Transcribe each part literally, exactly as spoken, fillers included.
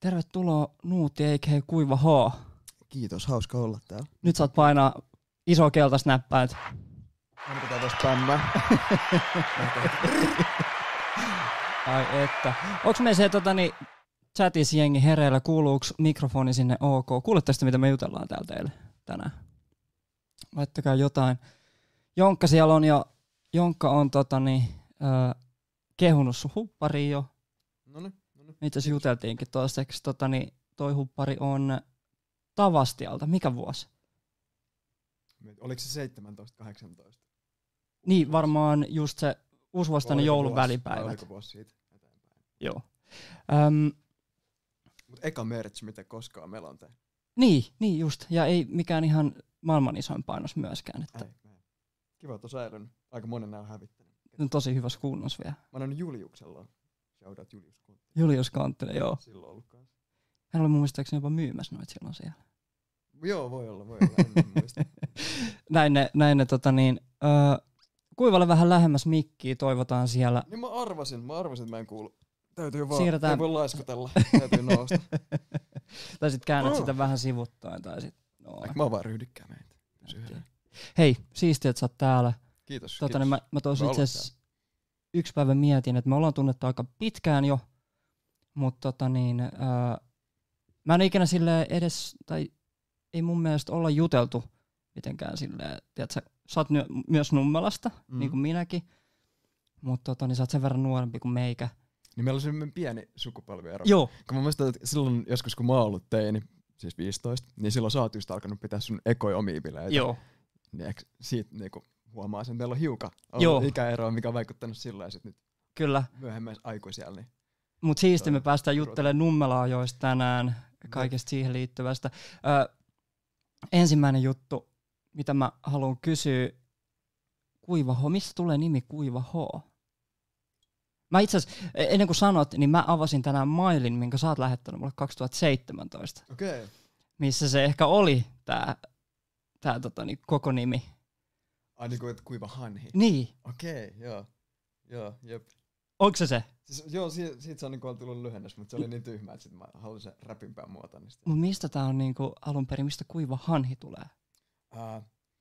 tervetuloa Nuutti eikä Kuiva H. Kiitos, hauska olla täällä. Nyt saat painaa iso keltaista näppäät. Onko tää tosta pämmää? Ai että. Onks me se totani, chatissa jengi hereillä, kuuluuks mikrofoni sinne ok? Kuuletteko sitä, mitä me jutellaan täällä teille tänään? Laittakaa jotain. Jonkka siellä on jo, Jonkka on totani, äh, kehunut sun huppariin jo. Noniin, noniin. Itse asiassa juteltiinkin toiseksi. Totani, toi huppari on Tavastialta. Mikä vuosi? Oliko se seitsemäntoista kahdeksantoista? Niin, varmaan just se uusvuostainen joulun vuosi, välipäivät. Oliko vuosi siitä eteenpäin? Joo. Öm, Mut eka merch, mitä koskaan meillä on tehnyt. niin, niin just. Ja ei mikään ihan maailman isoin painos myöskään. Että Ei, ei. Kiva, että on säilynyt. Aika monen nää on hävittänyt. on tosi hyvässä kunnossa vielä. Mä oon Juliuksella. Shoutout Julius Kontti. Julius Kanttinen, joo. Silloin ollut kanssa. Hän oli mun muistaakseni jopa myymässä noita silloin siellä. Joo, voi olla, voi olla. En muista. näin ne, näin ne tota niin, öö, Kuivalle vähän lähemmäs mikkiä toivotaan siellä. Niin mä arvasin, mä arvasin, että mä en kuulu. Täytyy vaan, Siirretään- ei voi laiskutella. Täytyy nousta. Tai sit käännät Oh. sitä vähän sivuttain. Tai sit, no. Ehkä mä oon vaan ryhdikkää meitä. Pysy hyvä. Hei, siistiä, että sä oot täällä. Kiitos. Tota, kiitos. niin mä, mä tuossa Hyvä itse olla asiassa yksi päivä mietin, että me ollaan tunnettu aika pitkään jo, mutta tota niin, ää, mä en ikinä silleen edes, tai ei mun mielestä olla juteltu mitenkään silleen, tiedätkö, sä oot ny- myös Nummelasta, Mm. niin kuin minäkin, mutta tota, niin sä oot sen verran nuorempi kuin meikä. Niin meillä on semmoinen pieni sukupolviero. Joo, Kun mä muistan, että silloin joskus kun mä oon ollut teini, siis viisitoista, niin silloin sä oot just alkanut pitää sun ekoja omia bileitä. joo, Niin eikö siitä niinku huomaa sen, meillä on hiukan Joo. ollut ikäeroa, mikä on vaikuttanut silloin ja sit nyt kyllä. myöhemmin aikuisella. Niin. Mutta siisti Toi me on päästään turvata. juttelemaan Nummelaajoista tänään, kaikesta siihen liittyvästä. Ö, ensimmäinen juttu, mitä mä haluan kysyä, Kuiva H, mistä tulee nimi Kuiva H? Mä itse asiassa, ennen kuin sanot, niin mä avasin tänään mailin, minkä sä oot lähettänyt mulle kaksituhattaseitsemäntoista, Okei. Okay. missä se ehkä oli tää, tää tota, niin, koko nimi. Ai niinku, että kuiva hanhi. Niin, Okei, okay, joo. Joo, jep. onko se se? Siis, joo, siitä, siitä se on niinku tullut lyhennys, mutta se oli niin tyhmä, että sit mä halusin sen räpimpään muotoon. Niin Mut mistä tää on niinku alun perin, mistä Kuiva Hanhi tulee? Uh,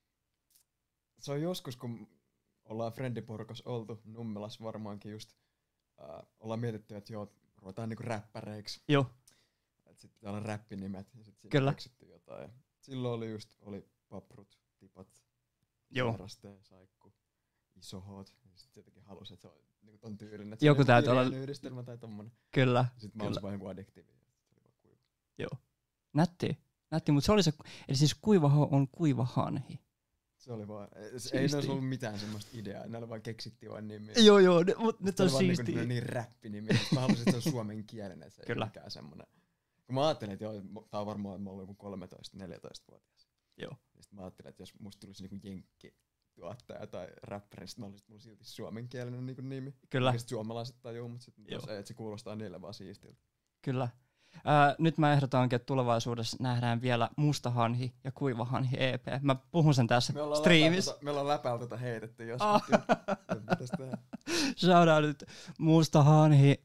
se on joskus, kun ollaan friendiporukas oltu, Nummelas varmaankin just, uh, ollaan mietitty, että joo, ruvetaan niinku räppäreiksi. Joo. Että sit pitää olla räppinimet ja sit Kyllä. keksitty jotain. Silloin oli just, oli paprut, tipat, Joo. Raste, saikku, iso hot. Ja sit jotenkin halusi, että se on niinku ton tyylinen. Että Joku se on täytyy olla- tyylinen yhdistelmä tai tommonen. Kyllä. Sit mä Kyllä. olisin vaan joku addiktiivi. Se oli vaan kuiva. Joo. Nätti. Nätti, mutta se oli se, eli siis Kuiva H on Kuiva Hanhi. Se oli vaan, ei, ei Siistiä. ne ollut mitään semmoista ideaa, ne oli vaan keksittiin vaan nimiä. Joo, joo, ne, mut nyt Se on oli vaan siistiä. niinku niin räppinimi. Mä halusin, että se on suomen kielen, että se ei Kyllä. ole mikään semmonen. Kun mä ajattelin, että joo, tää on varmaan, että mä oon joku kolmetoista neljätoista-vuotias. Joo. Ja sit mä ajattelin, että jos musta tulisi niinku jenkki tuottaja tai räppäri, niin sit mä olisin, että mulla silti suomenkielinen niinku nimi. Kyllä, Mikä sit suomalaiset tajuu, mutta sit Joo. jos ei, että se kuulostaa niille vaan siistiltä. kyllä. Ää, nyt mä ehdotankin, että tulevaisuudessa nähdään vielä Musta Hanhi ja Kuiva Hanhi E P. Mä puhun sen tässä Me ollaan striimissä. läpäältä, me ollaan läpäältä tätä heitetty joskus. Ah. Että pitäis tehdä. Shout out nyt Musta Hanhi.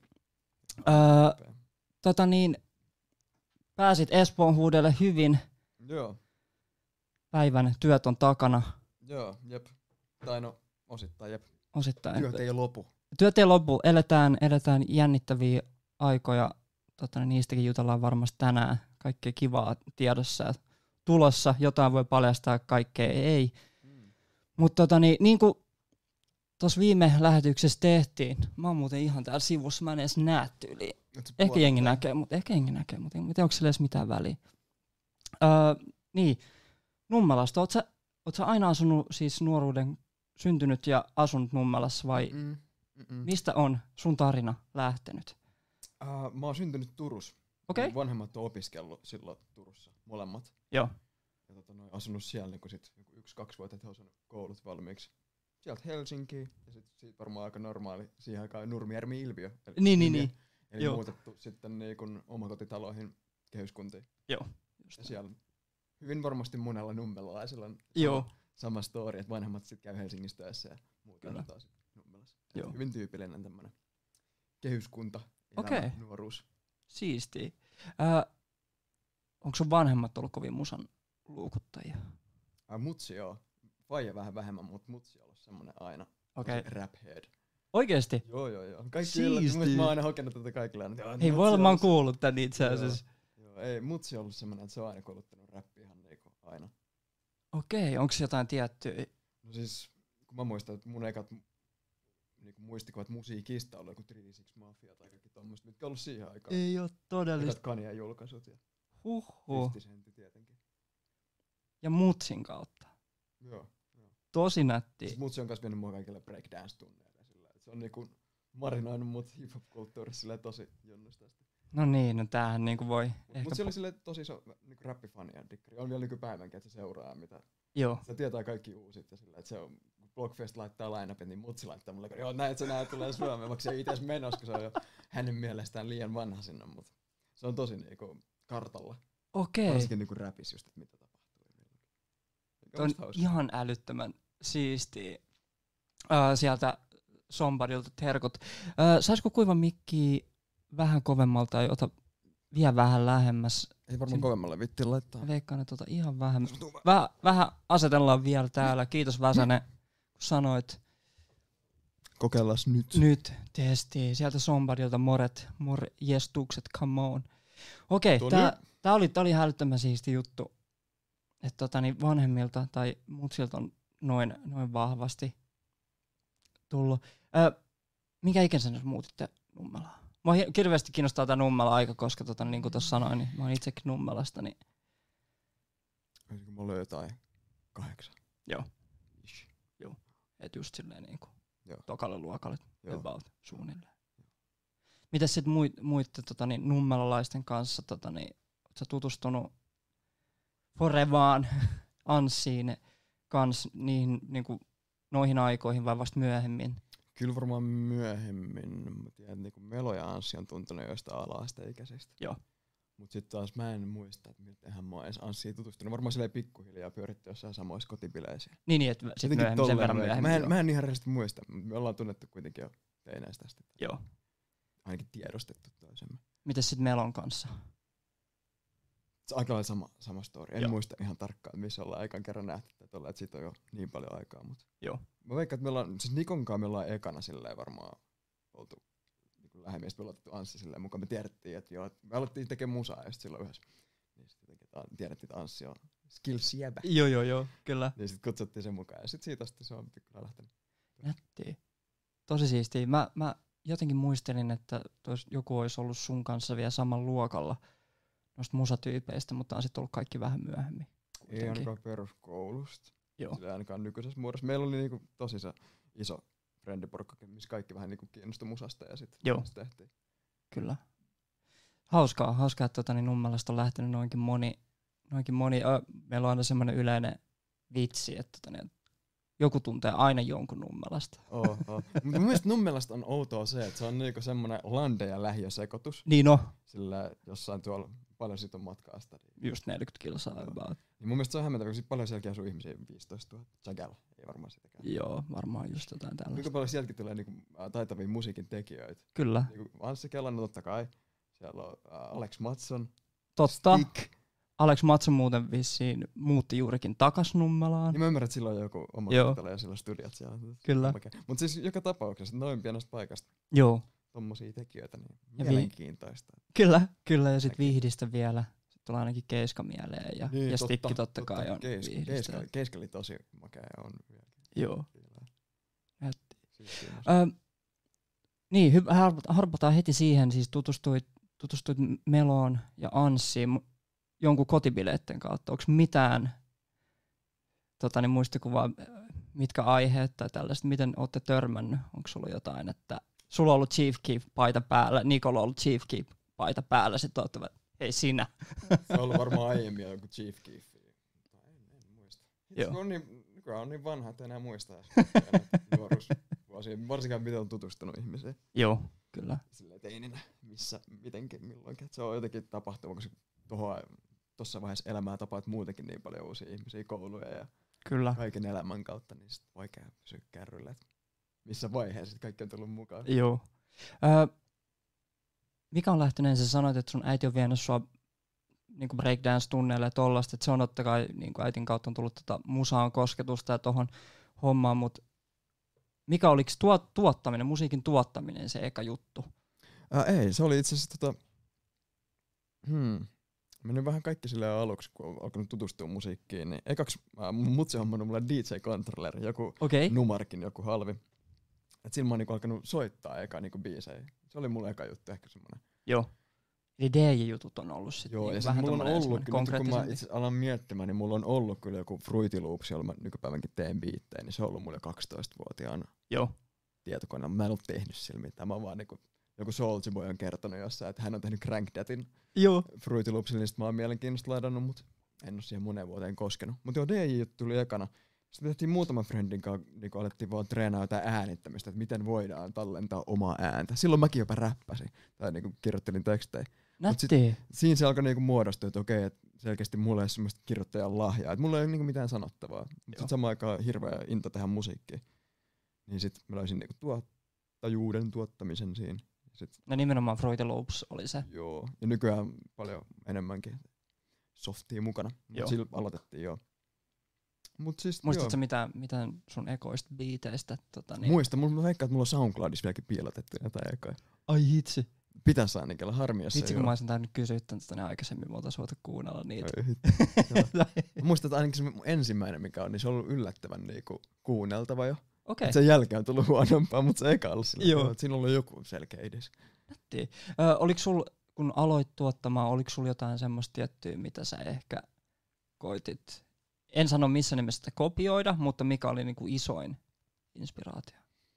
Ää, tota niin, pääsit Espoon huudelle hyvin. Joo, Päivän työt on takana joo, jep. Tai no, osittain jep. osittain. Työt ei lopu. Työt ei lopu. Eletään, eletään jännittäviä aikoja. Tota, niin niistäkin jutellaan varmasti tänään. Kaikkea kivaa tiedossa ja tulossa. Jotain voi paljastaa, kaikkea ei. Mm. Mutta tota, niin, niin kuin tuossa viime lähetyksessä tehtiin, mä oon muuten ihan täällä sivussa, mä en edes näe tyyliin. Ehkä jengi näkee, mutta ehkä jengi näkee, mutta en tiedä, onko sillä edes mitään väliä. Öö, niin, Nummelasta, oot sä, oot sä aina asunut siis nuoruuden, syntynyt ja asunut Nummelassa vai Mm, mm, mm. mistä on sun tarina lähtenyt? Uh, mä oon syntynyt Turussa. Okei. Mun vanhemmat on opiskellut silloin Turussa, molemmat. Joo. Ja tota, noin, asunut siellä niin sit joku yksi, kaksi vuotta, että he on saanut koulut valmiiksi. Sieltä Helsinkiin ja sit siitä varmaan aika normaali siihen aikaan Nurmijärvi-ilmiö. Eli, Niin, niin, ilmiö. niin. Eli Joo. muutettu sitten niin kun omakotitaloihin kehyskuntiin. Joo. Ja siellä hyvin varmasti monella nummelaisella on Joo. sama, sama story, että vanhemmat sitten käy Helsingissä töissä ja muut Kyllä. on taas Nummelassa. Et Joo. Hyvin tyypillinen tämmönen kehyskunta, elämä, Okei. nuoruus. Siistiä. Öö, onko sun vanhemmat ollut kovin musan luukuttajia? Ai mutsi joo. Faija vähän vähemmän, mutta mutsi on ollut semmonen aina. Okei. Okay. Rap head. Oikeesti? Joo joo joo. Kaikki yllätti. Mun mä oon aina hokenut tätä kaikille. Hei, voi olla mä oon kuullut tän itse asiassa. Joo, joo. Ei, mutsi on ollut semmonen, että se on aina kuluttanut räppiä ihan niinku aina. Okei, onko jotain tiettyä? No siis, kun mä muistan, että mun ekat niinku muistikuvat musiikista oli joku Three Six Mafia tai kaikki tommoista, mitkä on ollut siihen aikaan. Ei oo todellista. Ekat Kanye julkaisut ja Huhhuh. fifty Cent tietenkin. Ja mutsin kautta. Joo. Tosi nätti. Siis mutsi on kans vienyt mua kaikille breakdance-tunneille sillä, että se on niinku marinoinut mut hip-hop-kulttuurissa silleen tosi junnusta asti. No niin, no tämähän niinku voi Mut, ehkä... mut se oli silleen tosi iso niinku räppifani ja dikkari. On vielä nykypäivänkin, että se seuraa mitä. Joo. Se tietää kaikki uusit ja silleen, että se on, kun Blockfest laittaa line-upin, niin mutsi laittaa mulle, joo näet sä nää tulee Suomeen, vaikka se ei ites menossa, kun se on jo hänen mielestään liian vanha sinne, mut se on tosi niinku kartalla. Okei. Varsinkin niinku räpis just, että mitä tapahtuu. Tuo on ihan älyttömän siistiä. Uh, sieltä Somebodylta terkut. Uh, saisiko kuivan mikkiä vähän kovemmalta tai ota vielä vähän lähemmäs? Ei varmaan Siin... kovemmalle vitti laittaa. Veikkaan, että tota ihan vähän. Väh, vähän asetellaan vielä täällä. Kiitos Väsänen, kun sanoit. Kokeillaan nyt. Nyt testiin. Sieltä Somebodylta moret, morjestukset, come on. Okei, okay, tää, tää, oli, tää oli hälyttömän siisti juttu. Että tota, niin vanhemmilta tai mutsilta on noin, noin vahvasti tullut. Öö, minkä ikänsä nyt muutitte Nummelaan? Mua hirveästi kiinnostaa tää Nummela aika, koska tota, niin kuin tuossa sanoin, niin mä oon itsekin Nummelasta. Niin... Olisiko mulla jotain kahdeksan? Joo. Ish. Joo. Et just silleen niinku tokalle luokalle about suunnilleen. Mitäs sit muit, muitte tota, niin, nummelalaisten kanssa, tota, niin, oot sä tutustunut Forevaan, Anssiin kans niihin, niinku, noihin aikoihin vai vasta myöhemmin? Kyllä varmaan myöhemmin. Mä tiedän, että niinku Melo ja Anssi on tuntunut joista ala-asteikäisistä. Joo. Mut sit taas mä en muista, että mitenhän mä oon edes Anssiin tutustunut. Varmaan silleen pikkuhiljaa pyöritty jossain samoissa kotibileissä. Niin, niin että sit myöhemmin, sen verran myöhemmin. Mä en, mä en ihan rehellisesti muista. Me ollaan tunnettu kuitenkin jo teineistä asti. Joo. Ainakin tiedostettu toisemme. Mites sit Melon kanssa? Se on aika lailla sama, sama story. En Joo. muista ihan tarkkaan, missä ollaan ekan kerran nähty. Että ollaan, että siitä on jo niin paljon aikaa. Mut Joo. Mä veikkaan, että me ollaan, siis Nikonkaan me ollaan ekana silleen varmaan oltu niin lähemmin. Me ollaan otettu Anssi silleen mukaan. Me tiedettiin, että joo, me alettiin tekemään musaa just silloin yhdessä. Niin sit jotenkin, että tiedettiin, että Anssi on skillsjäbä. Joo, joo, joo, kyllä. Niin sit kutsuttiin sen mukaan ja sit siitä asti se on pikkuinen lähtenyt. Nättiä. Tosi siistiä. Mä, mä jotenkin muistelin, että tois, joku olisi ollut sun kanssa vielä saman luokalla noista musatyypeistä, mutta on sitten ollut kaikki vähän myöhemmin. Ei ainakaan peruskoulusta. Joo. Sillä ainakaan nykyisessä muodossa. Meillä oli niinku tosi se iso frendiporukka, missä kaikki vähän niinku kiinnostui musasta ja sitten tehtiin. Kyllä. Hauskaa, hauskaa, että tota, niin Nummelasta on lähtenyt noinkin moni. Noinkin moni. Ö, meillä on aina semmoinen yleinen vitsi, että tota, niin, joku tuntee aina jonkun Nummelasta. Oh, oh. Mutta mun mielestä Nummelasta on outoa se, että se on niinku semmoinen lande- ja lähiösekoitus. Niin no. Sillä jossain tuolla paljon siitä on matkaa sitä. Just neljäkymmentä kilsaa about. Niin mun mielestä se on hämmentävä, kun paljon sielläkin asuu ihmisiä, viisitoistatuhatta. Chagalla, ei varmaan sitäkään. Joo, varmaan just jotain tällaista. Kuinka paljon sieltäkin tulee niinku taitavia musiikin tekijöitä? Kyllä. Niinku Anssi Kelan, no totta kai. Siellä on uh, Alex Mattsson. Totta. Stick. Alex Mattsson muuten vissiin muutti juurikin takas Nummelaan. Niin mä ymmärrän, että sillä on joku oma kotitalo ja sillä on studiot siellä. Kyllä. Mutta siis joka tapauksessa noin pienesta paikasta. Joo. Tommosia tekijöitä, niin ja mielenkiintoista. Vi- kyllä, kyllä. Ja sit Vihdistä vielä. Sitten tulee ainakin Keiska mieleen. Ja, niin, ja totta, Stikki totta, totta kai on Keiska, Vihdistä. Keiska, Keiska oli tosi makea. On joo. Ö, niin, hy- harpataan heti siihen. Siis tutustuit, tutustuit Meloon ja Anssiin jonkun kotibileitten kautta. Onko mitään tota, niin muistikuvaa, mitkä aiheet tai tällaista, miten olette törmännyt? Onko sulla jotain, että sulla on ollut Chief Keef-paita päällä, Nikolla on ollut Chief Keef-paita päällä, sitten olette, hei sinä. Se on ollut varmaan aiemmin joku Chief Keef. En, en muista. Joo. On niin, nykyään on niin vanha, että enää muistaa nuoruusvuosia. Varsinkaan miten on tutustunut ihmiseen. Joo, kyllä. Silleen teininä, missä, mitenkin, milloinkin. Se on jotenkin tapahtunut, koska tuossa vaiheessa elämää tapaat muutenkin niin paljon uusia ihmisiä, kouluja ja kyllä. kaiken elämän kautta, niin sit vaikea pysyä kärryllä, että missä vaiheessa kaikki on tullut mukaan. Joo. Ö, mikä on lähtenyt, sä sanoit, että sun äiti on vienyt sua niinku breakdance-tunneille ja tollaista, että se on totta kai niinku äitin kautta on tullut tota musaan kosketusta ja tohon hommaan, mutta mikä oliko tuot, tuottaminen, musiikin tuottaminen se eka juttu? Ää, ei, se oli itse asiassa tota... Hmm. Meni vähän kaikki silleen aluksi, kun on alkanut tutustua musiikkiin, niin ekaksi äh, mutsi on hommannut mulle D J-controlleri, joku okay. Numarkin, joku halvi. Et sillä mä oon niinku alkanut soittaa eka niinku biisejä. Se oli mulle eka juttu ehkä semmonen. Joo. Eli D J-jutut on ollut sit Joo, niinku ja vähän mulla on ollut, kyllä, kun mä itse alan miettimään, niin mulla on ollut kyllä joku Fruity Loops, jolla mä nykypäivänkin teen biittejä, niin se on ollut mulle kaksitoistavuotiaana Joo. tietokoneella. Mä en oo tehnyt sillä mitään, mä oon vaan niinku, joku Soulja Boy on kertonut jossain, että hän on tehnyt Crank Thatin Fruity Loopsilla, niin sit mä oon mielenkiinnosta ladannut, mut en oo siihen moneen vuoteen koskenut. Mut joo, D J-juttu tuli ekana. Sitten tehtiin muutaman friendin kanssa, niin alettiin vaan treenaa jotain äänittämistä, että miten voidaan tallentaa omaa ääntä. Silloin mäkin jopa räppäsin, tai niinku kirjoittelin tekstejä. Nätti. Siinä se alkoi niinku muodostua, että okei, että selkeästi mulla ei ole semmoista kirjoittajan lahjaa, että mulla ei ole niinku mitään sanottavaa. Mutta sitten samaan aikaan hirveä into tehdä musiikkia. Niin sit mä löysin niinku tuottajuuden tuottamisen siinä. Sit, no nimenomaan Fruity Loops oli se. Joo, ja nykyään paljon enemmänkin softia mukana. Mut sillä aloitettiin joo. Mut siis, muistatko mitään, mitään sun ekoista biiteistä? Tota, niin? Muista, mulla veikkaa, että mulla on SoundCloudissa vieläkin piilotettu jotain ekoja. Ai hitsi. Pitäis ainakin olla harmi, jos vitsi, kun mä olisin tainnut kysyä tänne aikaisemmin, me oltais voitu kuunnella niitä. Muistan, että ainakin se ensimmäinen, mikä on, niin se on ollut yllättävän niinku kuunneltava jo. Okay. Sen jälkeen on tullut huonompaa, mutta se eka ollut sillä tavalla, että siinä on ollut joku selkeä idis. Ö, oliko sul, kun aloit tuottamaan, oliko sul jotain semmoista tiettyä, mitä sä ehkä koitit, en sano missä nimessä sitä kopioida, mutta mikä oli niinku isoin inspiraatio?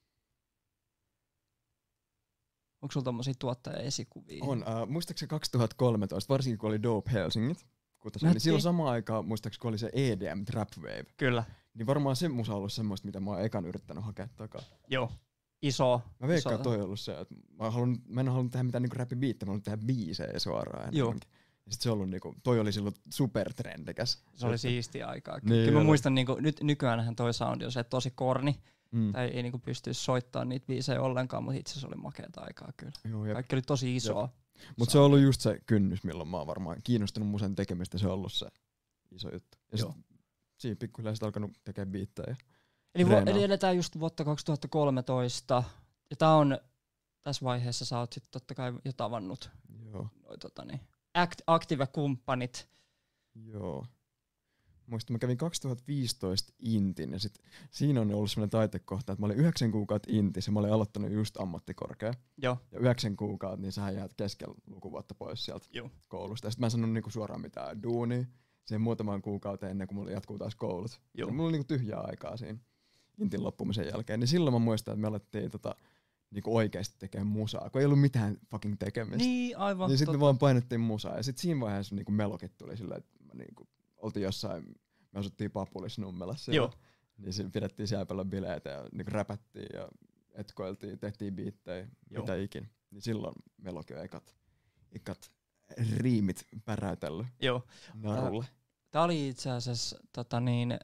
Onko sulla tommosia tuottaja-esikuvia? On. Uh, muistaakseni kaksituhattakolmetoista, varsinkin kun oli Dope Helsingit, niin silloin samaan aikaan, muistaakseni kun oli se E D M Trap Wave. Kyllä. Niin varmaan se musa on ollut semmoista, mitä mä oon ekan yrittänyt hakea takaa. Joo. Iso. Mä veikkaan, että toi on ollut se, että mä, haluun, mä en halunnut tehdä mitään niinku räppibiittejä, mä haluun tehdä biisejä suoraan. Joo. Ja sit se ollut niinku, toi oli silloin supertrendikäs. Se oli siistiä aikaa. Niin, kyllä mä muistan, niinku, nyt, nykyäänhän toi soundi on se tosi korni. Mm. Tai ei niinku pystyisi soittamaan niitä biisejä ollenkaan, mutta itse asiassa oli makeata aikaa kyllä. Joo, kaikki oli tosi isoa. Mutta se on ollut just se kynnys, milloin mä oon varmaan kiinnostunut musan tekemistä, se on ollut se iso juttu. Ja sit siinä pikkuhiljaa sit alkanut tekemään biittejä. Eli, vo, eli eletään just vuotta kaksituhattakolmetoista, ja tää on, tässä vaiheessa sä oot sit totta kai jo tavannut Joo. Noi, tota, niin, act, Active-kumppanit. Joo. Muistan, mä kävin kaksituhattaviisitoista Intin ja sit siinä on ollut semmoinen taitekohta, että mä olin yhdeksän kuukautta Intissä ja mä olin aloittanut just ammattikorkea. Joo. Ja yhdeksän kuukautta, niin sähän jäät keskellä lukuvuotta pois sieltä Joo. koulusta. Ja sit mä en sanonut niinku suoraan mitään duunia siihen muutamaan kuukauteen ennen kuin mulla jatkuu taas koulut. Joo. Mulla oli niinku tyhjää aikaa siinä Intin loppumisen jälkeen. Niin silloin mä muistan, että me alettiin tota, niinku oikeesti tekemään musaa, kun ei ollut mitään fucking tekemistä. Niin, aivan. Niin sitten me vaan painettiin musaa. Ja sit siinä vaiheessa niinku melokit tuli silleen, että mä niinku oltiin jossain, me asuttiin Papulis-Nummelassa. Joo. Niin siinä pidettiin siellä paljon bileitä ja niinku räpättiin ja etkoiltiin, tehtiin biittejä, mitä ikin. Niin silloin meillä oli jo ekat, ekat riimit päräytellyt Joo. narulle. Tää oli itse asiassa, tota niin,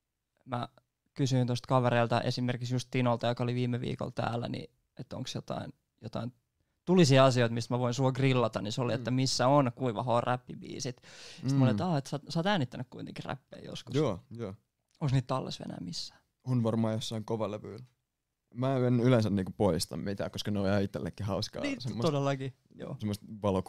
mä kysyin tuosta kavereilta, esimerkiksi just Tinolta, joka oli viime viikolla täällä, niin että onko jotain, jotain tulisia asioita, mistä mä voin sua grillata, niin se oli, mm. että missä on Kuiva H räppibiisit. Sitten mm. mä olin, että, että sä, sä oot äänittänyt kuitenkin räppejä joskus. Joo, joo. Onko niitä tallessa enää missään? On varmaan jossain kovalevyillä. Mä en yleensä niinku poista mitään, koska ne on ihan itsellekin hauskaa. Niin, todellakin, joo. Semmoista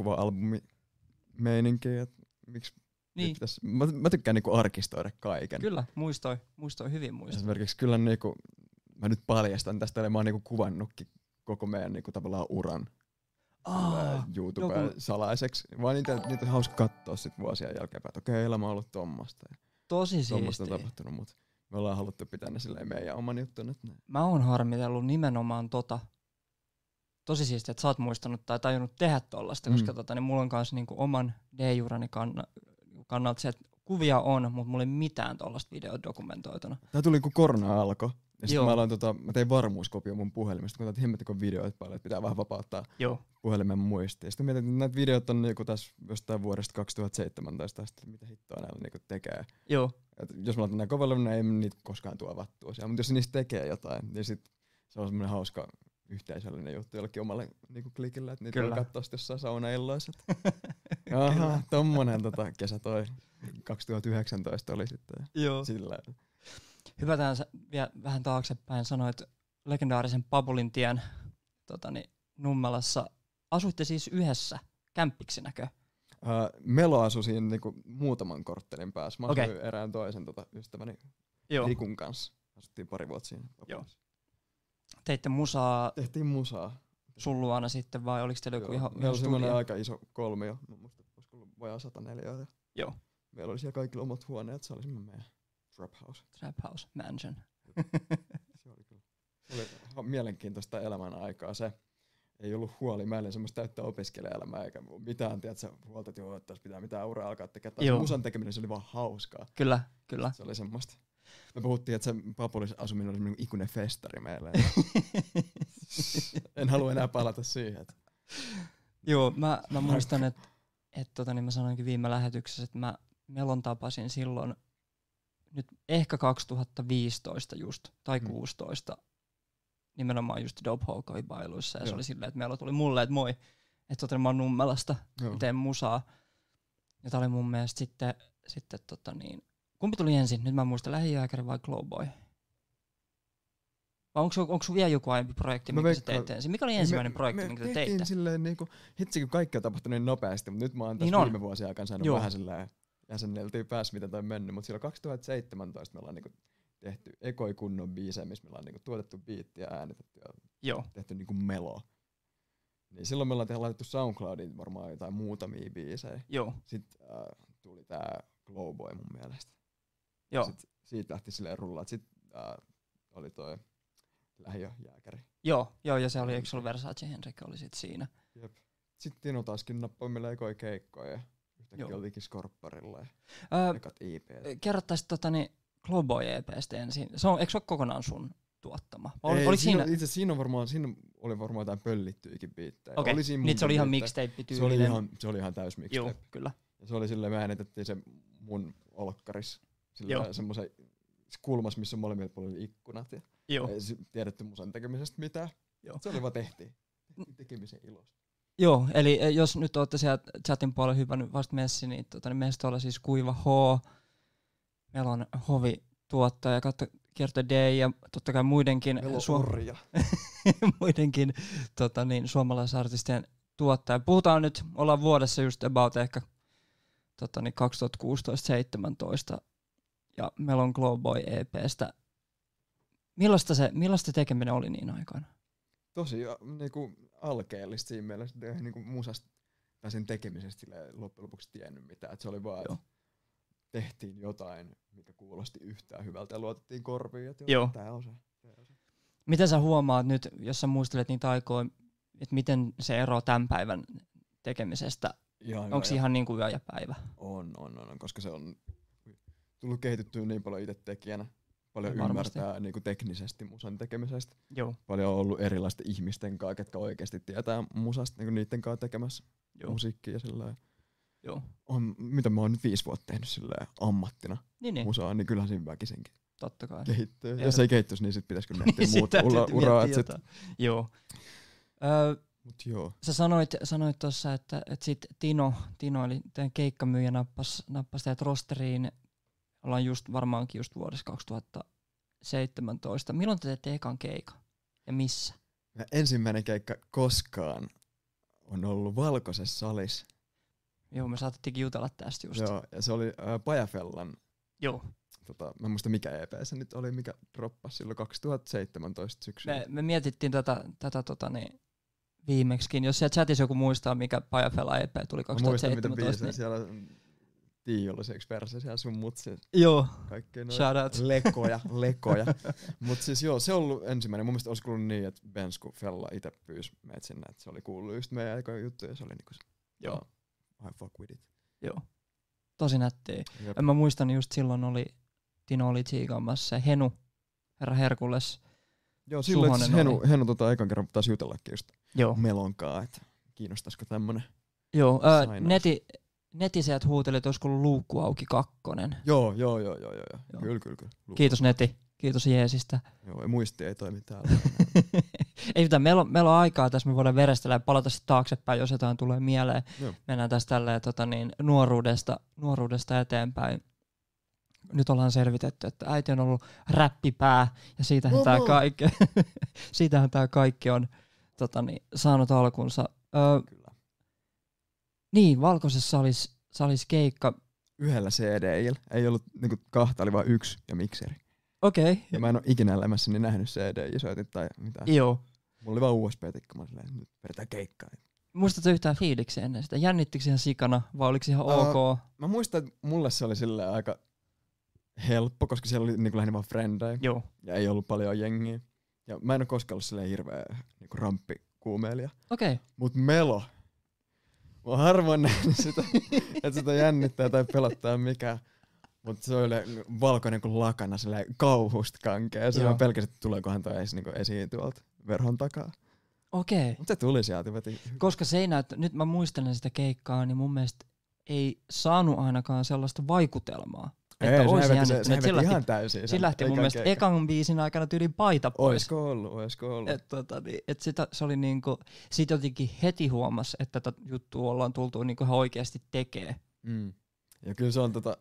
valokuva-albumi-meininkiä, että miksi niin. pitäis, mä, mä tykkään niinku arkistoida kaiken. Kyllä, muistoi, muistoi hyvin muistoi. Esimerkiksi kyllä niinku, mä nyt paljastan tästä, eli mä oon niinku kuvannutkin koko meidän niinku tavallaan uran. Ah, YouTubeen joku salaiseksi. Vaan niitä, niitä on hauska katsoa sit vuosien jälkeenpäin, että okei, elämä on ollut tommoista. Tosi siistiä. Tommoista on tapahtunut, mutta me ollaan haluttu pitää ne silleen meidän oman juttun. Mä oon harmitellut nimenomaan tota. Tosi siistiä, että sä oot muistanut tai tajunnut tehdä tollaista, mm. koska tota, niin mulla on kanssa niinku oman D-jurani kanna, kannalta se, että kuvia on, mutta mulla ei mitään tollaista videoa dokumentoituna. Tää tuli kun korona alkoi. Ja sit mä, aloin, tota, mä tein varmuuskopio mun puhelimesta, kun täältä hemmettikon videoita paljon, että pitää vähän vapauttaa Joo. puhelimen muistiin. Sitten mietin, että näitä videoita on niinku tässä jostain vuodesta kaksituhattaseitsemäntoista, että mitä hittoa näillä niinku tekee. Joo. Et jos mä laitan nää kovalla, niin ei niitä koskaan tuo vattua siellä. Mutta jos niistä tekee jotain, niin sit se on semmoinen hauska yhteisöllinen juttu jollekin omalle niinku klikille, että niitä Kyllä. voi katsoa sitten jossain saunailloissa. Aha, tommonen tota, kesä toi kaksituhattayhdeksäntoista oli sitten Joo. sillä. Hyvä tähän vielä vähän taaksepäin sanoit legendaarisen Pabulin tien totani, Nummelassa. Asuitte siis yhdessä kämppiksinäkö? Uh, Melo asui siinä niinku muutaman korttelin päässä. Mä asuin Okay. erään toisen tota, ystäväni Joo. Rikun kanssa. Asuttiin pari vuotta siinä. Joo. Teitte musaa Tehtiin musaa. sun luona sitten vai oliko teillä joku Joo. ihan, Meillä ihan oli semmoinen studio? aika iso kolmio. Mä muistan, olisiko ollut vajaa sata neliötä. Joo. Meillä oli siellä kaikilla omat huoneet. Se oli semmoinen meidän trap house. Trap House Mansion. Se oli kyllä. Se oli ha- mielenkiintoista elämän aikaa se. Ei ollut huoli. Mä elin semmoista täyttä opiskelijaelämää eikä mitään, tiedätkö, huolta, että joo, että tässä pitää mitään uraa alkaa tekemään. Joo. Musan tekeminen se oli vaan hauskaa. Kyllä, kyllä. Se oli semmoista. Me puhuttiin, että se Papulis asuminen oli semmoinen ikuinen festari meille. En halua enää palata siihen. Että Joo, mä, mä muistan, että et, tota, niin mä sanoinkin viime lähetyksessä, että mä Melon tapasin silloin nyt ehkä kaksituhattaviisitoista just, tai Mm. kuusitoista, nimenomaan just Dope Hokoi bailuissa, ja se Joo. oli silleen, että Melo tuli mulle, että moi, että tota, mä oon Nummelasta, Joo. teen musaa. Ja tää oli mun mielestä sitten, sitten tota niin, kumpi tuli ensin? Nyt mä en muista, Lähijääkäri vai Glowboy? Vai onko, onko sun vielä joku aiempi projekti, Mä minkä sä veikkaan- teit ensin? Mikä oli ensimmäinen me, projekti, me minkä te tehtiin teitte? silleen niinku, hitsi kun kaikki on tapahtunut niin nopeasti, mutta nyt mä oon tässä Niin on. viime vuosien aikana saanut Joo. vähän silleen jäsenneltyä päässä, miten toi on mennyt, mutta silloin kaksituhattaseitsemäntoista me ollaan niinku tehty ekoi kunnon biisejä, missä me ollaan niinku tuotettu biittiä, äänitetty ja Joo, tehty niinku melo. Niin silloin me ollaan tehty, laitettu SoundCloudiin varmaan jotain muutamia biisejä. joo, Sitten äh, tuli tää Glowboy mun mielestä. joo. Sitten siitä lähti silleen rullaa. Sitten äh, oli toi Lähiöjääkäri. Joo, joo, ja se oli, eikö se ollut Versace Henrik oli sit siinä. Jep. Sitten Tino taaskin nappoi meille ekoi keikkoja ja yhtäkkiä Joo. oltiinkin Skorpparilla ja Öö, ekat I P. kerrottaisi totani Glowboy E P:stä ensin. Se on, eikö se ole kokonaan sun tuottama? Ol, Ei, oliko siinä? siinä? Itse siinä on varmaan, siinä oli varmaan jotain pöllittyjäkin biittejä. Okei, Oli siinä niin se oli ihan munkin mixtape biittejä. tyylinen. Se oli ihan, se oli ihan täys Joo, mixtape. kyllä. Ja se oli silleen, me äänitettiin se mun olkkaris. Joo. Silleen semmoisen kulmas, missä on molemmilla puolilla ikkunat. Ja Joo. ei si- tiedetty musan tekemisestä mitään. Joo. Se oli vaan tehtiin. Tehtiin tekemisen ilosta. Joo, eli eh, jos nyt olette sieltä chatin puolella hypännyt vasta messi, niin, tota, niin meistä olla siis Kuiva H. Meillä on Hovi tuottaja, katso Kierto D ja totta kai muidenkin, Meillä on suom- orja. muidenkin tota, niin, suomalaisartistien tuottaja. Puhutaan nyt, ollaan vuodessa just about ehkä tota, niin kaksituhattakuusitoista seitsemäntoista ja meillä on Glowboy E P:stä. Millaista se, millaista tekeminen oli niin aikana? Tosi a- niinku alkeellista siinä mielessä, että ei niinku musasta tai sen tekemisestä silleen loppujen lopuksi tiennyt mitään. Et se oli vaan, Joo. että tehtiin jotain, mikä kuulosti yhtään hyvältä ja luotettiin korviin, että Joo. joo, tää on se. Tää on se. Miten sä huomaat nyt, jos sä muistelet niitä aikoja, että miten se eroaa tämän päivän tekemisestä? Ihan Onko hyvä se ja- ihan niin kuin yö ja päivä? On, on, on, on, koska se on tullut kehityttyä niin paljon itse tekijänä. Paljon Varmasti. ymmärtää niinku teknisesti musan tekemisestä. Joo. Paljon on ollut erilaisten ihmisten kanssa, ketkä oikeasti tietää musasta niinku niiden kanssa tekemässä Joo. musiikkia ja sillä Joo. on, mitä mä oon nyt viisi vuotta tehnyt sillä ammattina Niin, niin. musaa, niin kyllähän siinä väkisinkin Totta kai. kehittyy. Ehdot- Jos ei kehittyisi, niin sit pitäisikö miettiä Sit muut täytyy ura, uraa. miettiä et Sit, jotain. Joo. Öö, mut joo. sä sanoit, sanoit tuossa, että, että sit Tino, Tino eli teidän keikkamyyjä nappasi nappas teidät rosteriin. Ollaan just varmaankin just vuodessa kaksituhattaseitsemäntoista. Milloin te teette ekan keikan? Ja missä? Ja ensimmäinen keikka koskaan on ollut Valkoisessa salissa. Joo, me saatettiinkin jutella tästä just. Joo, ja se oli äh, Pajafellan, Joo. tota, mä en muista mikä E P se nyt oli, mikä droppasi silloin kaksituhattaseitsemäntoista syksyllä. Me, me mietittiin tätä, tätä tota niin, viimeksikin. Jos siellä chatissa joku muistaa, mikä Pajafella E P tuli Mä muistan mitä kaksituhattaseitsemäntoista. biisejä Niin... siellä Tiiolla se yksi verse siellä sun mutsi. Joo, Kaikkea shout out. lekoja, lekoja. Mut siis joo, se on ollut ensimmäinen. Mun mielestä olisi kuullut niin, että Bensku Fella ite pyysi meitä sinne, että se oli kuullut just meidän aikojen juttuja ja se oli niinku se, Joo. I fuck with it. Joo. Tosi nättiä. Jep. Ja mä muistan just silloin oli, Tino oli tsiikaamassa se Henu, herra Herkules. Joo, silloin itse Suhonen Henu, oli. Henu tota ekan kerran taas jutellakin just Joo. Melonkaa, että kiinnostaisiko tämmönen. Joo, ää, Sainaus. neti, netiseät huuteli, että olisiko ollut luukku auki kakkonen. Joo, joo, joo, joo, joo. joo. Joo. Kyllä, kyllä, kyllä. Luku. Kiitos neti. Kiitos Jeesistä. Joo, muisti ei toimi täällä. Ei mitään, meillä on, meillä on aikaa tässä, me voidaan verestellä ja palata sitten taaksepäin, jos jotain tulee mieleen. Joo. Mennään tässä tälleen tota niin, nuoruudesta, nuoruudesta eteenpäin. Nyt ollaan selvitetty, että äiti on ollut räppipää ja siitähän tämä kaikki, siitähän tää kaikki on tota niin, saanut alkunsa. Öö, Kyllä. Niin, valkoisessa salis, salis keikka. Yhdellä C D I:llä. Ei ollut niinku kahta, oli vain yksi ja mikseri. Okei. Okay. Ja mä en oo ikinä elämässäni nähnyt C D I-soitin tai mitään. Joo. Mulla oli vaan U S B-tikka, mä silleen, nyt vedetään keikkaa. Muistatko yhtään fiiliksiä ennen sitä? Jännittikö ihan sikana vai oliko ihan ok? Uh, mä muistan, että mulle se oli silleen aika helppo, koska siellä oli niinku lähinnä vaan frendejä. Joo. Ja ei ollut paljon jengiä. Ja mä en oo koskaan ollut silleen hirveä niinku ramppikuumeilija. Okei. Okay. Mut Melo. Mä oon harvoin nähnyt sitä, että sitä jännittää tai pelottaa mikään. Mutta se oli valkoinen kuin lakana, silleen kauhusta kankea. Ja se vaan pelkäsit, että tuleekohan toi esi, niinku esiin tuolta verhon takaa. Okei. Mutta se tuli sieltä. Veti. Koska se ei näyttä, nyt mä muistelen sitä keikkaa, niin mun mielestä ei saanut ainakaan sellaista vaikutelmaa. Ei, että se olisi veti, se, se veti lähti, ihan täysin. Sillä lähti mun mielestä keikka. Ekan biisin aikana tyyliin paita pois. Oisko ollut, oisko ollut. Et, tota, niin, et sitä, se oli niinku, sit jotenkin heti huomasi, että tätä juttua ollaan tultu niinku ihan oikeasti tekee. Mm. Ja kyllä se on tota,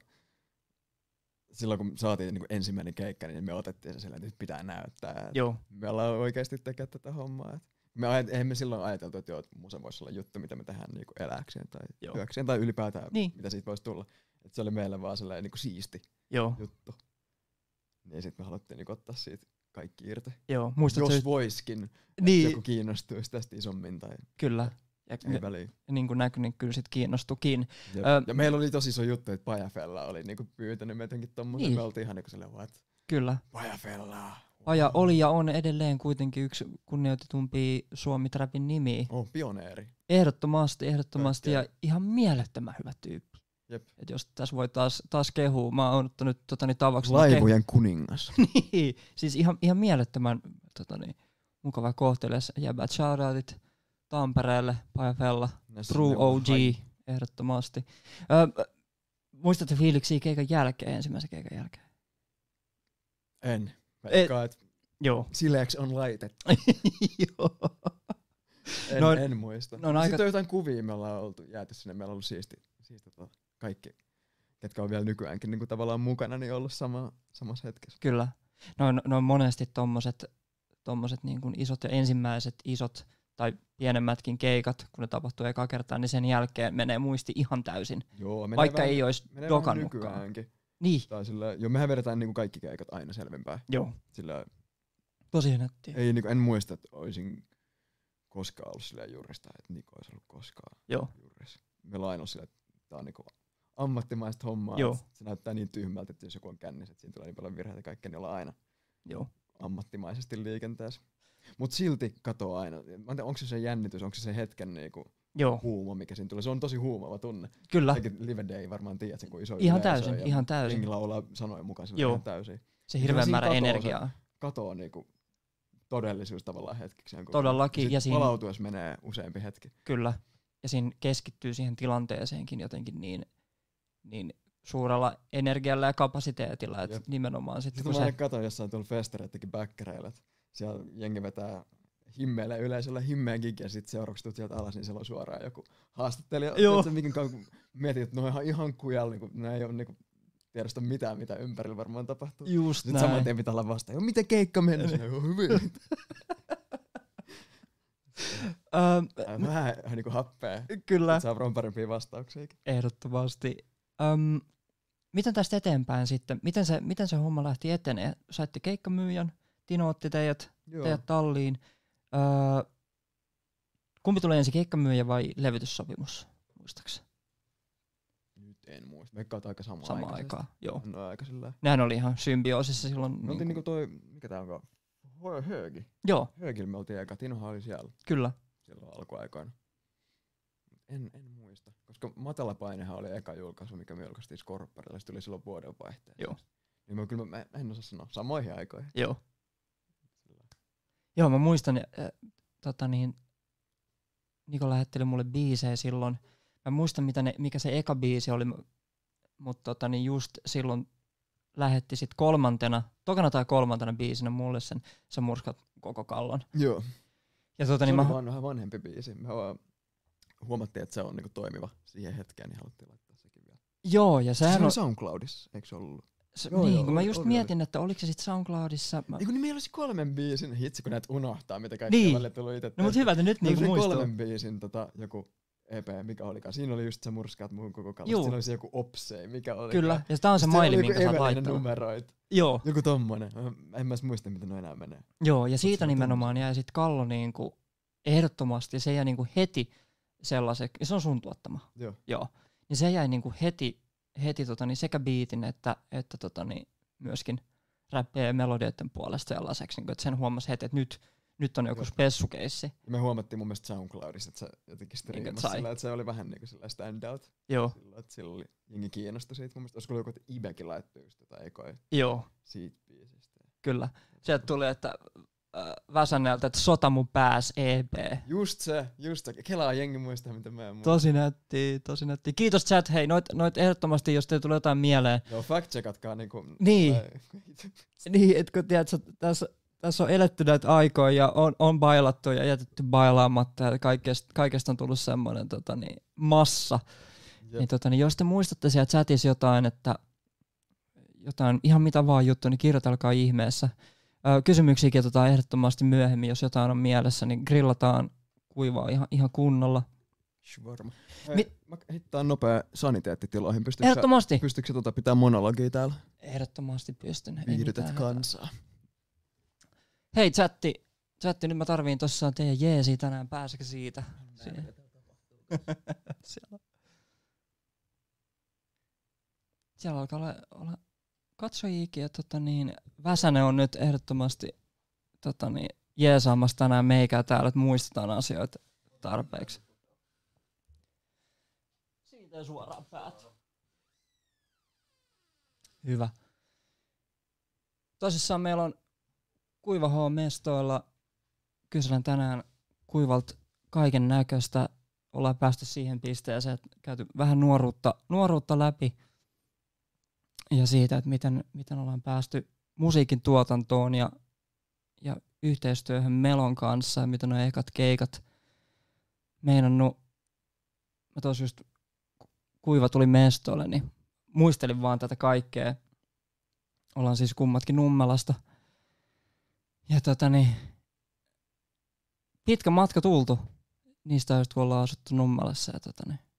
silloin kun saatiin niinku ensimmäinen keikka, niin me otettiin se silleen, että nyt pitää näyttää. Joo. Me ollaan oikeasti tekemään tätä hommaa. Et me ajat, eihän me silloin ajateltu, että joo, musa voisi olla juttu, mitä me tehdään niinku elääkseen tai joo. työkseen tai ylipäätään, niin. mitä siitä voisi tulla. Et se oli meille vaan sellainen niinku siisti joo. juttu. Niin sit me haluttiin niinku ottaa siitä kaikki irti. Joo, jos se voiskin, niin. joku kiinnostuisi tästä isommin. Tai kyllä. Ja ei väliä. Niin kuin näkyi, niin kyllä sit kiinnostukin. Ja, Ö, ja meillä oli tosi iso juttu, että Pajafella oli niinku pyytänyt me jotenkin tommosen. Niin. Me oltiin ihan niinku silleen, what? Kyllä. Pajafella. Paja oli ja on edelleen kuitenkin yksi kunnioitetumpia Suomi-trapin nimiä. Oh, pioneeri. Ehdottomasti, ehdottomasti. Kaikkea. Ja ihan mielettömän hyvä tyyppi. Jep. Et jos tässä voi taas, taas kehua, mä oon ottanut totani tavaksi. Laivojen kuningas. Niin, siis ihan, ihan mielettömän totani, mukava kohteles. Jäbät shoutoutit Tampereelle, Pajafella, True O G, ehdottomasti. Ö, muistatko fiiliksiä keikan jälkeen, ensimmäisen keikan jälkeen? En. Veikkaa, että joo. sileeksi on laitettu. Joo. En, no, en muista. No, sitten aika on jotain kuvia, me ollaan oltu jääty sinne, meillä on ollut siisti, siisti to, kaikki, ketkä on vielä nykyäänkin niin kuin tavallaan mukana, niin ollut sama, samassa hetkessä. Kyllä. No, no, no monesti tommoset, tommoset niin kuin isot ja ensimmäiset isot tai pienemmätkin keikat, kun ne tapahtuu ekaa kertaa, niin sen jälkeen menee muisti ihan täysin. Joo, vaikka vähän, ei olisi dokannutkaan. Nykyäänkin. Niin. Tai sillä, jo mehän vedetään niinku kaikki keikat aina selvinpäin. Joo. Sillä tosi nättiä. Ei, niinku, en muista, että olisin koskaan ollut silleen juurista, että Niko olisi ollut koskaan Joo. juurissa. Meillä on aina silleen, että tää on niinku ammattimaista hommaa. Joo. Se näyttää niin tyhmältä, että jos joku on kännissä, että siinä tulee niin paljon virheitä kaikkea, niin ollaan aina Joo. ammattimaisesti liikenteessä. Mut silti katoaa aina. Mä en tiedä, onko se se jännitys, onko se se hetken niinku Joo. huuma, mikä siinä tulee. Se on tosi huumaava tunne. Kyllä. Eikä Live Day varmaan tiedät sen, kun iso ihan täysin, ihan täysin. Jengi laulaa sanojen mukaan sillä ihan täysin. Se hirveän määrä energiaa. Katoo niinku todellisuus tavallaan hetkeksi. Todellakin. Ja siinä palautuessa menee useampi hetki. Kyllä. Ja siinä keskittyy siihen tilanteeseenkin jotenkin niin, niin suurella energialla ja kapasiteetilla, että nimenomaan sitten kun se... Katon jossain tuolla festareittikin bäkkäreillä, että siellä jengi vetää himmeille yleisöllä himmeen gig ja sitten seuraavaksi tulet sieltä alas, niin siellä on suoraan joku haastattelija. Joo. Mikin kun mietit, että ne on ihan, ihan kujalla, niin ne ei ole niin tiedosta mitään, mitä ympärillä varmaan tapahtuu. Just sitten näin. saman tien pitää olla vastaan. Joo, miten keikka meni? Se on hyvin. Um, vähän niinku happea. Kyllä. Saa varmaan parempia vastauksia. Ehdottomasti. Um, miten tästä eteenpäin sitten? Miten se, miten se homma lähti etenee? Saitte keikkamyyjän, Tino otti teidät, teidät talliin. Uh, kumpi tulee ensin, keikkamyyjä vai levytyssopimus? Muistaakseni? Nyt en muista. Me katsotaan aika samaan Sama aikaa. Joo. No, aika sillä. Nehän oli ihan symbioosissa silloin. Me oltiin niinku toi, mikä tää onkaan? Höögi. Joo. Höögillä me oltiin eka. Tinohan oli siellä. Kyllä. Silloin alkuaikoina. En, en muista. Koska Matalapainehan oli eka julkaisu, mikä me julkaistiin Skorpparilla. Se tuli silloin vuodenvaihteessa. Joo. Niin mä kyllä mä en osaa sanoa. Samoihin aikoihin. Joo. Joo, mä muistan, äh, tota niin, Niko lähetteli mulle biisejä silloin. Mä muistan, mitä ne, mikä se eka biisi oli, mutta tota niin just silloin lähetti sit kolmantena, tokana tai kolmantena biisinä mulle sen Sä murskat koko kallon. Joo. Ja tuota, se niin oli mä... vaan vähän vanhempi biisi. Me huomattiin, että se on niinku toimiva siihen hetkeen, niin haluttiin laittaa sekin vielä. Joo, ja sehän se on... oli SoundCloudissa, eikö se ollut? Se, joo, niin, joo, kun mä oli, just oli, mietin, oli. että oliko se sit SoundCloudissa... Mä... Eiku niin meillä olisi kolmen biisin, hitsi kun näitä unohtaa, mitä kaikkea niin. välillä tullut itse. No mut hyvä, että nyt niinku muistuu. kolmen biisin tota, joku E P, mikä olikaan. Siinä oli just Sä murskaat muun koko kallasta. Siinä oli se joku Opsei, mikä oli. Kyllä, ja tää on se maili, minkä sä oot laittanut. Numeroit. Joo. Joku tommonen. En mä muista, miten ne enää menee. Joo, ja siitä nimenomaan jäi sit Kallo niinku ehdottomasti, se jäi niinku heti sellaiseksi, se on sun tuottama. Joo. Joo. Ja se jäi niinku heti, heti tota, niin sekä biitin että, että tota, niin myöskin räppien ja melodioiden puolesta sellaiseksi, niin että sen huomasi heti, että nyt, nyt on joku spessukeissi. Me huomattiin mun mielestä SoundCloudissa, että se jotenkin striimasi sillä, että se oli vähän niin kuin standout. Joo. Sillä, että sillä oli jengi kiinnostunut siitä. Mun mielestä olisiko joku, että Ibekin laittoi just jotain ekoja. Joo. Siitä biisistä. Kyllä. Sieltä tuli, että äh, Väsäneltä, että Sota mun pääs E P. Just se, just se. Kelaa jengi muistaa, mitä mä en muista. Tosi nätti, tosi nätti. Kiitos chat, hei, noit, noit ehdottomasti, jos teille tulee jotain mieleen. Joo, fact-checkatkaa niinku. Niin. Niin, että kun tiedät, tässä, tässä on eletty näitä aikoja ja on, on bailattu ja jätetty bailaamatta ja kaikesta, kaikesta on tullut semmoinen tota, niin, massa. Niin, tota, niin jos te muistatte siellä chatissa jotain, että jotain ihan mitä vaan juttu, niin kirjoitelkaa ihmeessä. Öö, kysymyksiä kirjoitetaan ehdottomasti myöhemmin, jos jotain on mielessä, niin grillataan kuivaa ihan, ihan kunnolla. Varma. Hei, Mi- mä hittään nopea saniteettitiloihin. Pystytkö ehdottomasti. Sä, pystytkö sä tota pitää monologia täällä? Ehdottomasti pystyn. Viihdytät kansaa. Hei chatti, chatti, nyt mä tarviin tossaan teidän jeesiä tänään, pääsekö siitä? Siellä. Siellä alkaa olla, olla katsojiikin, ja tota niin, Väsänen on nyt ehdottomasti tota niin, jeesaamassa tänään meikää täällä, että muistetaan asioita tarpeeksi. Siitä suoraan päät. Hyvä. Tosissaan meillä on Kuiva H-mestoilla. Kysellään tänään Kuivalta kaiken näköistä. Ollaan päästy siihen pisteeseen, että käyty vähän nuoruutta, nuoruutta läpi. Ja siitä, että miten, miten ollaan päästy musiikin tuotantoon ja, ja yhteistyöhön Melon kanssa. Ja miten on ekat keikat meinannut. Mä tos just Kuiva tuli mestoille, niin muistelin vaan tätä kaikkea. Ollaan siis kummatkin Nummelasta. Ja tota niin, pitkä matka tultu niistä just kun ollaan asuttu Nummelassa. Ja tota niin,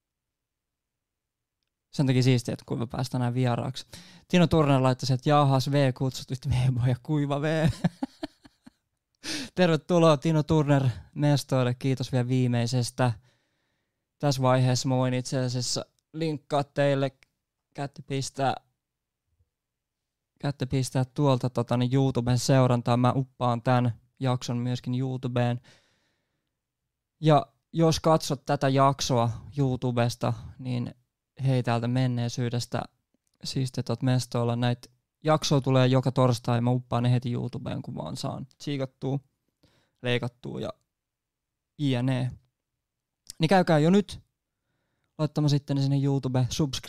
sen takia siistiä, että Kuiva pääsi tänään vieraaksi. Tino Turner laittoi, että jahas V kutsut, yhtä V-boy ja Kuiva V. Tervetuloa Tino Turner mestoille, kiitos vielä viimeisestä. Tässä vaiheessa mä voin itse asiassa linkkaa teille, käytte pistää, käytte pistää tuolta tota, niin YouTuben seurantaa. Mä uppaan tämän jakson myöskin YouTubeen. Ja jos katsot tätä jaksoa YouTubesta, niin hei täältä menneisyydestä, siis te oot mestoilla. Näitä jaksoja tulee joka torstai, mä uppaan ne heti YouTubeen, kun vaan saan tsiikattua, leikattua ja jne. Niin käykää jo nyt laittamaan sitten sinne YouTube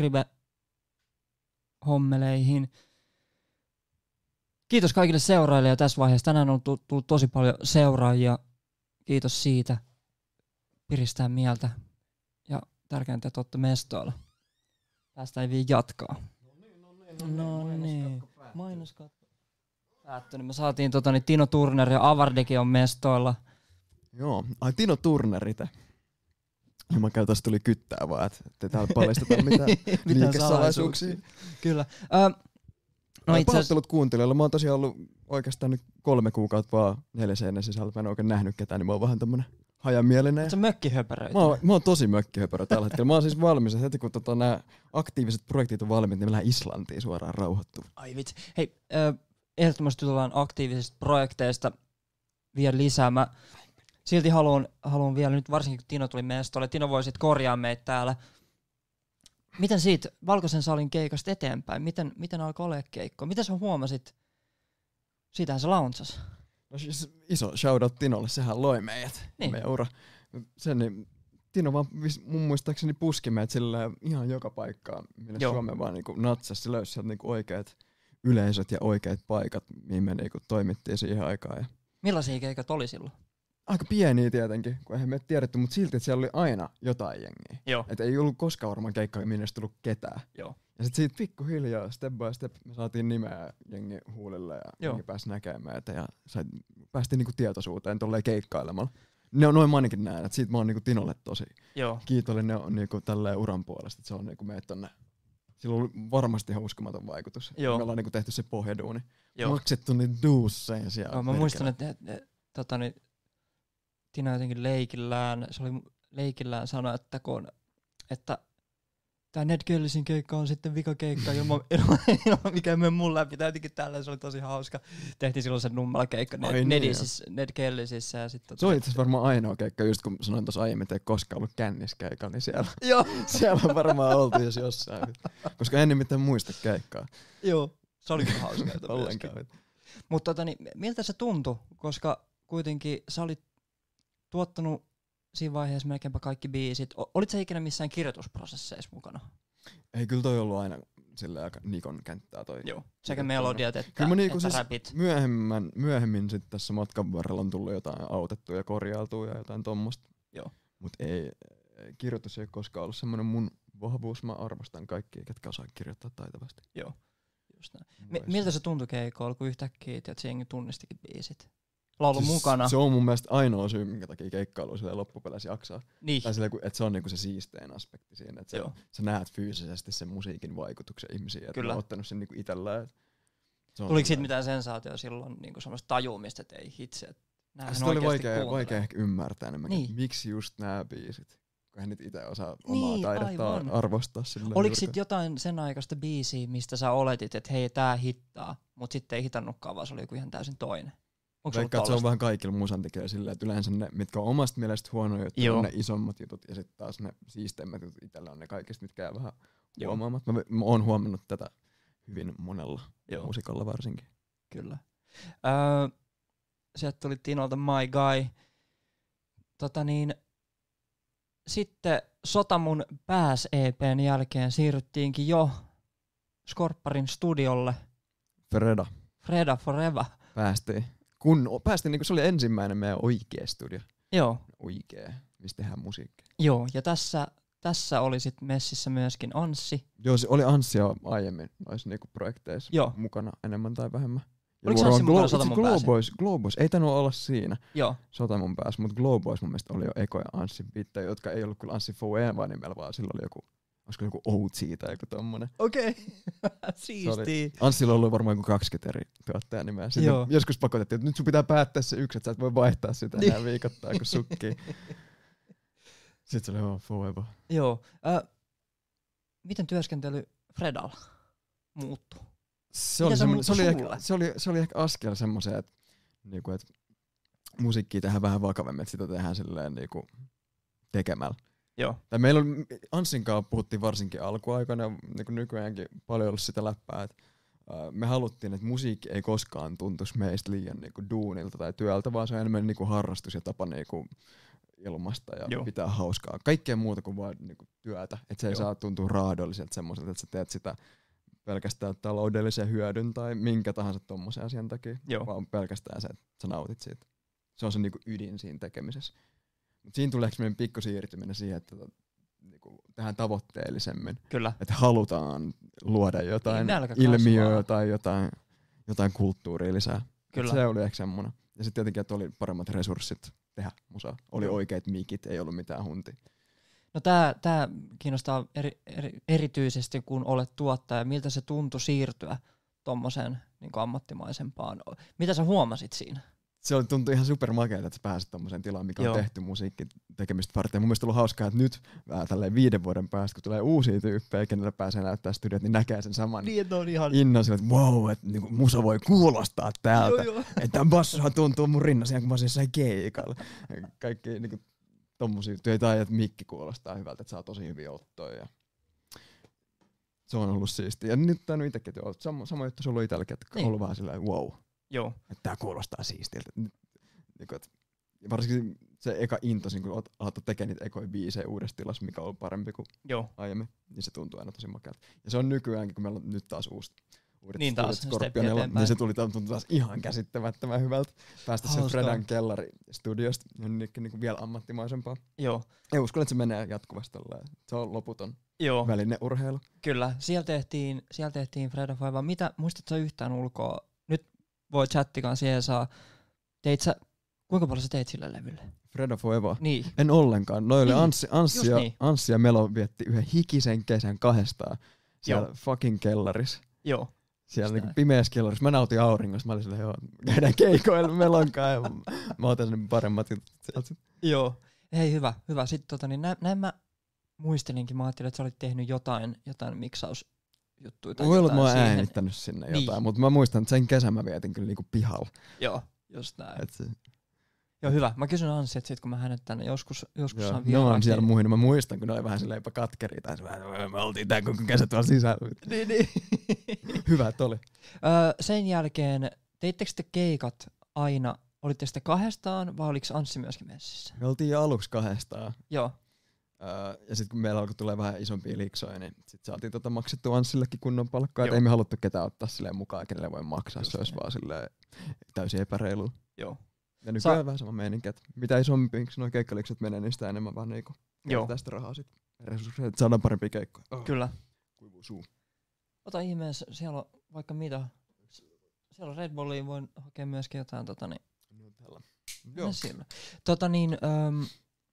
subscribe-hommeleihin. Kiitos kaikille seuraajille tässä vaiheessa. Tänään on tullut tosi paljon seuraajia. Kiitos siitä. Piristää mieltä. Ja tärkeintä, että olette mestoilla. Päästä ei vielä jatkaa. No niin, no niin, no niin. Mainoskatko päättynyt. Me saatiin tota, niin Tino Turner ja Avardikin on mestoilla. Joo, ai Tino Turner itse. Ja mä käyn tässä tuli kyttää vaan, että te täällä paljasteta mitään liikesalaisuuksia. Kyllä. Ö, no itse pahoittelut kuuntelijoilla. Mä oon tosiaan ollut oikeastaan nyt kolme kuukautta vaan neljä seinän sisällä. Mä en oikein nähnyt ketään, niin mä oon vähän tämmönen hajamielinen. Oot sä mökkihöpäröitä? Mä oon, mä oon tosi mökkihöpärö tällä hetkellä. Mä oon siis valmis, että heti kun tota, nämä aktiiviset projektit on valmiit, niin me lähdetään Islantiin suoraan rauhoittua. Ai vitsi. Hei, äh, ehdottomasti tullaan aktiivisista projekteista vielä lisää. Mä silti haluan, haluan vielä, nyt varsinkin kun Tino tuli mestolle, Tino voisit korjaa meitä täällä. Miten siitä Valkoisen salin keikasta eteenpäin? Miten, miten alkoi olla keikko? Miten sä huomasit? Siitähän se launsas. No siis iso shoutout Tinolle, sehän loi meidät, niin. Meidän ura. Sen niin, Tino vaan mun muistaakseni puski meidät silleen ihan joka paikkaan, millä Suomeen vaan niinku natsasi, se löysi sieltä niinku oikeat yleisöt ja oikeat paikat, mihin me niinku toimittiin siihen aikaan. Ja millaisia keikat oli silloin? aika pieniä tietenkin, kun eihän me tiedetty, mutta silti, että siellä oli aina jotain jengiä. Joo. Että ei ollut koskaan varmaan keikkaa, minne olisi tullut ketään. Joo. Ja sit siitä pikkuhiljaa, step by step, me saatiin nimeä jengi huulille ja Joo. jengi pääsi näkemään meitä ja sait, päästiin niinku tietoisuuteen tolleen keikkailemalla. Ne on noin mä ainakin näen, että siitä mä oon niinku Tinolle tosi Joo. kiitollinen on niinku tälleen uran puolesta, että se on niinku meitä tonne. Sillä on ollut varmasti ihan uskomaton vaikutus. Joo. Me ollaan niinku tehty se pohjaduuni. Joo. Maksettu niitä duusseja siellä. Joo, mä muistan, että et, et, tota, niin, Tina jotenkin leikillään, se oli leikillään sanoa, että kun, että tää Ned Kellisin keikka on sitten vika keikka, ilman, ilman, ilman mikä mene mun läpi. Tää jotenkin tällä, se oli tosi hauska. Tehtiin silloin se Nummela keikka Ned, niin, Nedisissä, Ned Kellisissä. Ja sit, se oli itse asiassa varmaan ainoa keikka, just kun sanoin tuossa aiemmin, että ei koskaan ollut känniskeikalla, niin siellä, Joo. siellä on varmaan oltu jos jossain. Koska en nimittäin muista keikkaa. Joo, se oli kyllä hauska. Ollenkaan. Mutta tota, niin, miltä se tuntui, koska kuitenkin sä olit tuottanut siinä vaiheessa melkeinpä kaikki biisit. O- olit sä ikinä missään kirjoitusprosesseissa mukana? Ei, kyllä toi ollut aina silleen aika Nikon kenttää toi. Joo. Sekä melodiat että, kyllä mä niinku että siis räpit. Myöhemmin, myöhemmin sit tässä matkan varrella on tullut jotain autettua ja korjailtua ja jotain tommosta. Joo. Mut ei, kirjoitus ei ole koskaan ollut semmonen mun vahvuus. Mä arvostan kaikkia, ketkä osaa kirjoittaa taitavasti. Joo. Just näin. M- miltä se tuntui keikoilla, kun yhtäkkiä että jengi tunnistikin biisit? Laulu siis mukana. Se on mun mielestä ainoa syy, minkä takia keikkailu silleen loppupeleissä jaksaa. Niin. Tai silleen, että se on niinku se siistein aspekti siinä, että Joo. sä näet fyysisesti sen musiikin vaikutuksen ihmisiin. Että mä oon ottanut sen niinku itellään. Tuliko siitä mitään sensaatioa silloin, niinku semmoista tajumista, että ei hitse, että näähän sitä oli vaikea, kuuntelee. vaikea ehkä ymmärtää enemmänkin, Niin. miksi just nämä biisit. Kun hän nyt itse osaa Niin, omaa taidetta aivan. arvostaa silleen. Oliko sit jotain sen aikaista biisiä, mistä sä oletit, että hei tää hittaa, mut sitten ei hitannutkaan, vaan se oli joku ihan täysin toinen? Onko Vaikka se on vähän kaikilla musantekijöillä silleen, että yleensä ne, mitkä on omasta mielestä huonoja juttuja, Joo. on ne isommat jutut ja sitten taas ne siisteimmät jutut itsellä on ne kaikista, mitkä jää vähän Joo. huomaamat. Mä, mä oon huomannut tätä hyvin monella Joo. musikalla varsinkin. Kyllä. Öö, sieltä tuli Tinolta My Guy. Tota niin, sitten Sotamun pääs E P:n jälkeen siirryttiinkin jo Skorpparin studiolle. Freda. Freda Forever. Päästiin. Kun päästiin, niin se oli ensimmäinen meidän oikea studio. Joo. Oikea, missä tehdään musiikkia. Joo, ja tässä, tässä oli sitten messissä myöskin Anssi. Joo, se oli Anssi jo aiemmin noissa niinku projekteissa Joo. mukana enemmän tai vähemmän. Ja Oliko Anssi mukana Glo- Sotamun Globoys, Globoys, ei tainnut olla siinä Joo. Sotamun päässä, mutta Globoys mun mielestä oli jo ekoja Anssin bittejä, jotka ei ollut kyllä Anssi Forever nimellä, vaan sillä oli joku, olisiko joku O G tai joku tommonen. Okei, okay. Siistiä. Anssilla oli varmaan joku kaksikymmentä eri tuottajan nimeä. Sitten Joo. joskus pakotettiin, että nyt sun pitää päättää se yksi, että sä et voi vaihtaa sitä enää viikoittain, kun sukkii. Sitten se oli vaan Forever. Joo. Äh, miten työskentely Fredalla muuttuu? Se Mitä oli, se semmo- se, oli muuttui ehkä, sulle? se, oli, se oli ehkä askel semmoiseen, että niinku, et musiikkia tehdään vähän vakavemmin, että sitä tehdään silleen niinku tekemällä. Joo. Tai meillä on, Anssin kanssa puhuttiin varsinkin alkuaikana, ja niinku nykyäänkin paljon ollut sitä läppää, että uh, me haluttiin, että musiikki ei koskaan tuntuisi meistä liian niinku duunilta tai työltä, vaan se on enemmän niinku harrastus ja tapa niinku ilmasta ja Joo. pitää hauskaa. Kaikkea muuta kuin vaan niinku työtä. Että se ei Joo. saa tuntua raadolliselta semmoiselta, että sä teet sitä pelkästään taloudellisen hyödyn tai minkä tahansa tommosen asian takia, Joo. vaan pelkästään se, että sä nautit siitä. Se on se niinku ydin siinä tekemisessä. Mut siinä tulee semmoinen pikku siirtyminen siihen, että tota, niinku, tehdään tavoitteellisemmin. Kyllä. Että halutaan luoda jotain Niin, nälkä ilmiöä kasvaa. tai jotain, jotain kulttuuria lisää. Kyllä. Et se oli ehkä semmoinen. Ja sitten tietenkin, että oli paremmat resurssit tehdä musaa. Oli Joo. oikeat mikit, ei ollut mitään huntia. No tää, tää kiinnostaa eri, eri, erityisesti, kun olet tuottaja. Miltä se tuntui siirtyä tommoseen niin kuin ammattimaisempaan? Mitä sä huomasit siinä? Se oli, tuntui ihan supermakeeta, että sä pääsit tommoseen tilaan, mikä Joo. on tehty musiikki tekemistä varten. Ja mun mielestä on ollut hauskaa, että nyt vähän tälleen viiden vuoden päästä, kun tulee uusia tyyppejä, kenellä pääsee näyttää studiot, niin näkee sen saman Niin, että on ihan... innon sille, että wow, että niinku musa voi kuulostaa täältä. Joo, joo. Että bassohan tuntuu mun rinnassa, kun mä olisin jossain keikalla. Kaikki niinku tommosia työtä, että mikki kuulostaa hyvältä, että saa tosi hyviä ottoja. Ja se on ollut siistiä. Ja nyt tää on itsekin, että sama, sama juttu sulla on itselläkin, että Niin. on ollut vähän sillä wow, Joo. että tää kuulostaa siistiltä. Nyt, niinku, et, varsinkin se eka intosin, kun alattu tekemään niitä ekoja biisejä uudessa tilassa, mikä on ollut parempi kuin Joo. aiemmin, niin se tuntuu aina tosi makealta. Ja se on nykyäänkin, kun meillä on nyt taas uusi, uudet niin taas, studiot Scorpionilla, niin se tuli tuntui taas ihan käsittämättömän hyvältä. Päästä sen Fredan kellaristudiosta jonnekin niinku vielä ammattimaisempaa. Joo. Ja uskon, että se menee jatkuvasti tolleen. Se on loputon Joo. välineurheilu. Kyllä, siellä tehtiin, siellä tehtiin Freda Foeva. Mitä, muistatko yhtään ulkoa? Nyt voi chattikaan siihen saa. Teit sä, kuinka paljon sä teit sille levylle? Freda Foeva? Niin. En ollenkaan. Noi oli niin. Anssi, Anssi, ja, niin. Anssi ja Melo vietti yhden hikisen kesän kahdestaan. Siellä Joo. fucking kellaris. Joo. Siellä niinku pimeässä kellarissa. Mä nautin auringosta. Mä olin silleen, joo, käydään keikoilla Melonkaan. Ja mä otan sen paremmat jutut sieltä. Joo. Hei, hyvä, hyvä. Sitten tota, niin nä, näin mä muistelinkin. Mä ajattelin, että sä olit tehnyt jotain, jotain miksausjuttuja. Voi olla, että mä oon äänittänyt sinne niin. jotain, mutta mä muistan, että sen kesän mä vietin kyllä niinku pihalla. Joo, just näin. Et se... Joo, hyvä. Mä kysyn Anssi, että sit kun mä hänet tänne joskus, joskus saan vieraaksi. No on siellä muihin, niin mä muistan, kun ne oli vähän silleen jopa katkeria. Tai me oltiin tän koko kesä tuolla sisällä. niin, niin. Hyvä, että oli. Öö, sen jälkeen, teittekö te keikat aina, olitteko te kahdestaan vai oliko Anssi myöskin messissä? Me oltiin jo aluksi kahdestaan. Joo. Öö, ja sitten kun meillä alkoi tulla vähän isompia liksoja, niin sit saatiin tota maksettua Anssillekin kunnon palkkaa. Et ei me haluttu ketään ottaa silleen mukaan, kenelle voi maksaa. Just se olisi vaan silleen täysin epäreilu. Joo. Ja nykyään Sa- vähän sama meininki, että mitä isompiksi nuo keikkalikset menee, niin sitä enemmän vaan niinku tästä rahaa sit resursseja, että saadaan parempia keikkoja. Oh. Kyllä. Kuivuu suu. Ota ihmeessä, siellä on vaikka mitä. Siellä on Red Bulliin, voin hakea myöskin jotain tota niin. No täällä. Joo. Siellä. Tota niin, öm,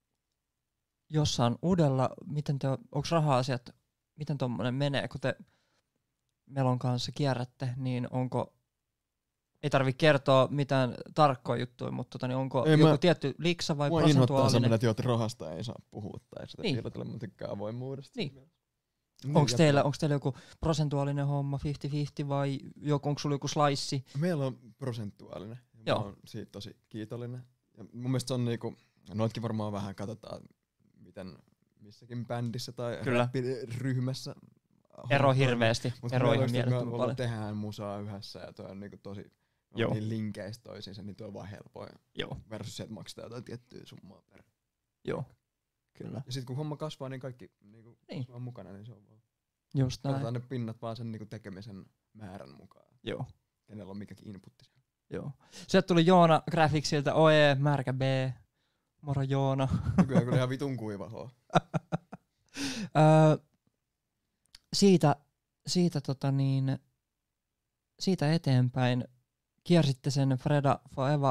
jossain uudella, miten te, onks raha-asiat, miten tommonen menee, kun te Melon kanssa kierrätte, niin onko, ei tarvi kertoa mitään tarkkoja juttuja, mutta tota, niin onko ei joku mä, tietty liksa vai prosentuaalinen? Mua inhottaa semmoinen, että rahasta ei saa puhua tai sitä niin. Piilotella, mutta tykkää avoimuudesta. Niin. Niin, onko teillä, onko teillä joku prosentuaalinen homma, viisikymmentä viisikymmentä vai joku, onko sulla joku slice? Meillä on prosentuaalinen. Ja mä oon siitä tosi kiitollinen. Ja mun mielestä se on niinku, noitkin varmaan vähän katsotaan, miten missäkin bändissä tai ryhmässä. Ero hirveästi. Ero ihan mielettömän paljon. Tehdään musaa yhdessä ja toi on niinku tosi niin linkeistä toisiinsa, niin toi on vaan helpoa. Joo. Versus se, että maksetaan jotain tiettyä summaa per. Joo. Kyllä. Ja sit kun homma kasvaa, niin kaikki niinku niin. on mukana, niin se on vaan. Just näin. Katsotaan ne pinnat vaan sen niinku tekemisen määrän mukaan. Joo. Kenellä on mikäkin inputti siellä. Joo. Sieltä tuli Joona Graphicsilta, oe, märkä B. Moro Joona. Kyllä kyllä ihan vitun kuiva H. siitä, siitä, tota niin, siitä eteenpäin kiersitte sen Freda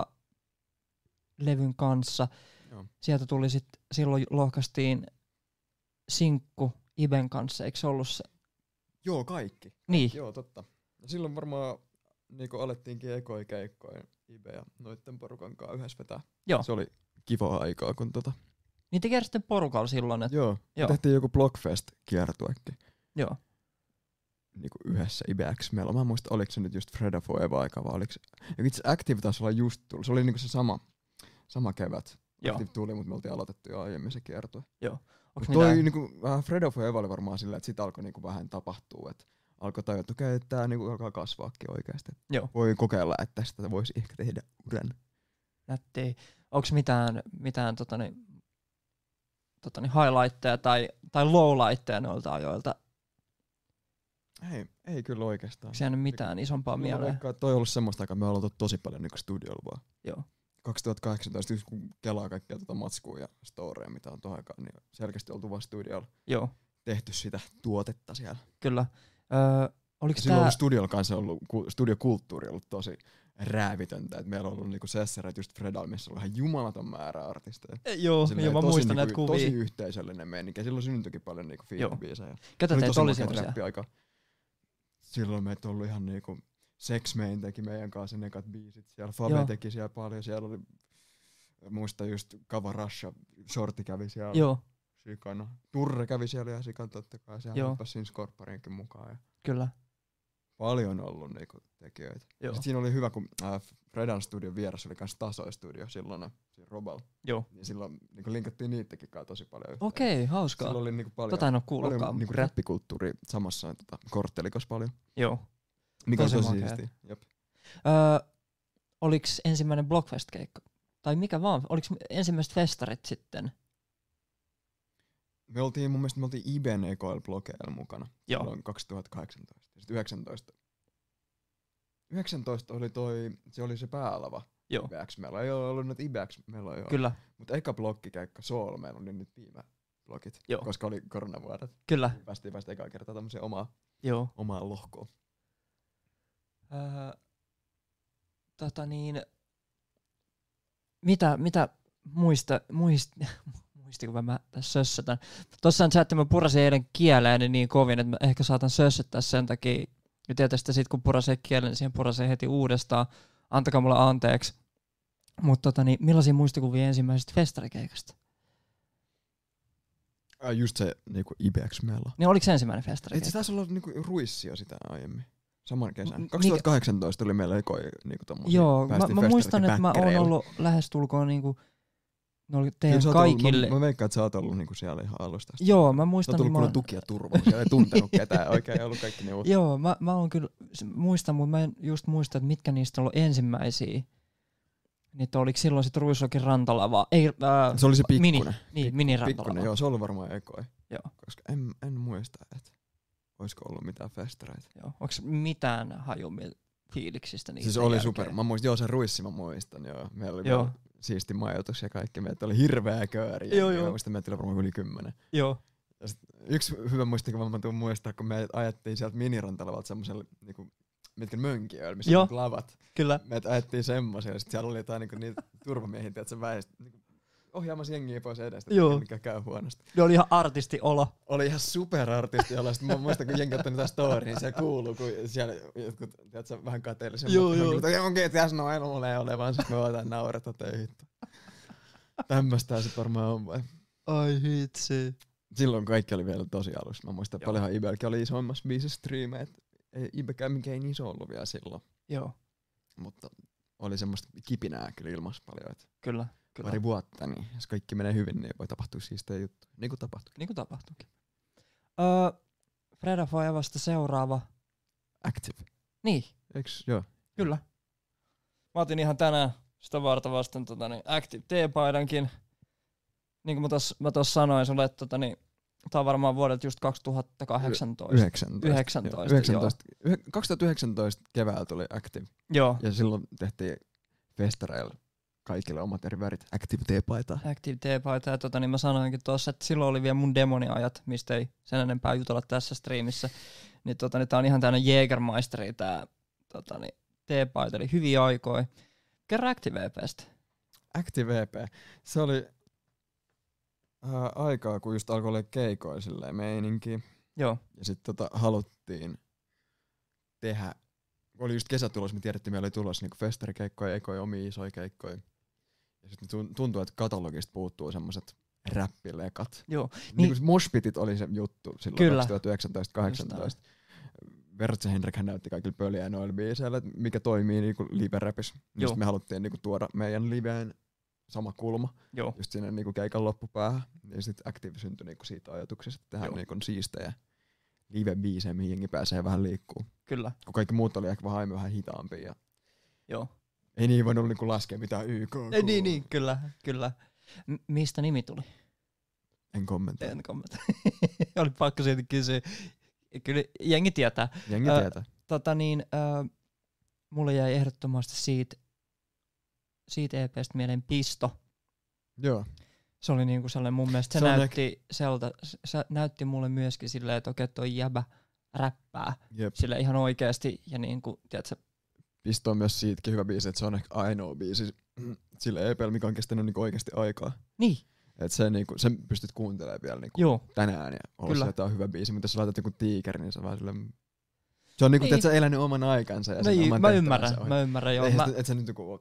Foeva-levyn kanssa. Joo. Sieltä tuli sit, silloin lohkastiin sinkku Iben kanssa, eikö se ollut se? Joo, kaikki. Niin. Joo, totta. Ja silloin varmaan niinku alettiinkin ekoi keikkoja Ibe ja noitten porukan kanssa yhdessä vetää. Joo. Se oli kiva aikaa, kun tota... Niin te kiersitte porukalla silloin, että... Joo, Joo. tehtiin joku Blockfest-kiertuekin. Joo. Niinku yhdessä Ibex meillä. Mä en muista, oliko se nyt just Freda Foeva-aika vai oliko se... Ja itse Active taas olla just tullut. Se oli niinku se sama, sama kevät. Joo. Active tuli, mutta me oltiin aloitettu jo aiemmin se kiertue. Joo. Toi niinku, äh, Freda Foeva oli varmaan silleen, että sit alkoi niinku vähän tapahtua, että alkoi tajua, että okei, että tää niinku alkaa kasvaakin oikeesti. Joo. Voi kokeilla, että tästä voisi ehkä tehdä uran. Nätti. Onks mitään, mitään totani, totani highlightteja tai, tai lowlightteja noilta ajoilta? Ei, ei kyllä oikeastaan. Onko jäänyt mitään isompaa mieleen? Vaikka toi on ollut semmoista aikaa, me ollaan oltu tosi paljon niinku studiolla vaan. Joo. kaksituhattakahdeksantoista, kun kelaa kaikkia tuota matskua ja storeja, mitä on tuohon aikaan, niin selkeästi oltu vaan studiolla. Joo. Tehty sitä tuotetta siellä. Kyllä. Öö, oliko silloin tää... ollut studiolla kanssa ollut, studiokulttuuri ollut tosi räävitöntä, että meillä on ollut niinku sessereitä just Fredalla, missä on ihan jumalaton määrä artisteja. E, joo, joo, mä muistan niinku, näitä kuvia. Tosi yhteisöllinen meininki, ja silloin syntyikin paljon niinku fiilikbiisejä. Ketä teitä oli semmoisia? Silloin meitä on ollut ihan niinku, Sex Main teki meidän kanssa ne ekat biisit siellä, Fabe joo. teki siellä paljon, siellä oli, muista just Kava Rasha, Shorty kävi siellä. Joo. Sikana. Turre kävi siellä ja Sikan totta kai, sehän hyppäsi siinä Skorppariinkin mukaan. Ja kyllä. Paljon ollut niinku tekijöitä. Sitten siinä oli hyvä, kun äh, Fredan studion vieressä oli kans Tasoistudio silloin, äh, siinä Robal. Joo. Niin silloin niinku linkattiin niitäkin kanssa tosi paljon. Okei, okay, hauskaa. Silloin oli niinku paljon, tota en oo kuullutkaan. Paljon niinku räppikulttuuri samassa tota, korttelikossa paljon. Joo. Mikä tosi on tosi siistiä. Jop. Öö, oliks ensimmäinen Blockfest-keikka? Tai mikä vaan? Oliks ensimmäiset festarit sitten? Me oltiin mun mielestä me oltiin Iben ekoilla blogeilla mukana. Joo. Silloin kaksituhattakahdeksantoista. Sitten yhdeksäntoista yhdeksäntoista oli toi, se oli se päälava. Joo. I B X meillä ei ole ollut nyt I B X meillä joo. Kyllä. Mutta eka blokkikeikka Soul meillä oli nyt viime blogit, Joo. koska oli koronavuodet. Kyllä. Päästiin vasta ekaa kertaa tämmöiseen omaa, Joo. omaa lohkoon. Öö, tota niin, mitä, mitä muista, muist, muistiko mä tässä sössötän. Tossa chatti mä purasin eilen kieleeni niin kovin, että mä ehkä saatan sössöttää sen takia. Ja tietysti sit kun purasee kielen, niin siihen purasee heti uudestaan. Antakaa mulle anteeksi. Mutta tota niin, millaisia muistikuvia ensimmäisestä festarikeikasta? Äh, just se niinku I B X meillä. Niin oliko se ensimmäinen festarikeikka? Itse taisi olla niinku Ruissio sitä aiemmin. Saman kesän. M- kaksituhattakahdeksantoista oli meillä ekoi niinku tommosia. Joo, mä, mä muistan, että mä oon ollut lähestulkoon niinku ne oli teidän kaikille. Ollut, mä, mä veikkaan, että sä oot ollut niinku siellä ihan alusta. Joo, mä muistan. Sä oot ollut mä... tuki ja turva, siellä ei tuntenut ketään, oikein ei ollut kaikki ne uutta. Joo, mä, mä oon kyllä, muistan, mutta mä en just muista, että mitkä niistä on ollut ensimmäisiä. Niin oliko silloin sit Ruisrokin rantalava? Ei, ää, se oli se pikkunen. Mini, niin, mini-rantalava. Pikkunen, joo, se oli varmaan ekoi. Joo. Koska en, en muista, että olisiko ollut mitään festareita. Joo, onko mitään hajumia fiiliksistä niistä Siis oli jälkeen? super. Mä muistin, joo, sen Ruissi mä muistan, joo. Meillä oli joo. siisti majoitus ja kaikki. Meitä oli hirveä kööri. Joo, joo. Mä muistan, meitä oli varmaan yli kymmenen. Joo. Ja sit yksi hyvä muistikuva mä tuun muistaa, kun me ajettiin sieltä minirantalavalta semmoselle, niinku, mitkä mönkiöillä, missä joo. on lavat. Kyllä. Meitä ajettiin semmosia, ja sit siellä oli jotain niinku, niitä turvamiehiä, että se väistä niinku, ohjaamassa jengiä pois edestä, mikä käy huonosti. Ne oli ihan artistiolo. Oli ihan superartistiolo. Sitten mä muistan, kun jengi otti niitä storyin, se kuuluu, kun siellä jotkut, tiedätkö, vähän kateellisia. Joo, joo. Onkin, tässä noin mulle olevan, sit me voidaan naurata töihin. Tämmöstä se varmaan on vai? Ai hitsi. Silloin kaikki oli vielä tosi alussa. Mä muistan, joo. paljonhan Ibelkin oli isoimmassa biisissä striimejä. Ibekään mikään iso ollut vielä silloin. Joo. Mutta oli semmoista kipinää kyllä ilmassa paljon. Että kyllä, kyllä. Pari vuotta, niin jos kaikki menee hyvin, niin voi tapahtua siistejä juttuja. Niin kuin tapahtuu. Niin kuin tapahtuukin. Öö, Freda Foevasta seuraava. Active. Niin. Eiks, joo. Kyllä. Mä otin ihan tänään sitä varta vasten tota, niin Active T-paidankin. Niin kuin mä tossa, mä tossa sanoin sulle, että tota, niin, tää on varmaan vuodelta just kaksituhattakahdeksantoista. yhdeksäntoista. yhdeksäntoista, yhdeksäntoista. Joo. kaksituhattayhdeksäntoista keväällä tuli Active. Joo. Ja silloin tehtiin festareilla kaikille omat eri värit. Active T-paitaa. Active T-paita. Ja tota, niin mä sanoinkin tuossa, että silloin oli vielä mun demoniajat, mistä ei sen enempää jutella tässä striimissä. Niin, tota, niin tää on ihan täynnä Jägermeisteri tää tota, niin, T-paita. Eli hyviä aikoja. Kerro Active E P:stä. Active E P. Se oli äh, aikaa, kun just alkoi olla keikoja silleen meininki. Joo. Ja sit tota haluttiin tehdä, oli just kesä tulossa, me tiedettiin, meillä oli tulossa niinku festarikeikkoja, ekoja, omia isoja keikkoja. Ja sit tuntuu, että katalogista puuttuu semmoset räppilekat. Joo. Niin, niin moshpitit oli se juttu silloin kyllä. kaksituhattayhdeksäntoista kahdeksantoista. Vertse Henrik hän näytti kaikille pöliä noilla biiseillä, että mikä toimii niinku live-räpissä. Just me haluttiin niinku tuoda meidän liveen sama kulma. Joo. Just sinne niinku keikan loppupäähän. Ja sit Active syntyi niinku siitä ajatuksesta, että tehdään niinku siistejä live-biisejä, mihin jengi pääsee vähän liikkuu. Kyllä. Kun kaikki muut oli ehkä vähän, vähän hitaampia. Ja joo. Ei niin voinut niinku laskea mitään Y K. Ei niin, niin, kyllä, kyllä. M- mistä nimi tuli? En kommentoi. En kommentoi. Oli pakko siitä kysyä. Kyllä jengi tietää. Jengi Ö, tietää. Tota niin, ö, mulle jäi ehdottomasti siitä, siitä E P:stä mieleen Pisto. Joo. Se oli niinku sellainen mun mielestä, se, se näytti selta, se näytti mulle myöskin silleen, että okei toi jäbä räppää. Jep. Sille ihan oikeesti ja niinku, tiedätkö. Pisto on myös siitäkin hyvä biisi, että se on ehkä ainoa biisi sille E P:lle, mikä on kestänyt niinku oikeesti aikaa. Niin. Et se niinku, sen pystyt kuuntelemaan vielä niinku joo. tänään ja olla sille, että on hyvä biisi, mutta jos sä laitat joku tiikeri, niin se on vähän silleen. Se on niinku, niin. Että sä elänyt oman aikansa ja sen no, oman mä ymmärrän, mä ymmärrän, joo. Eihän mä... et sä nyt joku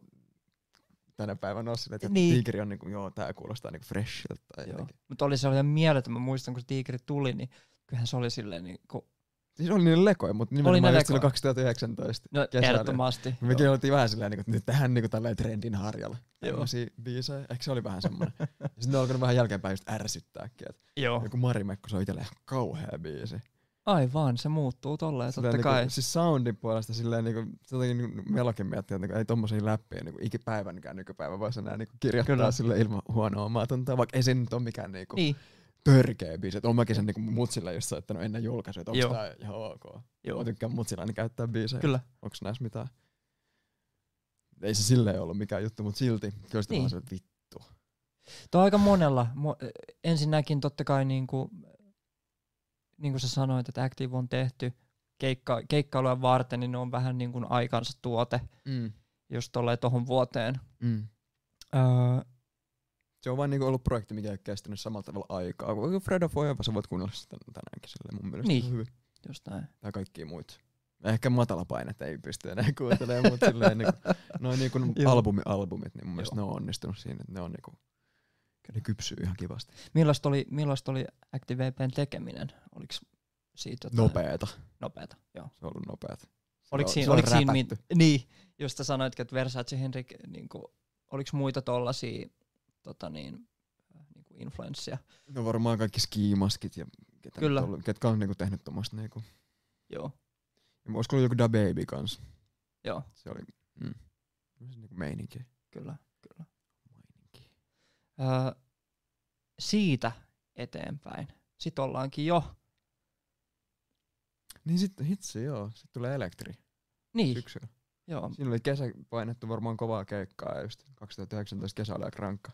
tänä päivänä ole silleen, että niin. tiikeri on niinku, joo, tää kuulostaa niinku freshiltä tai jotenkin. Mutta oli se ihan mieletön, mä muistan kun se tiikeri tuli, niin kyllähän se oli silleen niinku. Siis oli niillä lekoja, mutta nimenomaan just silloin kaksituhattayhdeksäntoista no, kesällä. Ehdottomasti. Mekin oltiin vähän silleen, että nyt tehdään niinku tälleen trendin harjalla. Tällaisia biisejä. Eikö se oli vähän semmonen? Ja sitten ne on alkanut vähän jälkeenpäin just ärsyttääkin. Joo. Joku Marimekko, se on itselleen ihan kauhea biisi. Aivan, se muuttuu tolleen, totta niinku, kai. Siis soundin puolesta silleen niinku, se jotenkin niinku melokin miettiä, että ei tommosia läppiä niinku ikipäivänkään nykypäivä voisi enää niinku kirjoittaa sille ilman huonoa maatontaa, vaikka ei se nyt ole mikään niinku niin. törkeä biisi. Oon mäkin sen niinku Mutsille just soittanut ennen julkaisua, että onks Joo. tää ihan ok. Joo. Mä tykkään Mutsilla niin käyttää biisejä. Kyllä. Onks näissä mitään? Ei se silleen ollut mikään juttu, mut silti. Kyllä sitä Niin. vaan se, että vittu. Tuo on aika monella. Mo- ensinnäkin totta kai niinku, niin kuin sä sanoit, että Active on tehty keikka- keikkailuja varten, niin ne on vähän niin kuin aikansa tuote, Mm. just tolleen tohon vuoteen. Mm. Öö, Se on vaan niinku ollut projekti, mikä ei ole kestänyt samalla tavalla aikaa. Kun Fred of Forever, sä voit kuunnella sitä tänäänkin silleen mun mielestä. Niin. Se on hyvin. just näin. Tai kaikkia muita. Ehkä matalapainet ei pysty enää kuuntelemaan, mutta silleen niinku, noin niinku albumi-albumit, niin mun mielestä Joo. ne on onnistunut siinä, että ne on niinku, ne kypsyy ihan kivasti. Millaista oli, millaista oli Active E P:n tekeminen? Oliks siitä jotain? Nopeeta. Nopeeta, joo. Se on ollut nopeeta. Oliko Se siinä, on oliko siinä mit, räpätty. niin, just sä sanoitkin, että Versace Henrik, niinku, oliks muita tollasia tota niin, niinku influenssia? No varmaan kaikki skimaskit ja ketä, Kyllä. Ollut, ketkä on niinku tehnyt tommoista niinku. Joo, Ja olisiko ollut joku Da Baby kans? joo, Se oli mm, se niinku meininki. kyllä, kyllä. Meininki. Öö, siitä eteenpäin. Sitten ollaankin jo. Niin sitten hitsi joo, sitten tulee Elektri Niin, syksyllä. joo. Siinä oli kesä painettu varmaan kovaa keikkaa ja just kaksituhattayhdeksäntoista kesä oli aika rankka.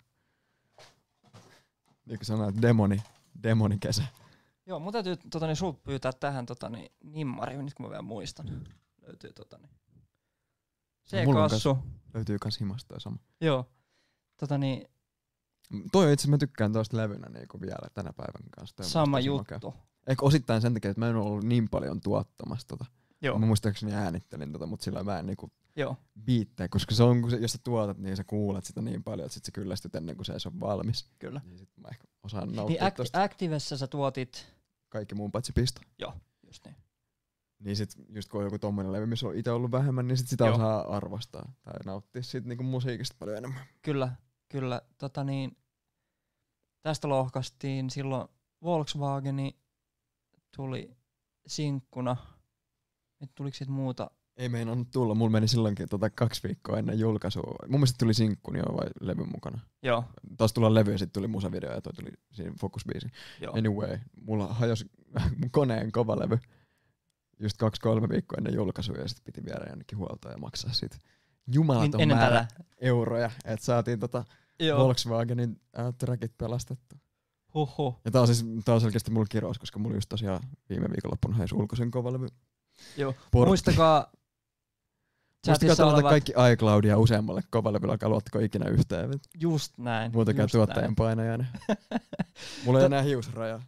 Niin kuin sanoit, demoni, demoni kesä. Joo, mun täytyy tota, niin, sulta pyytää tähän tota, niin, nimmari, nyt kun mä vielä muistan. Löytyy tota niin. Mulla on C-kassu. Löytyy kans himasta toi sama. Joo. Tota niin, Toi itse mä tykkään tosta levynä niinku vielä tänä päivän kanssa. Toi on sama tosi juttu. makea. Ehkä osittain sen takia, että mä en ole ollut niin paljon tuottamassa tota. Joo, Mä muistaakseni äänittelin tota, mutta sillä mä en niinku joo, biittejä, koska se on, kun se, jos sä tuotat, niin sä kuulet sitä niin paljon, että sit sä kyllästyt ennen kuin se edes on valmis. kyllä. Niin sit mä ehkä osaan Niin nauttia Act- tosta Activessa sä tuotit, kaikki muun paitsi pisto. joo, just niin. Niin sit just kun on joku tommonen levy, missä on ite ollut vähemmän, niin sit sitä Joo. osaa arvostaa tai nauttia siitä niinku musiikista paljon enemmän. Kyllä, kyllä. Tota niin, tästä lohkaistiin silloin Volkswageni tuli sinkkuna. Et tuliko siitä muuta? Ei meinannut tulla, mulla meni silloinkin tota kaksi viikkoa ennen julkaisua. Mun mielestä tuli sinkkuni jo vai levyn mukana. Joo, Taas tulla levy ja sit tuli musavideo ja toi tuli siinä Focus-biisi. joo. Anyway, mulla hajosi mun koneen kova levy just kaksi kolme viikkoa ennen julkaisua ja sit piti viedä jonnekin huoltoon ja maksaa siitä jumalaton Niin, ennen määrä tätä. euroja, että saatiin tota Joo. Volkswagenin äh, trackit pelastettu. Huhhuh. Ja tää on siis tää on selkeästi mulla kirous, koska mulla just tosiaan viime viikonloppuna heisi ulkoisen kova levy. Joo. Portti. Muistakaa Muistakaa chatissa tilata olevat, kaikki iCloudia useammalle kovalevylle, alkaa luottako ikinä yhteen. just näin. Muuta käy just tuottajan näin. painajainen. Mulla ei enää hiusraja.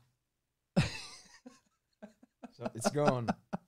So it's gone.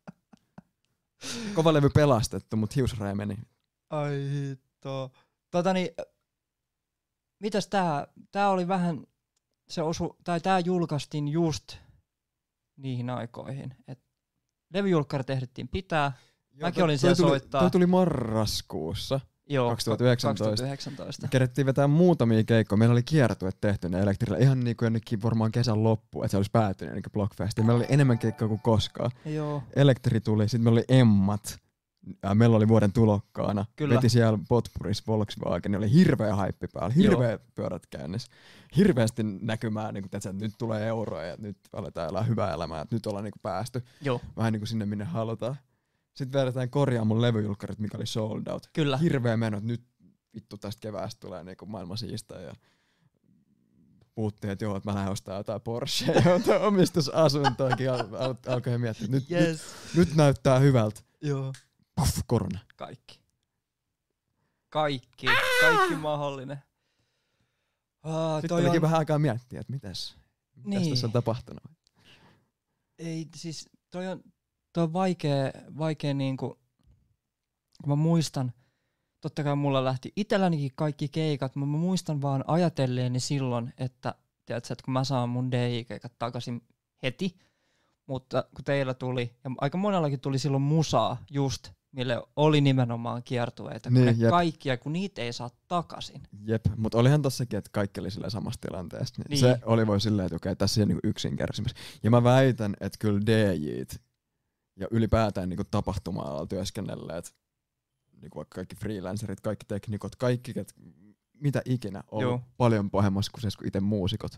Kova levy pelastettu, mut hiusraja meni. Ai hitto. Tota niin, mitäs tää, tää oli vähän, se osu, tai tää julkaistiin just niihin aikoihin, et levyjulkkarit ehdittiin pitää. Mäkin olin siellä tuli, soittaa. Toi tuli marraskuussa. Joo, kaksituhattayhdeksäntoista. kaksituhattayhdeksäntoista. Me kerettiin vetää muutamia keikkoja. Meillä oli kiertueet tehty ne Elektrillä ihan niinku jonnekin varmaan kesän loppuun, että se olisi päättynyt jonnekin Blockfestiin. Meillä oli enemmän keikkoja kuin koskaan. Joo, Elektri tuli, sitten meillä oli Emmat. Ja meillä oli vuoden tulokkaana. Kyllä. Veti siellä Potpuris Volkswagen, oli hirveä haippi päällä, hirveä pyörät käynnissä. Hirveästi näkymään, niin että nyt tulee euroja ja nyt aletaan elää hyvää elämää, että nyt ollaan niin päästy joo, vähän niin kuin sinne minne halutaan. Sitten vedetään korjaan mun levyjulkkarit, mikä oli sold out. kyllä. Hirveä meno, että nyt vittu tästä keväästä tulee niin kuin maailman siistä ja puhuttiin, että joo, että mä lähden ostaa jotain Porschea ja jotain omistusasuntoakin. Al- al- alkoi miettiä, että nyt, Yes. nyt, nyt näyttää hyvältä. Joo. Puff, korona. Kaikki. Kaikki. Kaikki mahdollinen. Ah, Sitten toi olikin on, vähän aikaa miettiä, että mitäs, mitäs Niin. tässä on tapahtunut. ei, siis toi on, toi on vaikea, vaikea niinku, kun mä muistan, totta kai mulla lähti itsellänikin kaikki keikat, mutta mä muistan vaan ajatelleeni silloin, että, tiedätkö, että kun mä saan mun D J-keikat takaisin heti, mutta kun teillä tuli, ja aika monellakin tuli silloin musaa just, mille oli nimenomaan kiertueita, kun Niin, ne jep. kaikkia, kun niitä ei saa takaisin. Jep, mutta olihan tossakin, että kaikki oli silleen samassa tilanteessa. Niin Niin. Se oli voi silleen, että okei, tässä ei niinku yksin kärsimässä. Ja mä väitän, että kyllä D J:t ja ylipäätään niinku tapahtuma-alalla työskennelleet, niinku vaikka kaikki freelancerit, kaikki teknikot, kaikki, ket, mitä ikinä, on Joo. paljon pahemmassa kuin se itse muusikot.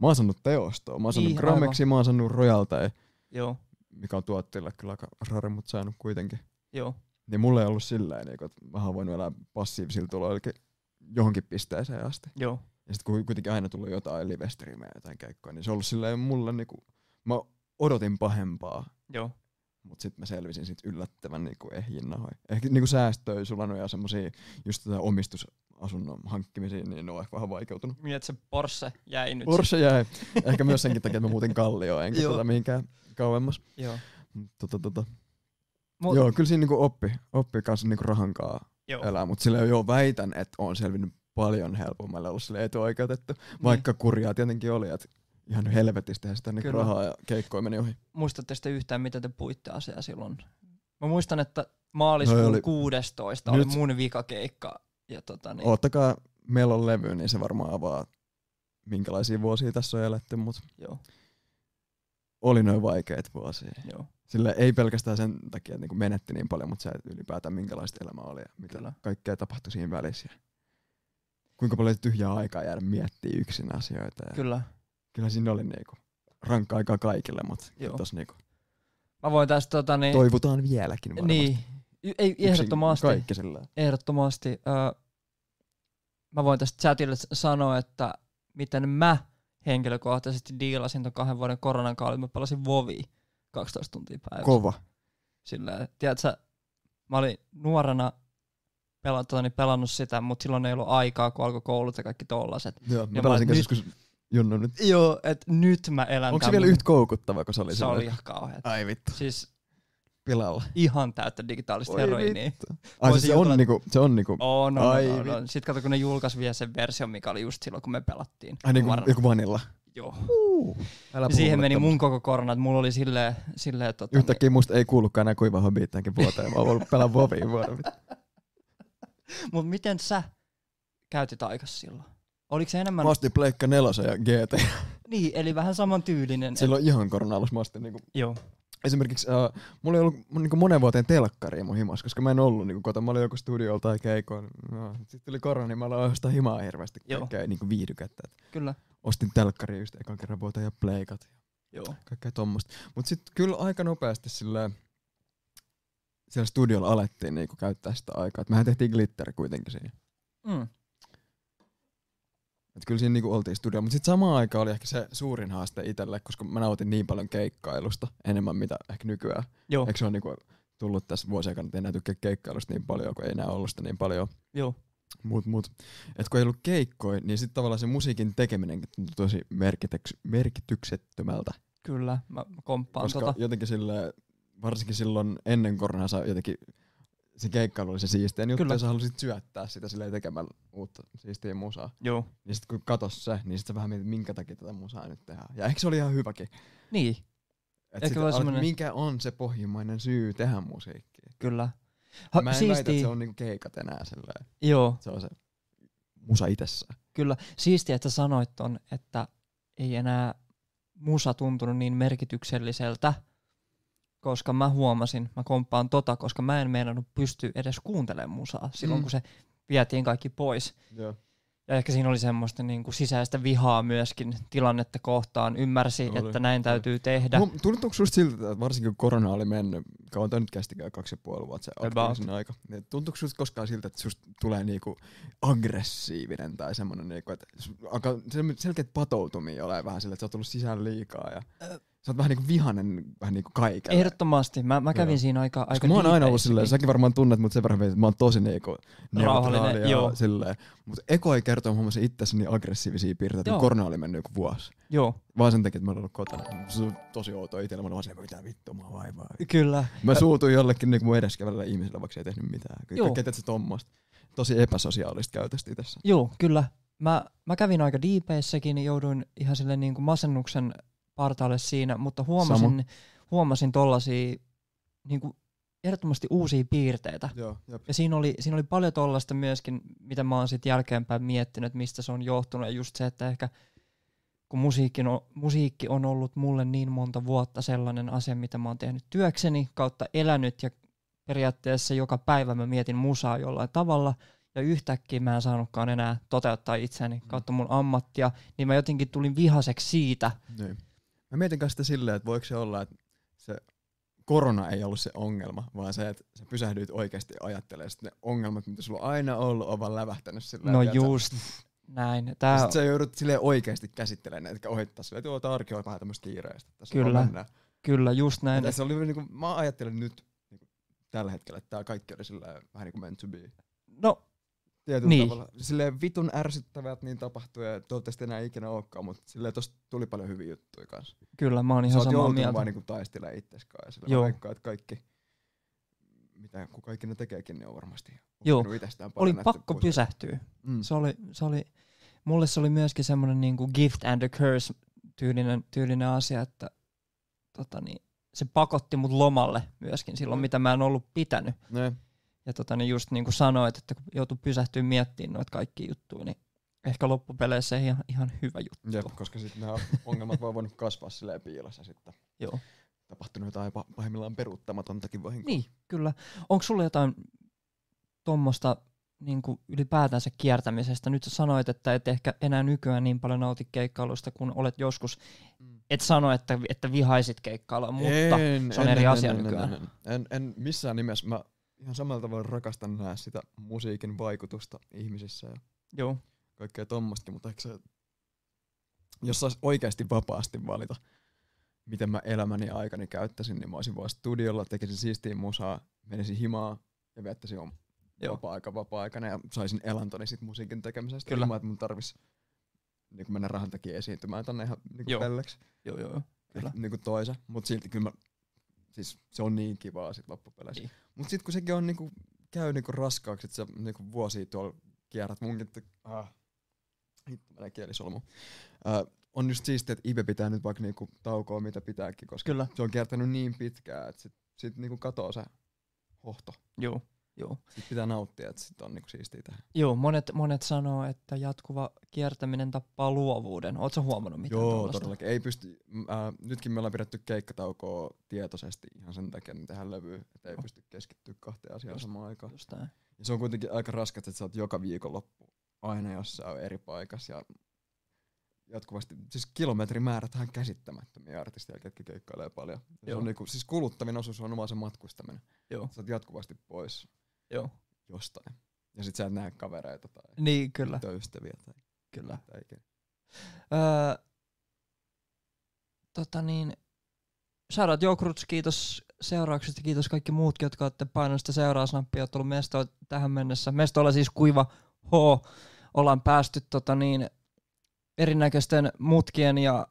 mä oon saanut teostoa. Mä oon saanut Niin, Gramexia, mä oon saanut Royalty, Joo, mikä on tuottajille kyllä aika rare, mutta saanut kuitenkin. joo. Niin mulla ei ollut silleen, että mä oon voinut elää passiivisilla tuloilla johonkin pisteeseen asti. Joo. Ja sit kun kuitenkin aina tullut jotain live-streamejä, jotain keikkoja, niin se on ollut silleen mulle niinku, mä odotin pahempaa. Joo. Mut sit mä selvisin sit yllättävän niinku ehjin nahoin. Ehkä niinku säästöjä sulannut ja semmosia just tätä omistusasunnon hankkimisia, niin ne on ehkä vähän vaikeutunut. Niin, että se Porsche jäi nyt. Porsche jäi. Ehkä myös senkin takia, että mä muutin Kallioon, enkä tota mihinkään kauemmas. Joo. Tota, tota. Mut, Joo, kyllä siinä niinku oppi, oppi kanssa niinku rahankaa joo. elää, mutta sillä jo väitän, että on selvinnyt paljon helpommalle ollut sille etuoikeutettu, vaikka niin. Kurjaa tietenkin oli, että ihan helvetisti tehdä sitä niinku rahaa ja keikkoja meni ohi. Muistatte sitten yhtään, mitä te puitte asiaa silloin? Mä muistan, että maaliskuun no oli kuudestoista oli mun vikakeikka. Ja tota niin. Oottakaa, meillä on levy, niin se varmaan avaa minkälaisia vuosia tässä on eletty, mutta joo. Oli noin vaikeita vuosia. Joo. Sillä ei pelkästään sen takia, että niinku menetti niin paljon, mutta se ylipäätään minkälaista elämää oli ja mitä Kyllä. kaikkea tapahtui siinä välissä. Kuinka paljon tyhjää aikaa jäädä miettimään yksin asioita. Ja Kyllä. Kyllä siinä oli niinku rankka aikaa kaikille, mutta tos niinku mä voin tästä tota niin toivotaan vieläkin varmasti. Niin. Ei, ehdottomasti. Kaikki sillä. Ehdottomasti. Öö, mä voin tästä chatille sanoa, että miten mä henkilökohtaisesti diilasin ton kahden vuoden koronan kaudella. Mä pelasin Vovia kaksitoista tuntia päivässä. Kova. Silleen, tiedätkö, mä olin nuorena pela, tota, niin pelannut sitä, mutta silloin ei ollut aikaa, kun alkoi koulut ja kaikki tollaset. Joo, mä pelasin kanssa joskus Junnu nyt. Joo, et nyt mä elän. Onko se vielä yhtä koukuttava, kun se oli? Se oli ihan kauheeta. Ai vittu. Siis pilalla. Ihan täyttä digitaalista heroinia. Ai siis se on niinku, se on niinku. Oh, no, Ai, no, no, no. Sitten kato, kun ne julkaisi vielä sen version, mikä oli just silloin, kun me pelattiin. Ai niinku joku vanilla. Joo. Uh, siihen meni mun koko korona, että mulla oli silleen, silleen tota, yhtäkkiä niin musta ei kuulukaan enää kuiva hobby tämänkin vuoteen, mä oon ollut pelaa Vovia vuoden. Mut miten sä käytit aikas silloin? Oliko se enemmän? Mä ostin Pleikka nelosen ja G T. Niin, eli vähän saman tyylinen. Silloin ihan korona-alussa mä ostin niinku. Joo. Esimerkiksi uh, mulla ei ollut niinku monen vuoteen telkkaria mun himas, koska mä en ollut niinku kotona. Mä olin joku studiolla tai keikoilla. No, sitten tuli korona, niin mä aloin ostaa himaa hirveästi kaikkea niinku viihdykettä. Kyllä. Ostin telkkaria just ekan kerran vuoteen ja pleikat. Joo. Kaikkea tommoista. Mut sit kyllä aika nopeasti silleen siellä studiolla alettiin niinku käyttää sitä aikaa. Et mehän tehtiin glitteri kuitenkin siinä. Mm. Et kyllä siinä niinku oltiin studiolla, mutta sitten samaan aikaan oli ehkä se suurin haaste itselle, koska mä nautin niin paljon keikkailusta enemmän mitä ehkä nykyään. Joo. Eikö se ole niinku tullut tässä vuosien aikana, että enää tykkää keikkailusta niin paljon, kun ei enää ollut sitä niin paljon. Joo. Mut, mut. Et kun ei ollut keikkoja, niin sitten tavallaan se musiikin tekeminenkin tuntui tosi merkityks- merkityksettömältä. Kyllä, mä komppaan koska tota. jotenkin silleen, varsinkin silloin ennen koronaa saa jotenkin se keikkailu oli se siistiä juttu, ja sä halusit syöttää sitä silleen tekemällä uutta siistiä musaa. Joo. Ja sit kun katos se, niin sit sä vähän mietit, minkä takia tätä musaa nyt tehdään. Ja ehkä se oli ihan hyväkin. Niin. Et sit alat, semmonen mikä on se pohjimmainen syy tehdä musiikkia. Kyllä. Ha, mä en siisti. väitä, että se on niinku keikat enää silleen. Joo. Se on se musa itsessään. Kyllä. Siistiä, että sanoit ton, että ei enää musa tuntunut niin merkitykselliseltä, koska mä huomasin, mä komppaan tota, koska mä en meinannut pystyä edes kuuntelemaan musaa silloin, mm. kun se vietiin kaikki pois. Joo. Ja ehkä siinä oli semmoista niinku sisäistä vihaa myöskin tilannetta kohtaan. Ymmärsi, oli. Että näin täytyy tehdä. No, tuntuuko susta siltä, että varsinkin kun korona oli mennyt, kauan tämä nyt kästikään kaksi ja puoli vuotta se aktiivisen aika, niin tuntuuko susta koskaan siltä, että susta tulee niinku aggressiivinen tai semmoinen, niinku, että alkaa selkeät patoutumia ole vähän sillä, että sä oot tullut sisään liikaa ja äh. sä oot vähän niinku vihanen vähän niinku kaikelle. Ehdottomasti. Mä, mä kävin joo. siinä aika aika mä oon aina ollut silleen, säkin varmaan tunnet, mutta sen verran että mä oon tosi niinku rauhallinen, joo. Silleen. Mut Eko ei kertoa, mä huomasin itsessäni niin aggressiivisia piirteitä, kun korona oli mennyt joku vuosi. Joo. Vaan sen takia, että mä oon ollut kotona. Se on tosi outoa itsellä, mä oon vaan silleen, mitä vittua, mä vaivaa. Kyllä. Mä suutuin jollekin niinku mun edeskävellä ihmisellä, vaikka ei tehnyt mitään. Kaikkea teet se tommoista. Tosi epäsosiaalista käytöstä itsessä. Joo, kyllä. Mä, mä kävin aika diipeissäkin, jouduin ihan silleen niinku masennuksen partaalle siinä, mutta huomasin, huomasin tollasia niinku ehdottomasti uusia piirteitä. Joo, ja siinä oli, siinä oli paljon tollaista myöskin, mitä mä oon sit jälkeenpäin miettinyt, että mistä se on johtunut. Ja just se, että ehkä kun musiikki on, musiikki on ollut mulle niin monta vuotta sellainen asia, mitä mä oon tehnyt työkseni kautta elänyt ja periaatteessa joka päivä mä mietin musaa jollain tavalla. ja yhtäkkiä mä en saanutkaan enää toteuttaa itseäni mm. kautta mun ammattia, niin mä jotenkin tulin vihaseksi siitä. Niin. Mä mietin kanssa sitä silleen, että voiko se olla, että se korona ei ollut se ongelma, vaan se, että sä pysähdyit oikeasti ajattelemaan, että ne ongelmat, mitä sulla on aina ollut, on vaan lävähtänyt silleen. No just sä... näin. Tää... Sitten sä joudut silleen oikeasti käsittelemään näitä, ohittaa silleen, että joo, tää arki on vähän tämmöistä kiireistä. Kyllä, kyllä, just näin. Se oli, niin kuin, mä ajattelen nyt niin kuin, tällä hetkellä, että tää kaikki oli silleen vähän niin kuin meant to be. No, tietyllä niin. tavalla. Silleen vitun ärsyttävät niin tapahtui ja toivottavasti enää ikinä olekaan, mutta silleen tosta tuli paljon hyviä juttuja kanssa. Kyllä, mä oon ihan samaa mieltä. Sä oot vaan niinku taistelemaan itseskaan ja silleen vaikka, että kaikki, mitä kun kaikki ne tekeekin, niin on varmasti Joo, itsestään oli pakko pysähtyä. Mm. Se oli, se oli, mulle se oli myöskin semmoinen niinku gift and a curse tyylinen, tyylinen asia, että tota niin, se pakotti mut lomalle myöskin silloin, mm. mitä mä en ollut pitänyt. Ne. Ja tota, niin just niin kuin sanoit, että kun joutuu pysähtyä miettimään noita kaikkia juttuja, niin ehkä loppupeleissä ihan, ihan hyvä juttu. Jep, koska sitten nämä ongelmat voi voinut kasvaa silleen piilossa sitten. Joo. Tapahtunut jotain pahimmillaan peruuttamatontakin vahinkoa. Niin, kyllä. Onko sulla jotain tuommoista niin kuin ylipäätänsä kiertämisestä? Nyt sä sanoit, että et ehkä enää nykyään niin paljon nauti keikkailusta, kun olet joskus. Mm. Et sano, että, että vihaisit keikkailua, mutta en, se on en, eri en, asia en, nykyään. En, en, en, en missään nimessä. Mä ihan samalla tavalla rakastan nähdä sitä musiikin vaikutusta ihmisissä ja Joo. kaikkea tommostakin, mutta ehkä se, jos sais oikeasti vapaasti valita, miten mä elämäni aikani käyttäisin, niin mä olisin vaan studiolla, tekisin siistiä musaa, menisin himaa ja viettäisin om vapaa-aika vapaa-aikana ja saisin elantoni sit musiikin tekemisestä. Ilman, että mun tarvis niin mennä rahan takia esiintymään tonne ihan niin pelleksi. Joo, joo, kyllä. Niin toisen, mut silti kyllä mä, siis se on niin kivaa sit loppupeleissä. Niin. Mut sit kun sekin on niinku, käy niinku raskaaksi, että sä niinku vuosia tuolla kierrät munkin, ah, hitto menee kielisolmu. Uh, on just siistiä, että Ibe pitää nyt vaikka niinku taukoa mitä pitääkin, koska kyllä. Se on kiertänyt niin pitkään, että sit, sit niinku katoo se hohto. Joo. Joo. Sitten pitää nauttia, että sit on niinku siistiä tähän. Joo, monet, monet sanoo, että jatkuva kiertäminen tappaa luovuuden. Ootko sä huomannut mitään Joo, tuollaista? todellakin. Ei pysty, äh, nytkin me ollaan pidetty keikkataukoa tietoisesti ihan sen takia, että tehdään levyä, että ei oh. pysty keskittyä kahteen asiaan samaan aikaan. Ja se on kuitenkin aika raskas, että sä oot joka viikonloppu aina jossain eri paikassa ja jatkuvasti, siis kilometrimäärät on käsittämättömiä artisteja, ketkä keikkailee paljon. Se on niinku, siis kuluttavin osuus on vaan se matkustaminen. Joo. Sä oot jatkuvasti pois. Joo. Jostain. Ja sit sä et näe kavereita tai niin, kyllä. ystäviä tai kyllä. Tai öö, tota niin, shoutout Jokruts, kiitos seurauksesta, kiitos kaikki muutkin, jotka olette painanut sitä seurausnappia, oot tullut mestoa tähän mennessä. Mestoilla siis kuiva H, ollaan päästy tota niin, erinäköisten mutkien ja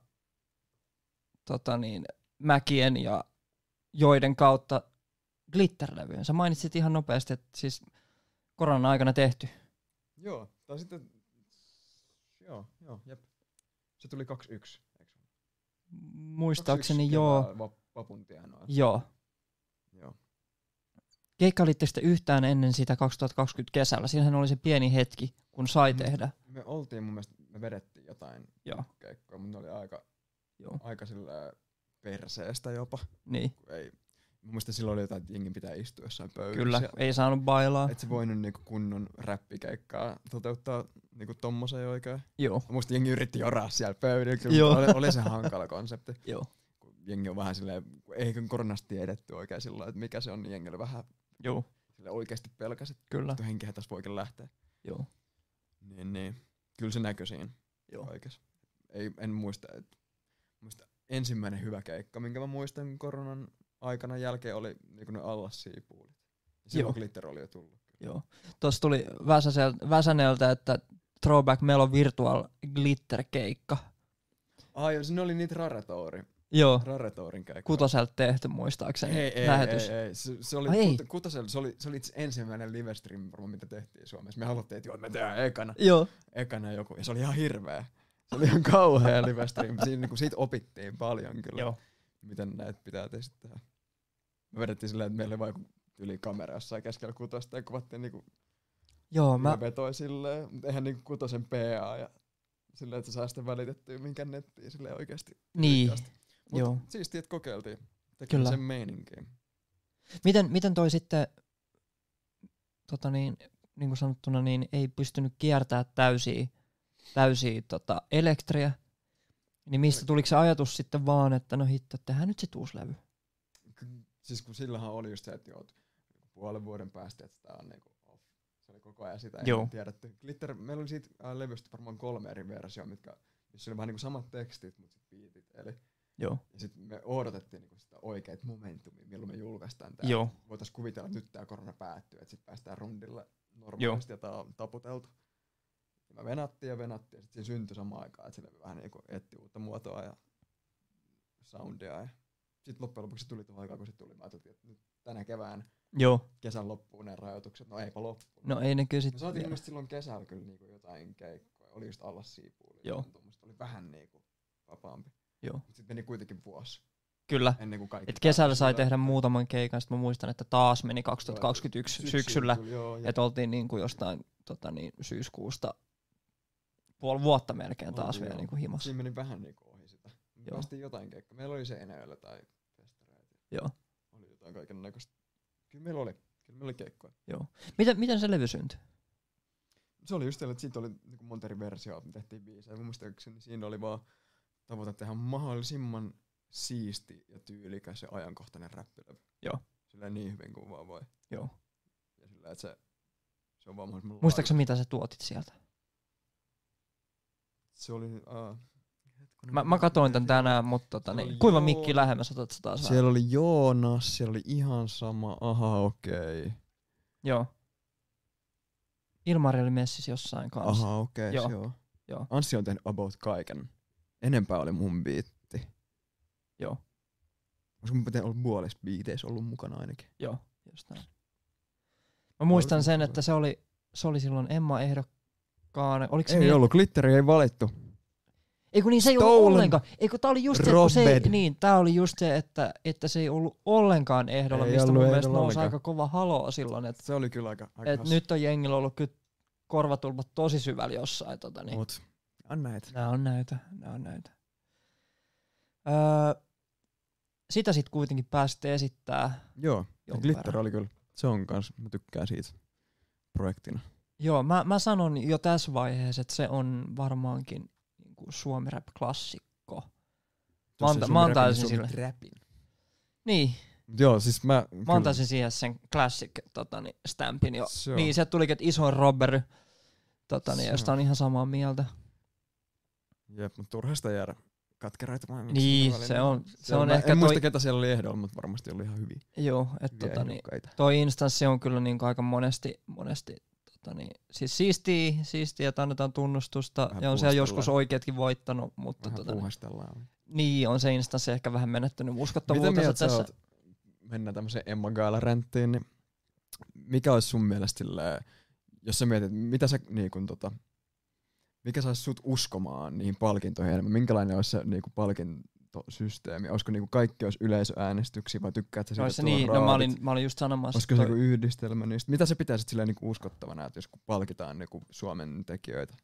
tota niin, mäkien ja joiden kautta Glitter-levyyn. Sä mainitsit ihan nopeasti, että siis koronan aikana tehty. Joo, tai sitten, joo, joo, jep. Se tuli kaksi yksi, eikö? Muistaakseni joo. Vap, vapun tienoa. Joo. Joo. Keikkailitte sitten yhtään ennen sitä kaksituhattakaksikymmentä kesällä? Siinähän oli se pieni hetki, kun sai me, tehdä. Me oltiin mun mielestä, me vedettiin jotain keikkoja, mutta ne oli aika, joo. aika sillä perseestä jopa. Niin. Ei, mun mielestä silloin oli jotain, että jengin pitää istua jossain pöydässä. Kyllä, ei saanut bailaa. Et se voinut niinku kunnon räppikeikkaa toteuttaa niinku tommoseen oikein. Joo. Musta jengi yritti joraa siellä pöydillä, kyllä oli, oli se hankala konsepti. Joo. Kun jengi on vähän silleen, ei koronasta tiedetty oikein silloin, että mikä se on, niin jengi oli vähän joo. oikeasti pelkäsit. Kyllä. Että henkihän tässä voikin lähteä. Joo. Niin, niin. Kyllä se näkyi siinä joo. oikeassa. Ei, en muista, että muista ensimmäinen hyvä keikka, minkä mä muistan koronan aikana jälkeen oli niinku ne Allas-siipuulit. Silloin Glitter oli jo tullut. Joo. Tuossa tuli Väsäneltä, että Throwback Melo Virtual Glitter-keikka. Ai joo, ne oli niitä Raretouri. Joo. Raretourin keikka. Kutoselta tehty muistaakseni ei, ei, lähetys. Ei, ei, se, se oli kut, Kutosel, se oli, se oli itse ensimmäinen livestream, mitä tehtiin Suomessa. Me haluttiin, että joo, me tehdään ekana. Joo. Ekana joku, ja se oli ihan hirveä. Se oli ihan kauhea livestream. Siinä, niin kuin, siitä opittiin paljon kyllä. Joo. Miten näitä pitää tehdä. Me vedettiin silleen, että meillä oli vaan yli kamera jossain keskellä kutosta ja kuvattiin niinku joo, mä vetoi silleen, mutta eihän niinku kutosen P A ja silleen, että se saa sitten välitettyä minkään nettiin silleen oikeesti. Niin, mut joo. Siistiä, että kokeiltiin. Tekin sen meininkiin. Miten, miten toi sitten, tota niin, niin kuin sanottuna, niin ei pystynyt kiertämään täysiä, täysiä tota, elektriä. Niin mistä tuliko se ajatus sitten vaan, että no hitto, tehdään nyt sit uusi levy? Siis kun sillähän oli just se, että joo, puolen vuoden päästä, että tää on niinku off. Se oli koko ajan sitä, ei tiedetty. Glitter, meillä oli siitä äh, levystä varmaan kolme eri versioa, mitkä, missä oli vähän niinku samat tekstit, mutta sit beatit. Eli joo. Ja sit me odotettiin niinku sitä oikeet momentumia, milloin me julkaistaan tää. Joo. Voitais kuvitella, että nyt tää korona päättyy, että sit päästään rundille normaalisti, joo, ja tää on taputeltu. Ja me venattiin ja venattiin, ja sit siinä syntyi samaan aikaan, että sille vähän niinku etti uutta muotoa ja soundia. Ja sit loppujen lopuksi se tuli tuohon aikaan, kun se tuli. Mä ajattelin, että nyt tänä kevään, joo, kesän loppuun ne rajoitukset. No eipä loppu. No ei ne kyllä sit. Me saatiin ilmeisesti silloin kesällä kyllä niinku jotain keikkoja. Oli just Allas Siipuuli. Joo. Oli vähän niinku vapaampi. Joo. Mut sit meni kuitenkin vuosi. Kyllä. Ennen kuin kaikki. Et kesällä sai tehdä muutaman keikan, sit mä muistan, että taas meni kaksituhattakaksikymmentäyksi syksyllä. Että oltiin niinku jostain tota niin, syyskuusta puoli vuotta melkein taas vielä niinku himassa. Siinä meni vähän niinku ohi sitä. Me päästiin jotain keikkaa. Meillä oli Seinäjoella tai festareita. Joo. Oli jotain kaiken näköistä. Kyllä meillä oli. Kyllä meillä oli keikkoja. Joo. Miten, miten se levy syntyi? Se oli just sellainen, että siitä oli niinku monta eri versiota, me tehtiin biisejä. Mun muistaakseni siinä oli vaan tavoite tehdä mahdollisimman siisti ja tyylikäs ja ajankohtainen räppilevy. Joo. Silleen niin hyvin kuin vaan voi. Joo. Ja silleen, että se, se on vaan mahdollisimman muistaaksä mitä sä tuotit sieltä? Se oli... Uh, mä, mä katoin tän tänään, mutta tota, niin, kuinka mikki lähemmäs otat sä taas? Siellä vähän? Oli Joonas, siellä oli ihan sama, aha okei. Okay. Joo. Ilmari oli messissä jossain kanssa. Aha okei, okay, joo. joo. Joo. Anssi on tehnyt about kaiken. Enempää oli mun biitti. Joo. Olisiko mun pitää ollut puolessa biiteissä ollut mukana ainakin? Joo, just näin. Mä muistan oli sen, että se oli, se oli silloin Emma ehdokkaana. Oliko se ei niin, ollut, Glitteri ei valittu. Eiku niin, se ei ollut ollenkaan. Eiku tää oli just se, se niin, tää oli just se, että, että se ei ollut ollenkaan ehdolla, ei mistä mun mielestä nousi aika kova haloo silloin. Et, se oli kyllä aika, aika et nyt on jengillä ollut kyllä korvatulpat tosi syvällä jossain. Tota, niin. Mut, on näitä. Nää on näitä, nää on näitä. Öö, sitä sit kuitenkin pääsitte esittää. Joo, Glitter oli kyllä. Se on kans, mä tykkään siitä projektina. Joo, mä, mä sanon jo tässä vaiheessa, että se on varmaankin niinku Suomi Rap-klassikko. Mä, anta, mä antaisin sille. Rapin. Niin. Joo, siis mä... Mä antaisin siihen sen classic tota, niin, stampin jo. Niin, sieltä tulikin, että isoin robber, tota, niin, josta on ihan samaa mieltä. Jep, mutta turha sitä jäädä katkeroitumaan. Niin, se on, se, se on mä, ehkä en toi... muista ketä siellä oli ehdolla, mutta varmasti oli ihan hyviä. Joo, että tota, niin, toi instanssi on kyllä niin aika monesti, monesti tota, niin, siis siistiä, siistiä, että annetaan tunnustusta vähän ja on siellä joskus oikeetkin voittanut. Mutta vähän tota, puhastellaan. Niin, on se instanssi ehkä vähän menettänyt uskottavuutensa tässä. Miten mieltä sä oot, mennään tämmöiseen Emma Gaala-ränttiin, niin mikä olisi sun mielestä silleen, jos sä mietit, mitä sä niin kun, tota, mikä saisi sut uskomaan niihin palkintoihin enemmän? Minkälainen olisi se niinku palkintosysteemi? Olisiko niinku kaikki olisi yleisöäänestyksiä vai tykkäät sä siitä, että niin, no mä olin, mä olin just sanomassa. Olisiko se joku yhdistelmä niistä? Mitä sä pitäisit silleen niinku uskottavana, että jos palkitaan niinku Suomen tekijöitä?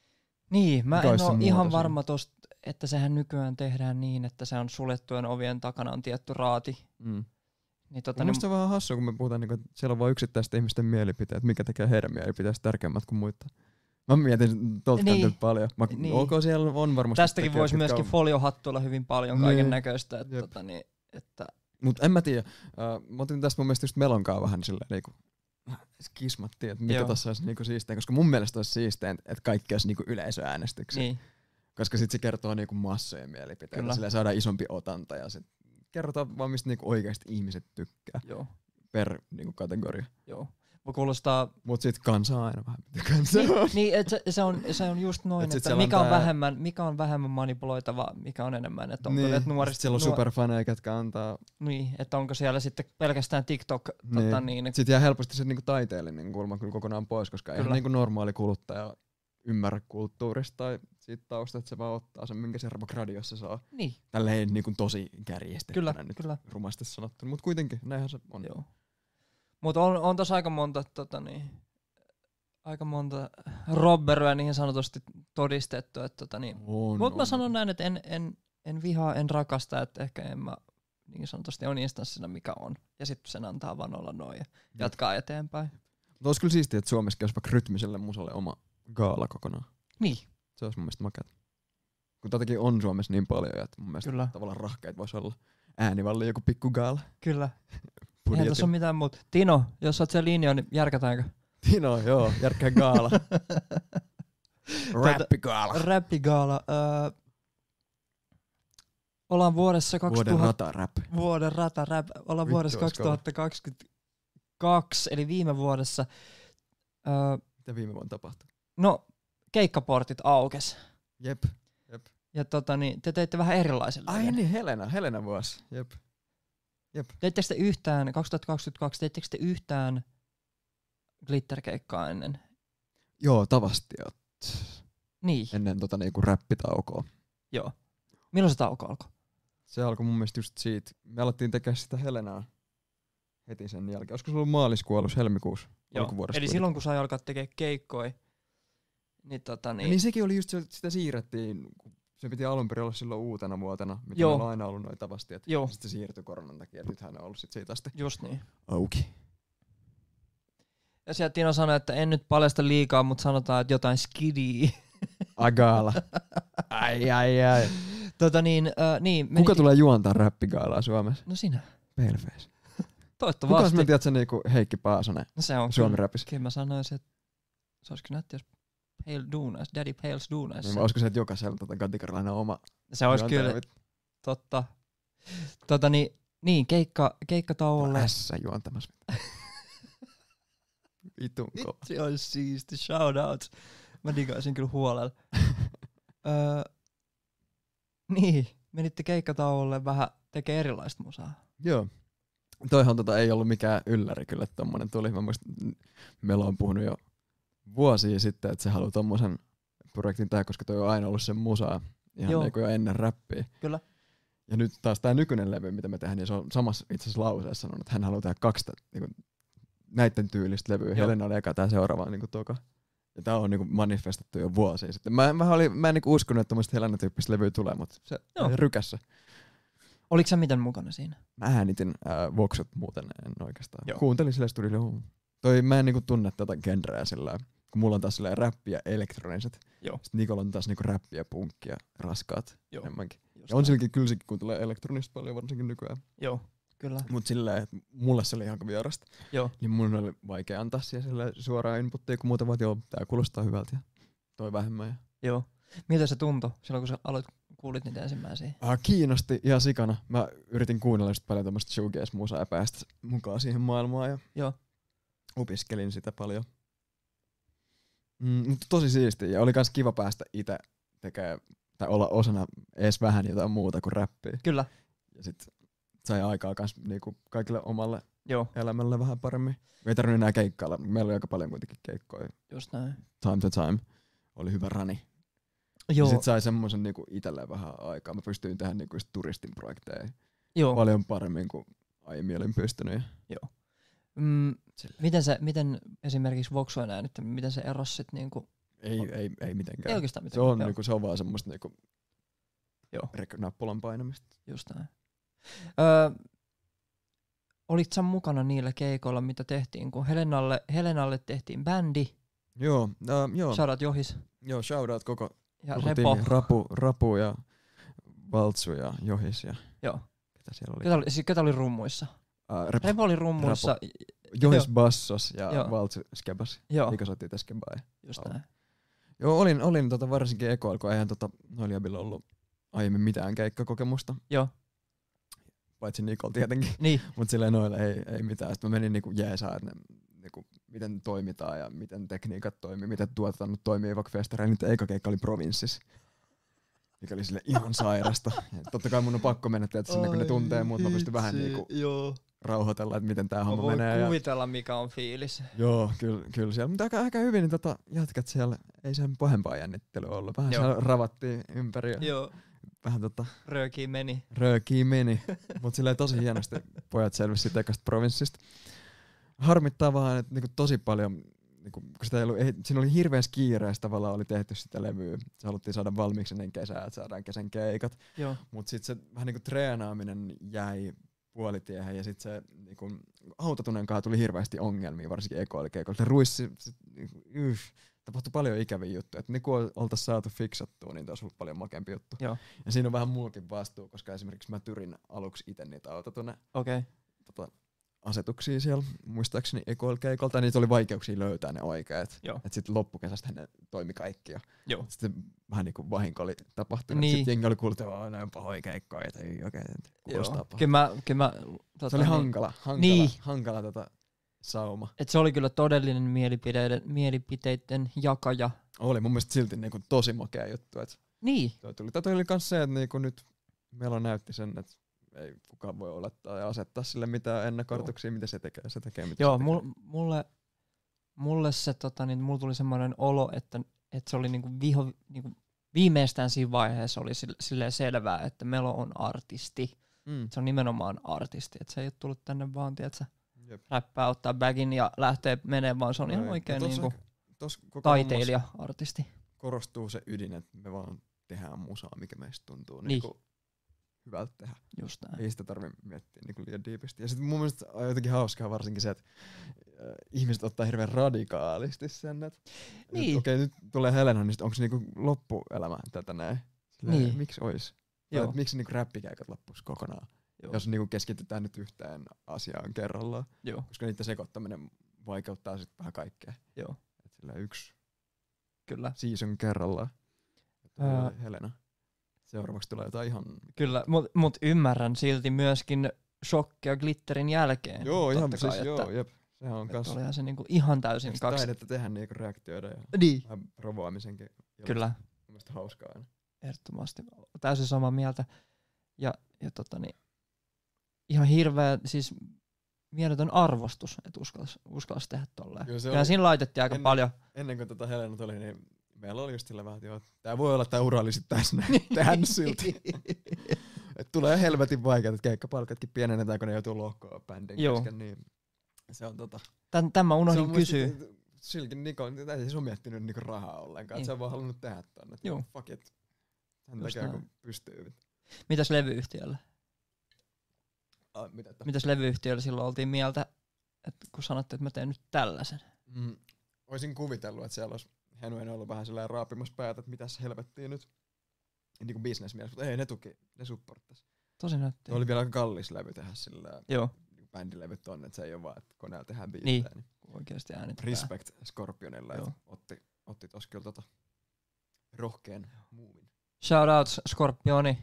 Niin, mä en ole ihan varma tosta, että sehän nykyään tehdään niin, että se on suljettujen ovien takana on tietty raati. Mm. Niin, tota, niin, se on vähän hassua, kun me puhutaan, niinku, että siellä on vain yksittäisten ihmisten mielipiteet, mikä tekee heidän mielipiteistä tärkeämmät kuin muita. Mä mietin tuolta niin, kantilta paljon. Mä, niin. Ok, siellä on varmasti. Tästäkin voisi myöskin on... foliohattuilla hyvin paljon kaiken niin. näköistä. Että, tota, niin, että... Mut en mä tiedä. Uh, mä otin tästä mun mielestä just Melonkaan vähän silleen niinku skismattiin, että mikä tossa olisi niinku siistein. Koska mun mielestä olisi siistein, että kaikki olisi niinku yleisöäänestyksiä. Niin. Koska sit se kertoo niinku massojen mielipiteitä. Silleen saadaan isompi otanta ja sit kerrotaan vaan mistä niinku oikeasti ihmiset tykkää. Joo. Per niinku kategoria. Joo. Kuulostaa... Mut sit kansa aina vähän mitä kansa niin, on. Niin, et se, se, on, se on just noin, et että mikä on, tää... vähemmän, mikä on vähemmän manipuloitava, mikä on enemmän. Että onko, niin, et nuorista, siellä on nuor... superfaneja, ketkä antaa... Niin, että onko siellä sitten pelkästään TikTok... Niin. Tota, niin, sitten jää helposti se niinku taiteellinen kulma kyllä kokonaan pois, koska ei niinku normaali kuluttaja ymmärrä kulttuurista tai siitä taustasta, että se vaan ottaa sen, minkä se radiossa saa. Niin. Tälleen niinku tosi kärjestettynä kyllä, nyt kyllä. rumasti sanottu. Mut kuitenkin, näinhän se on. Joo. Mutta on, on tossa aika monta, tota niin, aika monta robberyä niin sanotusti todistettu. Tota niin. Mutta mä sanon näin, että en, en, en vihaa, en rakasta, että ehkä en mä niin sanotusti on instanssina mikä on. Ja sitten sen antaa vaan olla noin ja jatkaa eteenpäin. Mutta olisi kyllä siistiä, että Suomessakin olisi vaikka rytmiselle musalle oma gaala kokonaan. Niin. Se olisi mun mielestä makeata. Kun tätäkin on Suomessa niin paljon, että mun mielestä Kyllä. tavallaan rahkeet voisi olla äänivalli joku pikku gaala. Kyllä. Eihän tässä ole mitään muuta. Tino, jos oot siellä linjoilla, niin järkätäänkö? Tino, joo, järkkää gaala. Räppigaala. Räppigaala. Öö, ollaan vuodessa kaksituhatta... Vuoden rata rap. Vuoden rata rap. Ollaan Vittu, vuodessa kaksituhattakaksikymmentäkaksi, eli viime vuodessa. Öö, Mitä viime vuonna tapahtui? no, keikkaportit aukes. Jep. Jep. Ja tota niin, te teitte vähän erilaisella. Ai niin, Helena, Helena vuosi. Jep. Jep. Teittekö te yhtään, kaksituhattakaksikymmentäkaksi, teittekö te yhtään glitterkeikkaa ennen? Joo, tavastiot. Niin. Ennen tota niinku räppitaukoa. Joo. Milloin se tauko alkoi? Se alkoi mun mielestä just siitä. Me alettiin tekemään sitä Helenaa heti sen jälkeen. Olisiko se ollut maaliskuun alus, helmikuussa? Joo. Eli silloin kun sai alkaa tekemään keikkoja, niin tota niin... Ja niin sekin oli just se, että sitä siirrettiin, kun se piti alun perin olla silloin uutena vuotena, mikä Joo. meillä on aina ollut noin tavastiet. Joo. Sitten se siirtyi koronan takia, että nythän on ollut sit siitä asti Just niin. auki. Ja sieltä Tino sanoi, että en nyt paljasta liikaa, mutta sanotaan, että jotain skidiä. Agaala. Ai ai ai. tota niin, äh, niin Kuka tulee juontaa räppigaalaa Suomessa? No sinä. Paleface. Toivottavasti. Kuka me tiedät se niinku Heikki Paasonen No se on Suomi kyllä. räpissä? Kyllä mä sanoisin, että se olisi kyllä nätti, jos Pale duunais, Daddy Pales duunais. Niin, olisiko se, että jokaisella tota Katikarilla on oma Se olisi kyllä juontaja? totta. Tota niin, niin keikka, keikkatauolle. No, S juontamassa. Vitun kova. Se olisi siisti, shout out. Mä digaisin kyllä huolella. öö, niin, menitte keikkatauolle vähän tekee erilaista musaa. Joo. Toihan tota ei ollut mikään ylläri kyllä, että tommonen tuli. Mä muistan, Melo on puhunut jo vuosia sitten, että se haluaa tommosen projektin tehdä, koska toi on aina ollut sen musaa. Ihan Joo. niinku jo ennen räppiä. Kyllä. Ja nyt taas tää nykyinen levy, mitä me tehdään, niin se on samassa itse asiassa lauseessa sanonut, että hän haluaa tehdä kaksi niinku, näitten tyylistä levyä. Joo. Helena oli eka, tää seuraava on niinku toka. Ja tää on niinku manifestettu jo vuosia sitten. Mä, mä, olin, mä en niinku uskonut, että tommoista Helena-tyyppistä levyä tulee, mutta se Joo. rykässä. Oliko sä miten mukana siinä? Mä äänitin äh, Voxot muuten en oikeastaan. Joo. Kuuntelin sille studiolle. Toi mä en niinku tunne tätä genreä sillä, kun mulla on taas silleen räppi ja elektroniset. Joo. Sitten Nikola on taas niinku räppi ja punkki ja raskaat Joo. enemmänkin. Just Ja on näin. silläkin kyllä sekin, kun tulee elektronista paljon varsinkin nykyään. Joo, kyllä. Mut silleen, että mulle se oli ihan vierasta. Joo. Niin mun oli vaikea antaa siihen silleen suoraan inputtia, kun muuten vaan, että joo, tää kuulostaa hyvältä ja toi vähemmän. Ja... Joo. Miltä se tuntui silloin, kun sä aloit, kuulit niitä ensimmäisiä? Ah, kiinnosti ihan sikana. Mä yritin kuunnella just paljon tämmöstä shoegaze-musaa ja päästä mukaan siihen maailmaan ja Joo. opiskelin sitä paljon. Mm, mutta tosi siistiä ja oli kans kiva päästä itse tekemään tai olla osana edes vähän jotain muuta kuin räppiä. Kyllä. Ja sit sai aikaa kans niinku kaikille omalle Joo. elämälle vähän paremmin. Ei tarvinnut enää keikkailla. Meillä oli aika paljon kuitenkin keikkoja. Just näin. Time to time. Oli hyvä rani. Joo. Ja sit sai semmosen niinku itselleen vähän aikaa. Mä pystyin tehdä niinku just turistin projekteja Joo. paljon paremmin kuin aiemmin olin pystynyt. Joo. Mm, miten, se, miten esimerkiksi Voxoin äänittäminen, miten se erosi sit niinku? Ei, ei, ei mitenkään. Ei oikeastaan Se mitenkään. on, Joo. niinku, se on vaan semmoista niinku Joo. rek- painamista. Just näin. Öö, olit sä mukana niillä keikoilla, mitä tehtiin, kun Helenalle, Helenalle tehtiin bändi, Joo, uh, joo. Shoutout Johis Joo, shoutout koko, ja koko Repo. tiimi. Rapu, Rapu ja Valtsu ja Johis ja Joo. ketä siellä oli? Ketä oli, siis ketä oli rummuissa? Uh, Repo. Repo oli rummuissa. Johis Joo. bassos ja Joo. Valtsu skebas. Joo, Mikä soitti tätä skebaa. just Joo. näin. Joo, olin, olin tota varsinkin ekoilla, kun eihän tota Noilijabilla ollut aiemmin mitään keikkakokemusta. Joo. Paitsi Nikol tietenkin. Niin, Mut silleen noille ei, ei mitään. Sitten mä menin niinku jeesaa, että ne, niinku, miten toimitaan ja miten tekniikat toimii, miten tuotannot toimii vaikka festareilla. Nyt eka keikka oli Provinssissa, mikä oli sille ihan sairasta. Ja totta kai mun on pakko mennä tietysti sinne, kun ne tuntee mut. Mä pystyn vähän niinku joo. rauhoitella, että miten tää homma Voin menee. kuvitella, mikä on fiilis. Ja, joo, kyllä, kyllä siellä. Mutta aika, aika hyvin niin tota, jatkat siellä. Ei sen pahempaa jännittelyä ollut. Vähän Joo. siellä ravattiin ympäri ja Joo, vähän tota röökiin meni. röökiä meni. Mut silleen tosi hienosti pojat selvisi siitä ekasta Provinssista. Harmittaa vaan, että niinku tosi paljon, niinku, kun sitä ei ollut, ei, siinä oli hirveän kiireessä tavallaan oli tehty sitä levyä. Se haluttiin saada valmiiksi ennen kesää, että saadaan kesän keikat. Joo, Mut sit se vähän niinku treenaaminen jäi puolitiehen ja sit se niinku, autotunen kanssa tuli hirveästi ongelmia, varsinkin ekoilikeikolla. Se ruissi, se, yh, tapahtui paljon ikäviä juttuja. Et niin kun oltais saatu fiksattua, niin olisi ollut paljon makempi juttu. Joo. Ja siinä on vähän mullakin vastuu, koska esimerkiksi mä tyrin aluksi itse niitä autotune Okei. Okay. Tota, asetuksia siellä, muistaakseni ekoilkeikolta, ja niitä oli vaikeuksia löytää ne oikeat. Et sit loppukesästä ne toimi kaikki. Ja Joo. sitten vähän niinku vahinko oli tapahtunut. Niin. Sitten jengi oli kuullut, että on näin pahoja keikkoja, että ei oikein kuulostaa pahoja. Kyllä mä, kyllä mä, tota, se oli hankala, hankala, niin. hankala tota sauma. Et se oli kyllä todellinen mielipiteiden, mielipiteiden jakaja. Oli mun mielestä silti niinku tosi makea juttu. Et niin. Toi tuli, toi oli kans se, että niinku nyt meillä näytti sen, että ei kukaan voi olettaa ja asettaa sille mitään ennakoituksia, mitä se tekee. Se tekee mitä Joo, se mul, tekee. mulle, mulle se, tota, niin, mulle tuli semmoinen olo, että, että se oli niinku viho, niinku, viimeistään siinä vaiheessa oli sille, silleen selvää, että Melo on artisti. Mm. Se on nimenomaan artisti, että se ei ole tullut tänne vaan, tiedätkö, räppää, ottaa bagin ja lähtee menemään, vaan se on no ihan oikein no niinku taiteilija-artisti. Korostuu se ydin, että me vaan tehdään musaa, mikä meistä tuntuu niin. Niinku hyvältä tehdä. Just näin. Ei sitä tarvitse miettiä niinku liian diipisti. Ja sitten mun mielestä on jotenkin hauskaa varsinkin se, että äh, ihmiset ottaa hirveän radikaalisti sen, että niin. okei, okay, nyt tulee Helena, niin onko se niinku loppuelämä tätä näin? Silleen, niin. Miksi ois? Tai, miksi niinku räppikäikat loppuisi kokonaan? Joo. Jos niinku keskitytään nyt yhteen asiaan kerrallaan. Joo. Koska niiden sekoittaminen vaikeuttaa sitten vähän kaikkea. Joo. Et silleen yksi Kyllä. season kerrallaan. Öö. Helena. Seuraavaksi tulee jotain ihan... Kyllä, mutta mut ymmärrän silti myöskin shokkia glitterin jälkeen. Joo, ihan kai, siis että, joo, jep. Sehän on kans... Olihan se niinku ihan täysin kaksi... kaksi... taidetta tehdä niinku reaktioida ja niin. vähän provoamisenkin. Kyllä. Mielestäni hauskaa aina. Ehdottomasti. Täysin samaa mieltä. Ja, ja tota niin, ihan hirveä, siis mieletön arvostus, että uskallas, uskallas tehdä tolleen. Ja siinä laitettiin aika ennen, paljon. Ennen kuin tota Helena tuli, niin meillä oli just sillä vähän, että joo, tää voi olla, että tää ura oli sit tässä tehdä silti. Et tulee helvetin vaikeat, että keikkapalkatkin pienennetään, kun ne joutuu lohkoon bändin kesken, niin se on tota... Tän, tämän mä unohdin kysyä. Silläkin Niko, ei se ole miettinyt niinku rahaa ollenkaan, niin. Se on vaan halunnut tehdä tonne. Joo. Fuck it. Hän tekee kun pystyy. Mitäs levyyhtiöllä? Ah, mitä Mitäs levyyhtiöllä silloin oltiin mieltä, että kun sanotte, että mä teen nyt tällaisen? Mm, oisin kuvitellut, että siellä olisi Henuen ollut vähän sellainen raapimassa päätä, että mitäs helvettiä nyt. Niin kuin business-mielessä, mutta ei, ne tuki, ne supporttas. Tosi näytti. Oli vielä aika kallis levy tehdä sillä. Joo. Bändilevyt on, että se ei ole vaan, että koneella tehdään biisejä. Niin, niin. Oikeasti äänittää. Respect Scorpionille, että otti, otti tos kyllä tota rohkeen muuvin. Shout out Scorpioni.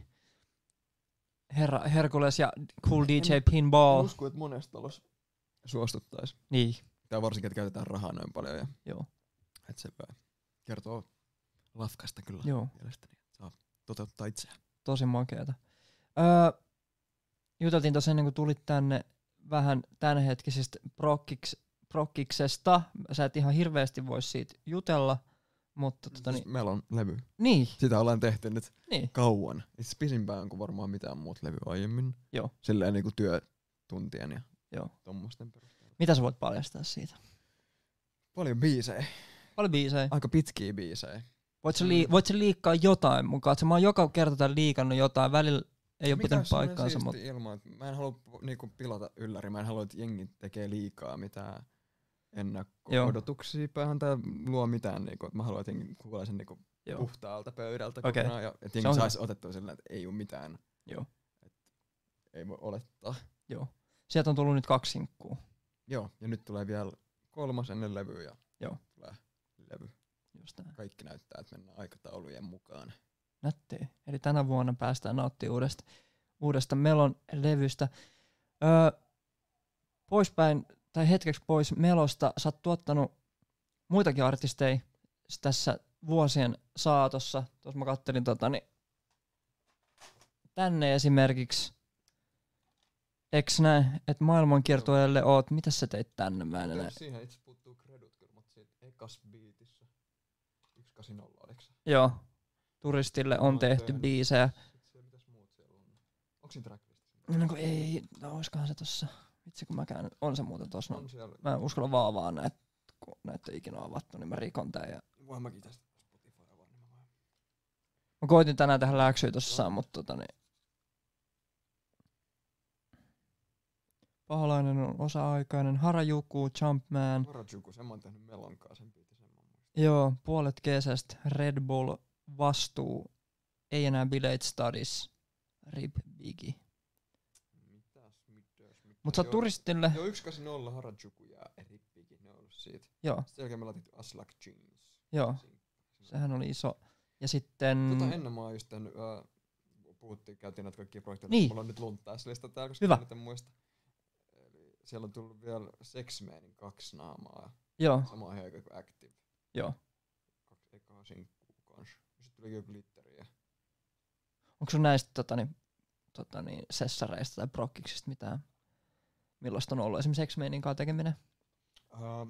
Herra Herkules ja Cool D J Pinball. En usko, että monesta talossa suostuttais. Niin. Tää varsinkin, että käytetään rahaa noin paljon. Ja joo. Että se kertoo lafkasta kyllä joo. Mielestäni. Saa toteuttaa itseään. Tosi makeata. Öö, juteltiin tossa ennen kuin tulit tänne vähän tämänhetkisestä prokkiks, prokkiksesta. Sä et ihan hirveästi vois siitä jutella. Mutta tota siis niin. Meillä on levy. Niin. Sitä ollaan tehty nyt niin. kauan. Itse pisimpään kuin varmaan mitään muut levy aiemmin. Joo. Silleen niinku työtuntien ja joo. tommosten perusteella. Mitä sä voit paljastaa siitä? Paljon biisejä. Paljon biisejä. Aika pitkiä biisejä. Voit sä, lii- voit sä liikkaa jotain mukaan? Mä oon joka kerta täällä liikannut jotain. Välillä ei ole pitänyt paikkaansa. Mutta ilman, mä en halua niinku pilata ylläri. Mä en halua, että jengi tekee liikaa mitään ennakko-odotuksia päähän tai luo mitään. Niinku, mä haluan, että jengi kuulee sen niinku puhtaalta pöydältä okay. kokonaan. Ja että jengi saisi otettua sillä, että ei ole mitään. Joo. Et ei voi olettaa. Joo. Sieltä on tullut nyt kaksi sinkkuu. Joo, ja nyt tulee vielä kolmas ennen levyä ja joo. tulee levy. Just näin. Kaikki näyttää, että mennään aikataulujen mukaan. Nättiä. Eli tänä vuonna päästään nauttimaan uudesta, uudesta Melon levystä. Öö, poispäin, tai hetkeksi pois Melosta, sä oot tuottanut muitakin artisteja tässä vuosien saatossa. Tuossa mä kattelin tota, niin tänne esimerkiksi. Eiks näin, että maailmankiertueelle oot, mitä sä teit tänne? Mä en enää. Siihen itse puuttuu kredut kyllä, mutta siitä ekas biitissä. yksi kahdeksankymmentä oliko se? Joo. Turistille on tehty tehnyt biisejä. Siellä, mitäs muut siellä on? Onko siinä tracklistissa? No kun ei, no oiskohan se tossa. Vitsi kun mä käyn, on se muuten tossa. No, mä en uskalla vaan vaan näet, kun näitä ei ikinä avattu, niin mä rikon tän ja... Voin mäkin tästä Spotify avaa, niin mä vaan... Mä koitin tänään tehdä läksyä tossa, no. Mutta tota niin... Paholainen on osa-aikainen. Harajuku, Jumpman. Harajuku, sen mä oon tehnyt Melonkaa, sen biitin sen mä muistan. Joo, puolet kesästä. Red Bull, vastuu. Ei enää Bilet Studies. Rip Biggie. Mitäs, mitäs, mitäs. Mut sä oot turistille. Joo, yksi kahdeksan nolla Harajuku ja Rip Biggie, ne on ollut siitä. Joo. Sitten jälkeen me ollaan tehty Aslak Jeans. Joo. Sehän oli iso. Ja sitten... Tota ennen mä oon just tehnyt, äh, puhuttiin, käytiin näitä kaikkia projekteja. Niin. Mulla on nyt lunta tässä lista täällä, koska hyvä. mä en muista. Eli siellä on tullut vielä Sexmanin kaksi naamaa. Joo. Samaan aikaan kuin Active. Joo. Kaksi ekaa sinkkuu kans. Sitten tulikin joku glitteriä. Onko sun näistä totani, totani, sessareista tai prokkiksista mitään? Millaista on ollut esimerkiksi X-Mainin kanssa tekeminen? Uh,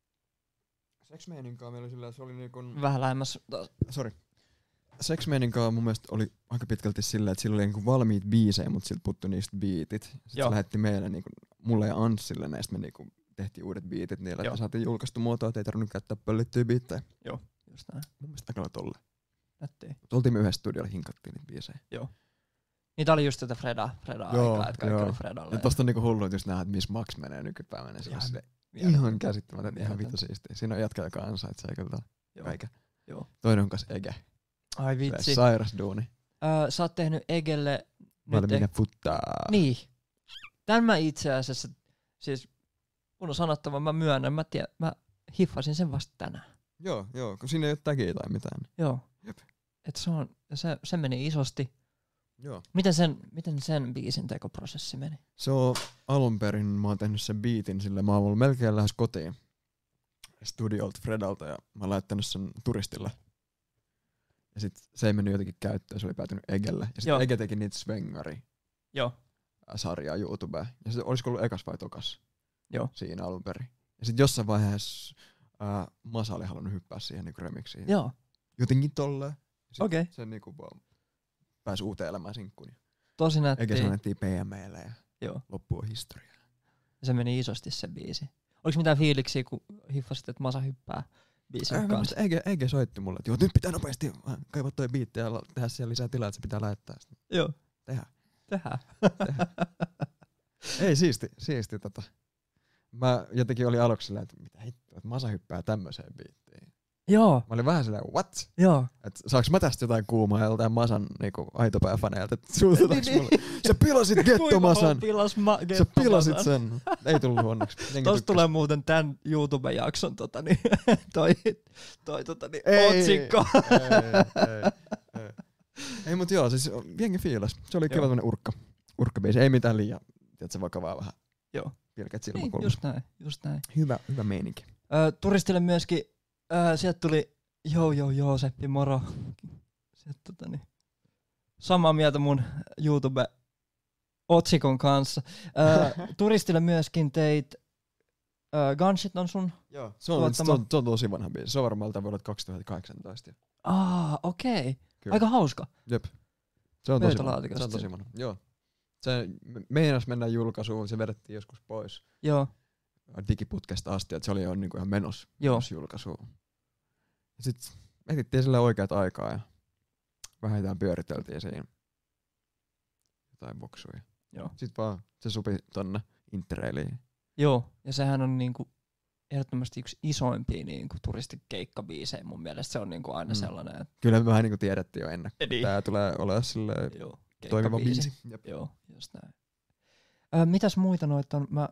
Sexmanin kanssa meillä oli sillä, se oli niinku... Vähän lähemmäs. Sori. Sexmanin kanssa mun mielestä oli aika pitkälti silleen, että sillä oli niinku valmiit biisejä, mutta siltä puuttui niistä biitit. Sitten Joo. se lähetti meille, niinku, mulle ja Anssille, näistä me niinku tehtiin uudet biitit niillä, että saatiin julkaistu muotoa, että ei tarvinnut käyttää pöllittyä biittejä. Joo, just näin. Mun mielestä aika tolle. Nättiin. Oltiin me yhdessä studiolla, hinkattiin niitä biisejä. Joo. Niitä oli just tätä Freda, Freda-aikaa, että kaikki oli Fredalle. Ja tosta on niinku hullu, että just nähdään, että missä Max menee nykypäivänä. Se on sille ihan käsittämätöntä, ihan vittu siistiä. Siinä on jätkä, joka ansaitsee kyllä kaiken. Joo. Toinen on kas Ege. Ai vitsi. Se sairas duuni. Öö, sä oot tehnyt Egelle... Valmiina e- futtaa. Niin. Tän mä itse asiassa, siis mun on sanottava, mä myönnän, mä, tiedän, mä hiffasin sen vasta tänään. Joo, joo, kun siinä ei ole tagia tai mitään. Joo. Jep. Et se, on, se, se meni isosti. Joo. Miten sen, miten sen biisin tekoprosessi meni? Se on alun perin, mä oon tehnyt sen biitin, sillä mä oon ollut melkein lähes kotiin studiolta Fredalta ja mä oon laittanut sen turistille. Ja sit se ei mennyt jotenkin käyttöön, se oli päätynyt Egelle. Ja sit Joo. Ege teki niitä Svengari Joo. sarjaa YouTubeen. Ja se olisiko ollut ekas vai tokas? Joo. Siinä alun perin. Ja sit jossain vaiheessa ää, Masa oli halunnut hyppää siihen niinku remixiin. Joo. Jotenkin tolleen. Okei. Okay. Se niinku vaan pääsi uuteen elämään sinkkuun. Tosi nätti. Ege sanottiin P M:lle ja Joo. loppu on historiaa. Se meni isosti se biisi. Oliko mitään fiiliksiä, kun hiffasit, että Masa hyppää biisin Äh, kanssa? Ege, Ege soitti mulle, että joo, nyt pitää nopeasti kaivaa toi biitti ja tehdä siellä lisää tilaa, että se pitää lähettää. Joo. Tehdään. Tehdään. Tehdään. Ei, siisti, siisti tota. Mä jotenkin olin aluksi silleen, että mitä hittoa, että Masa hyppää tämmöiseen biittiin. Joo. Mä olin vähän silleen, what? Joo. Et saaks mä tästä jotain kuumaa joltain Masan niinku aitopääfaneilta, että suututaanko mulle? Sä pilasit Getto-Masan! Pilas ma- Sä pilasit sen! Ei tullut onneksi. Tosta tulee muuten tän YouTube-jakson tota, niin, toi, toi tota, niin, ei, otsikko. Ei, ei, ei. Ei mut joo, siis jengi fiilas. Se oli kiva tämmönen urkka. Urkkabiisi, ei mitään liian, tiedätkö, vakavaa vähän. Joo. Pilkät Niin, silmäkulmat. just näin, just näin. Hyvä, hyvä meininki. Ö, turistille myöskin, ö, sieltä tuli joo joo joo Seppi moro. Sieltä, tota, niin, samaa mieltä mun YouTube-otsikon kanssa. Ö, turistille myöskin teit ö, Gunshit on sun. Joo, se on, se, on, se on tosi vanha biisi. Se on varmaan vuodelta kaksituhattakahdeksantoista. Ah, okei. Okay. Aika hauska. Jep. Se on tosi vanha. Se on tosi vanha. Joo. Se meinas mennä julkaisuun, se vedettiin joskus pois. Joo. Digiputkesta asti, että se oli jo niinku ihan menos, menos julkaisuun. Ja sit etittiin sille oikeat aikaa ja vähän jotain pyöriteltiin siinä. Jotain boksuja. Joo. Sit vaan se sopi tonne Interrailiin. Joo, ja sehän on niinku ehdottomasti yksi isoimpia niinku turistikeikkabiisejä mun mielestä. Se on niinku aina mm. sellainen. Että kyllä me vähän niinku tiedettiin jo ennen. Edi. Tää tulee olemaan silleen toimiva biisi. Jep. Joo, just näin. Ö, mitäs muita noita on? Mä...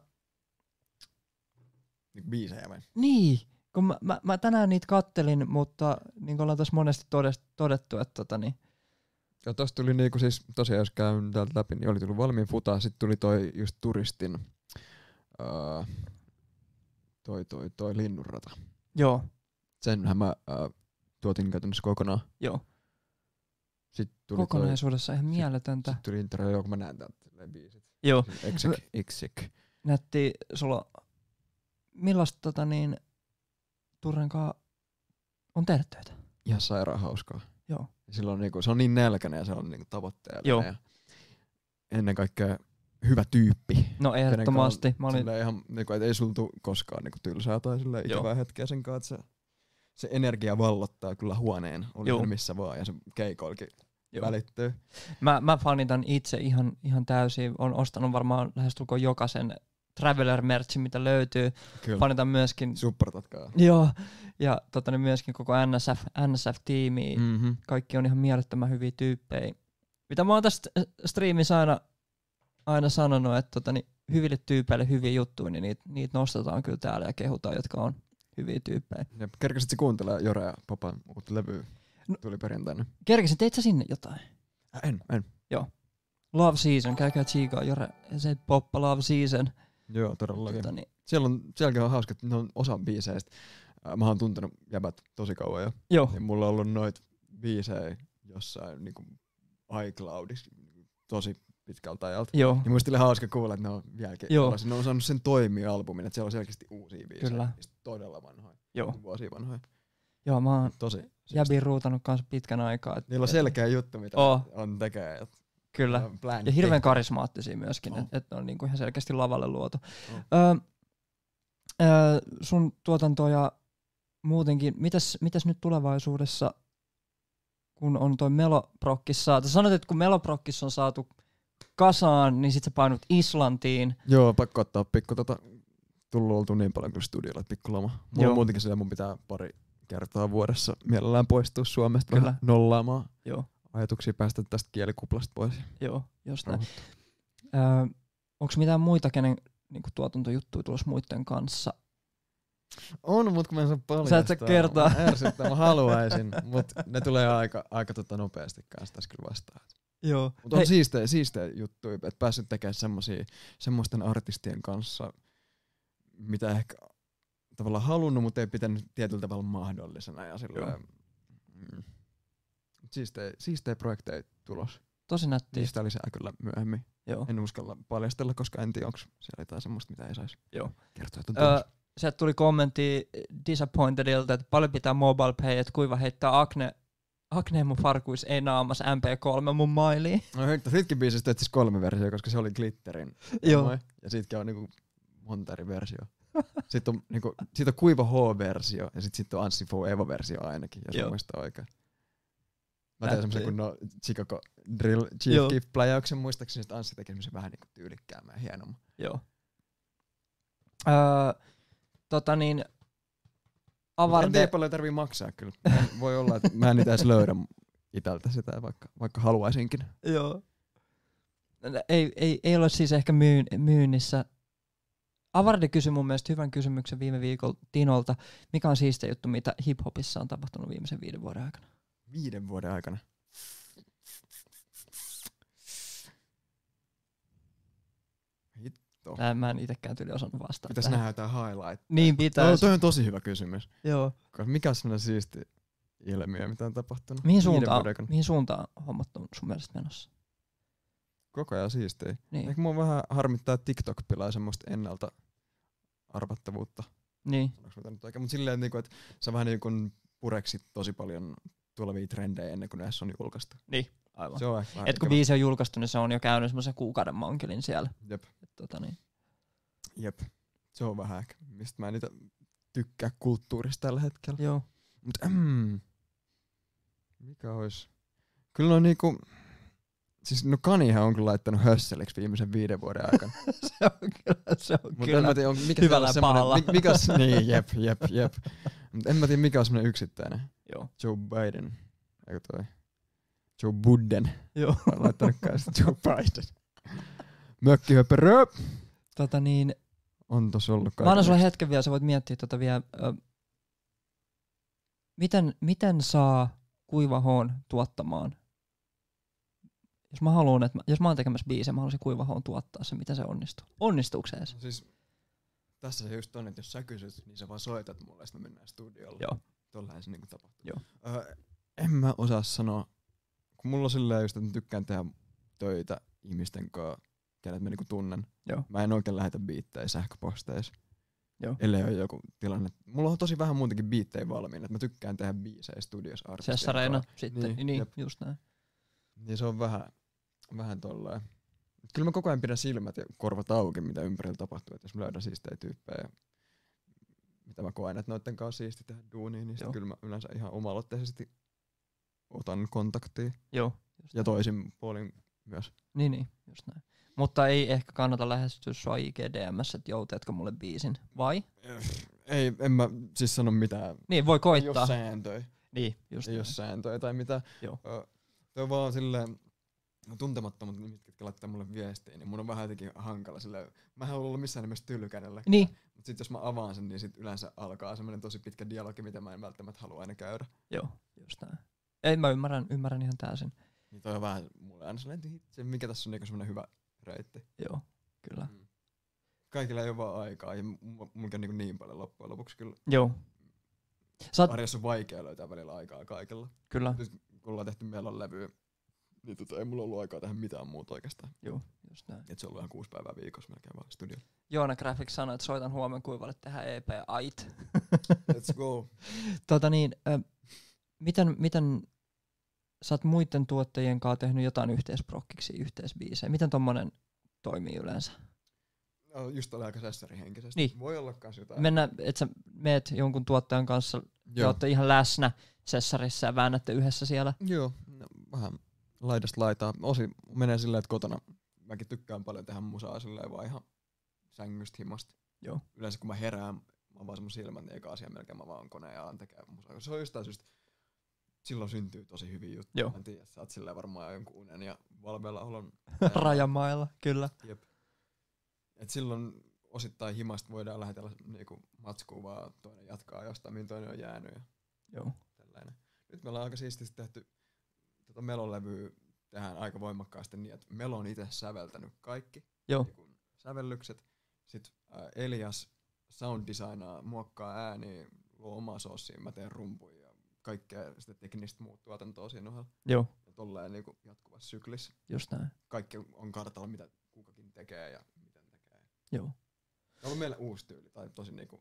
Niinku biisejä vai? Niin, kun mä, mä, mä tänään niitä kattelin, mutta niin kuin ollaan tässä monesti todettu, että tota niin. Ja tosta tuli niinku siis, tosiaan jos käyn täältä läpi, niin oli tullut valmiin futaa, sit tuli toi just turistin, uh, toi toi toi linnunrata. Joo. Senhän mä uh, tuotin käytännössä kokonaan. Joo. Sitten tuli kokonaisuudessa ihan mieletöntä. Sitten tuli Interrail, joo, kun mä näen täältä biisit. Joo. Exik, Exik. Nätti sulla, millaista tota niin, Turrenkaan on tehdä töitä? Ihan sairaan hauskaa. Joo. Silloin niinku, se on niin nälkäinen ja se on niinku tavoitteellinen. Joo. Ja ennen kaikkea hyvä tyyppi. No ehdottomasti. Mä olin ihan, niinku, et ei sultu koskaan niinku, tylsää tai ikävää hetkeä sen kanssa. Se, se energia vallottaa kyllä huoneen. Oli missä vaan ja se keikoilkin välittyy. Mä, mä fanitan itse ihan, ihan täysin. Olen ostanut varmaan lähestulkoon jokaisen Traveler-merchi, mitä löytyy. Kyllä. Panitaan myöskin... Supportatkaa. Joo, ja tota, niin myöskin koko N S F, N S F-tiimi. Mm-hmm. Kaikki on ihan mielettömän hyviä tyyppejä. Mitä mä oon tästä striimissä aina, aina sanonut, että tota, niin hyville tyypeille hyviä juttuja, niin niitä, niitä nostetaan kyllä täällä ja kehutaan, jotka on hyviä tyyppejä. Ja kerkäsit sä kuuntelemaan Jore ja Popan uutta levyä? No, tuli perjantaina. Kerkäsin, teit sä sinne jotain? Äh, en, en. Joo. Love Season, käykää tsiikaa Jore ja se Poppa Love Season. Joo, todellakin. Tota, niin. Siellä on, sielläkin on hauska, että ne on osa biiseistä. Mä oon tuntenut jäbät tosi kauan jo. Joo. Ja mulla on ollut noit biisejä jossain niinku iCloudissa tosi pitkältä ajalta. Joo. Ja musta oli hauska kuulla, että ne on vieläkin. Joo. Ne on saanut sen toimialbumin, että siellä on selkeästi uusia biisejä. Kyllä. Todella vanhoja. Joo. Vuosia vanhoja. Joo, mä oon tosi jäbiin ruutanut kanssa pitkän aikaa. Niillä on selkeä juttu, mitä oh. on tekee. Kyllä. Ja hirveän karismaattisia myöskin, oh. että et on niinku ihan selkeästi lavalle luotu. Oh. Öö, öö, sun tuotanto ja muutenkin, mitäs, mitäs nyt tulevaisuudessa, kun on toi Meloprokkis saatu? Sanoit, että kun Meloprokkis on saatu kasaan, niin sit sä painut Islantiin. Joo, pakko ottaa pikku tota, tullut oltu niin paljon kyllä studiolla, että pikku loma. Mulla Joo. on muutenkin sillä, mun pitää pari kertaa vuodessa mielellään poistua Suomesta kyllä. vähän nollaamaan. Joo. Ajatuksia päästä tästä kielikuplasta pois. Joo, just näin. Öö, onko mitään muita, kenen niinku, tuotantojuttuja tulossa muiden kanssa? On, mutta kun mä en saa paljastaa. Sä et saa kertoa. Mä ärsyttää, mä haluaisin, mutta ne tulee aika, aika tota nopeasti kanssa tässä kyllä vastaan. Joo. Mutta on siistejä, siistejä juttuja, että päässyt tekemään semmosia, semmoisten artistien kanssa, mitä ehkä tavallaan halunnut, mutta ei pitänyt tietyllä tavalla mahdollisena. Ja silleen, mm, siistejä, siistejä projekteja tulos. Tosi nättiä. Niistä lisää kyllä myöhemmin. Joo. En uskalla paljastella, koska en tiedä, onko siellä jotain semmoista, mitä ei saisi kertoa. Öö, sieltä tuli kommentti Disappointedilta, että paljon pitää mobile pay, että kuiva heittää akne, akne mun farkuis ei naamas M P kolme mun mailiin. No sitkin biisistä etsis kolme versiota, koska se oli Glitterin. Joo. Ja siitäkin on niinku monta eri versio. Sitten on, niinku, siitä on kuiva H-versio ja sitten sit on Anssi Fo Evo-versio ainakin, jos mä muistan oikein. Mä tein semmosen kunnon Chicago Drill Chief Keef-pläjäyksen muistaakseni, että Anssi teki semmosen vähän niinku tyylikkäämän ja hienomman. Joo. Öö, tota niin, Avarde... En tiedä paljon tarvii maksaa kyllä. Voi olla, että mä en niitä edes löydä itältä sitä, vaikka, vaikka haluaisinkin. Joo. Ei, ei, ei ole siis ehkä myyn, myynnissä. Avarde kysyi mun mielestä hyvän kysymyksen viime viikolla Tinolta. Mikä on siistiä juttu, mitä hiphopissa on tapahtunut viimeisen viiden vuoden aikana? Viiden vuoden aikana? Hitto. Mä, mä en itekään tyyli osannut vastata. Pitäis nähdä jotain highlight. Niin pitäis. No, toi on tosi hyvä kysymys. Joo. Mikä on sellainen siisti ilmiö, mitä on tapahtunut? Mihin suuntaan, mihin suuntaan hommat on sun mielestä menossa? Koko ajan siistiä. Niin. Ehkä mua vähän harmittaa, että TikTok pilaa semmoista ennalta arvattavuutta. Niin. Mutta silleen, että sä vähän niin kuin pureksit tosi paljon tulevia trendejä ennen kuin ne on julkaistu. Niin, aivan. Se on et kun biisi on julkaistu, niin se on jo käynyt semmoisen kuukauden mankelin siellä. Jep. Et, tota niin. Jep. Se on vähän ehkä, mistä mä en niitä tykkää kulttuurista tällä hetkellä. Joo. Mut mm, mikä ois? Kyllä on niinku... Siis no Kanihan on kyllä laittanut hösseliksi viimeisen viiden vuoden aikana. se on kyllä, se on Mut kyllä. En mä tiedä, on, mikä hyvällä pahalla. Mikä on, niin, jep, jep, jep. Mut en mä tiedä, mikä on semmonen yksittäinen. Joo. Joe Biden. Eikö toi? Joe Budden. Joo. Mä oon laittanut kanssa Joe Biden. Mökkihöperö. Tota niin. On tossa ollut kaiken. Mä annan sulle hetken vielä, sä voit miettiä tota vielä. Ö, miten, miten saa Kuiva H:n tuottamaan? Jos mä haluan, että mä, jos mä oon tekemässä biisejä, mä haluaisin Kuiva H:n tuottaa se, miten se onnistuu. Onnistuuko se edes? No siis, tässä se just on, että jos sä kysyt, niin sä vaan soitat mulle, ja me mennään studiolle. Joo. Tuollahan se niinku tapahtuu. Joo. Öö, en mä osaa sanoa, kun mulla on silleen just, että mä tykkään tehdä töitä ihmisten kanssa, kenet mä niinku tunnen. Joo. Mä en oikein lähetä biittejä sähköposteissa. Joo. Ellei ole joku tilanne. Mulla on tosi vähän muutenkin biittejä valmiina, että mä tykkään tehdä biisejä studiossa artistien Sessareina sitten, niin, niin just näin. Niin se on vähän, vähän tolleen. Kyllä mä koko ajan pidän silmät ja korvat auki, mitä ympärillä tapahtuu. Että jos mä löydän siistejä tyyppejä, mitä mä koen, että noitten kanssa siisti tehdä duunia, niin sitten kyllä mä yleensä ihan oma-aloitteisesti otan kontaktia. Joo. Ja toisin puolin myös. Niin, niin, just näin. Mutta ei ehkä kannata lähestyä sua I G D M:ssä, että jou, teetkö mulle biisin, vai? Ei, en mä siis sano mitään. Niin, voi koittaa. Ei oo sääntöjä. Niin, just Ei niin. oo sääntöjä tai mitään. Joo. Toi on vaan silleen, tuntemattomat ihmiset, jotka laittaa mulle viestiä, niin mun on vähän jotenkin hankala silleen. Mä en halua olla missään nimessä tyly kenellekään. Niin. Mut sit jos mä avaan sen, niin sit yleensä alkaa semmonen tosi pitkä dialogi, mitä mä en välttämättä halua aina käydä. Joo, just näin. Ei, mä ymmärrän, ymmärrän ihan täysin. Niin toi on vähän mulle aina sellainen, että se, mikä tässä on niinku semmonen hyvä reitti. Joo, kyllä. Mm. Kaikilla ei oo vaan aikaa ja mulla on niinku niin paljon loppujen lopuksi kyllä. Joo. Saat... Arjessa on vaikea löytää välillä aikaa kaikilla. Kyllä. Nyt kun ollaan tehty Melon levyä, niin tota, ei mulla ollut aikaa tehdä mitään muuta oikeastaan. Joo, just näin. Et se on ollut ihan kuusi päivää viikossa melkein vaan studiolla. Joona Graphics sanoi, että soitan huomenna kuivalle tehdä E P Ait. Let's go. tota niin, äh, miten, miten sä oot muiden tuottajien kanssa tehnyt jotain yhteisprokkiksi, yhteisbiisejä? Miten tommonen toimii yleensä? No, just oli aika sessarihenkisesti. Niin. Voi olla kans jotain. Mennä, et sä meet jonkun tuottajan kanssa, te ootte ihan läsnä sessarissa ja väännätte yhdessä siellä. Joo, no, vähän laidasta laitaa. Osi menee silleen, että kotona mäkin tykkään paljon tehdä musaa silleen vaan ihan sängystä himasta. Joo. Yleensä kun mä herään, mä avaan mun silmät, niin eka asia melkein mä vaan koneen ja alan tekee musaa. Se on jostain syystä, silloin syntyy tosi hyviä juttuja. Joo. Mä en tiedä, sä oot silleen varmaan jonkun unen ja valveilla olon. Rajamailla, kyllä. Jep. Et silloin osittain himasta voidaan lähetellä niinku matskua, vaan toinen jatkaa jostain, mihin toinen on jäänyt. Ja Joo. tällainen. Nyt me ollaan aika siististi tehty tota Melon-levyä tehdään aika voimakkaasti niin, että Melo on itse säveltänyt kaikki niin sävellykset. Sitten ää, Elias sound designaa, muokkaa ääniä, luo omaa soossia, mä teen rumpuja ja kaikkea sitä teknistä muut tuotantoa siinä ohella. Joo. Ja tolleen niinku jatkuvassa syklissä. Just näin. Kaikki on kartalla, mitä kukakin tekee ja miten tekee. Joo. On ollut meillä uusi tyyli, tai tosi niinku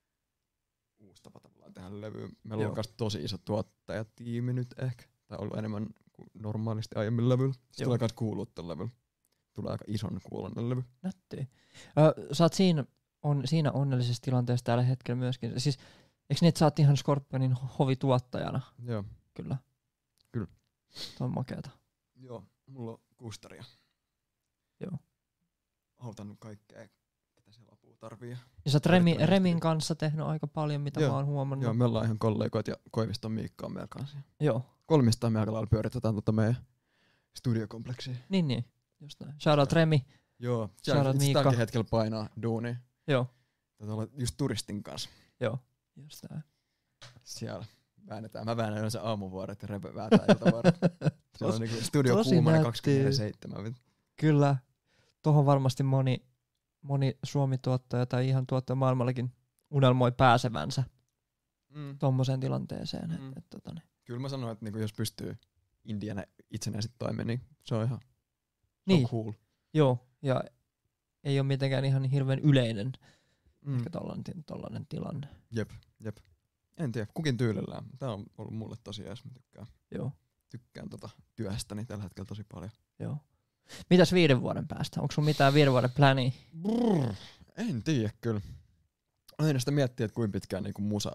uusi tapa tavallaan tehdä levyä. Meillä on myös tosi iso tuottajatiimi nyt ehkä, tai ollut enemmän kuin normaalisti aiemmin levyllä. Se tulee myös kuulua ton levyllä. Tulee aika ison kuulonen levy. Nättyy. Ö, sä oot siinä, on, siinä onnellisessa tilanteessa tällä hetkellä myöskin. Siis, eikö niin, että sä oot ihan Scorpionin hovituottajana? Joo. Kyllä. Kyllä. Tuo on makeata. Joo, mulla on kustaria. Joo. Autannut kaikkea, ketä siellä apua tarvii. Ja sä oot Remi, Remin kanssa tehnyt aika paljon, mitä Joo. mä oon huomannut. Joo, me ollaan ihan kollegoit ja Koiviston Miikka on meillä kanssa. Joo. Kolmistaan me aika lailla pyöritetään tuota meidän studiokompleksia. Niin, niin. Just näin. Shoutout Remi. Joo, Shoutout Miikka. Tälläkin hetkellä painaa duunia. Joo. Tätä olla just turistin kanssa. Joo, just näin. Siellä väännetään. Mä väännän yleensä aamuvuoret ja Rebe vääntää iltavuoret. Se on niinku studio kuumana kaksikymmentäseitsemän. Kyllä. Tuohon varmasti moni, moni Suomi-tuottaja tai ihan tuottaja maailmallakin unelmoi pääsevänsä mm. tommoseen tilanteeseen. Mm. Et, et, tota, niin. Kyllä mä sanoin, että niinku jos pystyy indiana itsenäisesti toimimaan, niin se on ihan niin. on cool. Joo, ja ei ole mitenkään ihan hirveän yleinen mm. ehkä tollainen, tollainen tilanne. Jep, jep. En tiedä, kukin tyylillään. Tää on ollut mulle tosi jees, mä tykkään. Joo. Tykkään tota työstäni tällä hetkellä tosi paljon. Joo. Mitäs viiden vuoden päästä? Onko sun mitään viiden vuoden pläniä? Brrr, en tiedä kyllä. Aina sitä miettiä, että kuinka pitkään niinku musa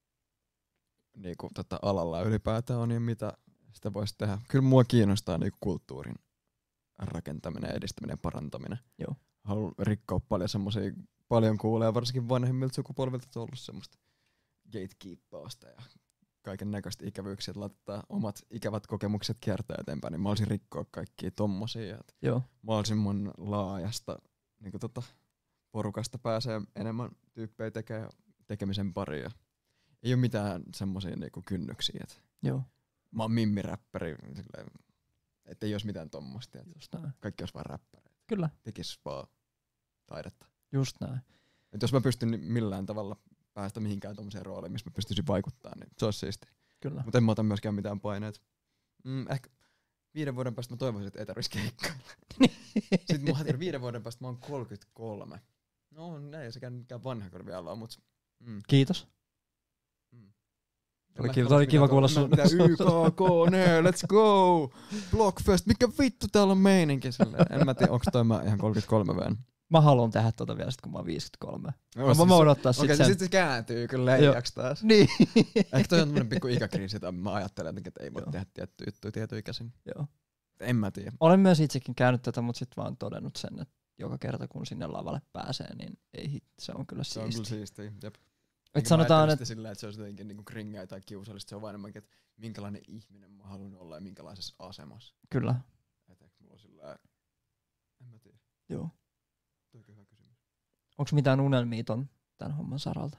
niinku tota alalla ylipäätään on ja mitä sitä voisi tehdä. Kyllä mua kiinnostaa niinku kulttuurin rakentaminen, edistäminen ja parantaminen. Joo. Haluan rikkoa paljon semmosia, paljon kuulee varsinkin vanhemmilta sukupolvilta, että on ollut semmoista gatekeepausta ja kaiken näköistä ikävyyksiä, että laittaa omat ikävät kokemukset kiertää eteenpäin, niin mä olisin rikkoa kaikkia tommosia. Joo. Mahdollisimman laajasta niin tota, porukasta pääsee enemmän tyyppejä tekee tekemisen pariin. Ei ole mitään semmosia niinku kynnyksiä, että joo. Mä oon mimmiräppäri, että ei olisi mitään tommoista. Just näin. Kaikki olisi vaan räppäreitä. Kyllä. Tekis vaan taidetta. Just näin. Et jos mä pystyn millään tavalla päästä mihinkään tommoseen rooliin, missä mä pystyisin vaikuttaa, niin se olisi siisti. Kyllä. Mutta en mä ota myöskään mitään paineet. Mm, ehkä viiden vuoden päästä mä toivoisin, että ei tarvitsisi keikkailla. Sitten mä ajattelin, viiden vuoden päästä mä oon kolmekymmentäkolme. No näin ei sekään mikään vanha kyllä vielä on, mutta... Mm. Kiitos. Mm. Oli kiva, oli kiva kuulla sun. Mitä Y K K, ne, let's go! Blockfest, mikä vittu täällä on meininki silleen. En mä tiedä, onks toi mä ihan kolmekymmentäkolme vielä. Mä haluan tehdä tota vielä sit, kun mä oon viisikymmentäkolme. No, mä siis, voin ottaa sit okay, sen. Okei, sit se kääntyy kyllä leijäks taas. Niin. Ehkä toi on tämmönen pikku ikäkriisi, että mä ajattelen, että ei voi joo. tehdä tiettyjä juttuja tietyikäisin. Joo. en mä tiedä. Olen myös itsekin käynyt tätä, mutta sitten vaan todennut sen, että joka kerta kun sinne lavalle pääsee, niin ei hit, se on kyllä siistiä. Se on kyllä siistiä, jep. Et sanotaan, että sillä, että se on jotenkin niinku kringää tai kiusallista, se on vaan enemmänkin, että minkälainen ihminen mä haluan olla ja minkälaisessa asemassa. Kyllä. Et eikö mulla sillä, en mä tiedä. Joo. Toi hyvä kysymys. Onks mitään unelmia ton tämän homman saralta?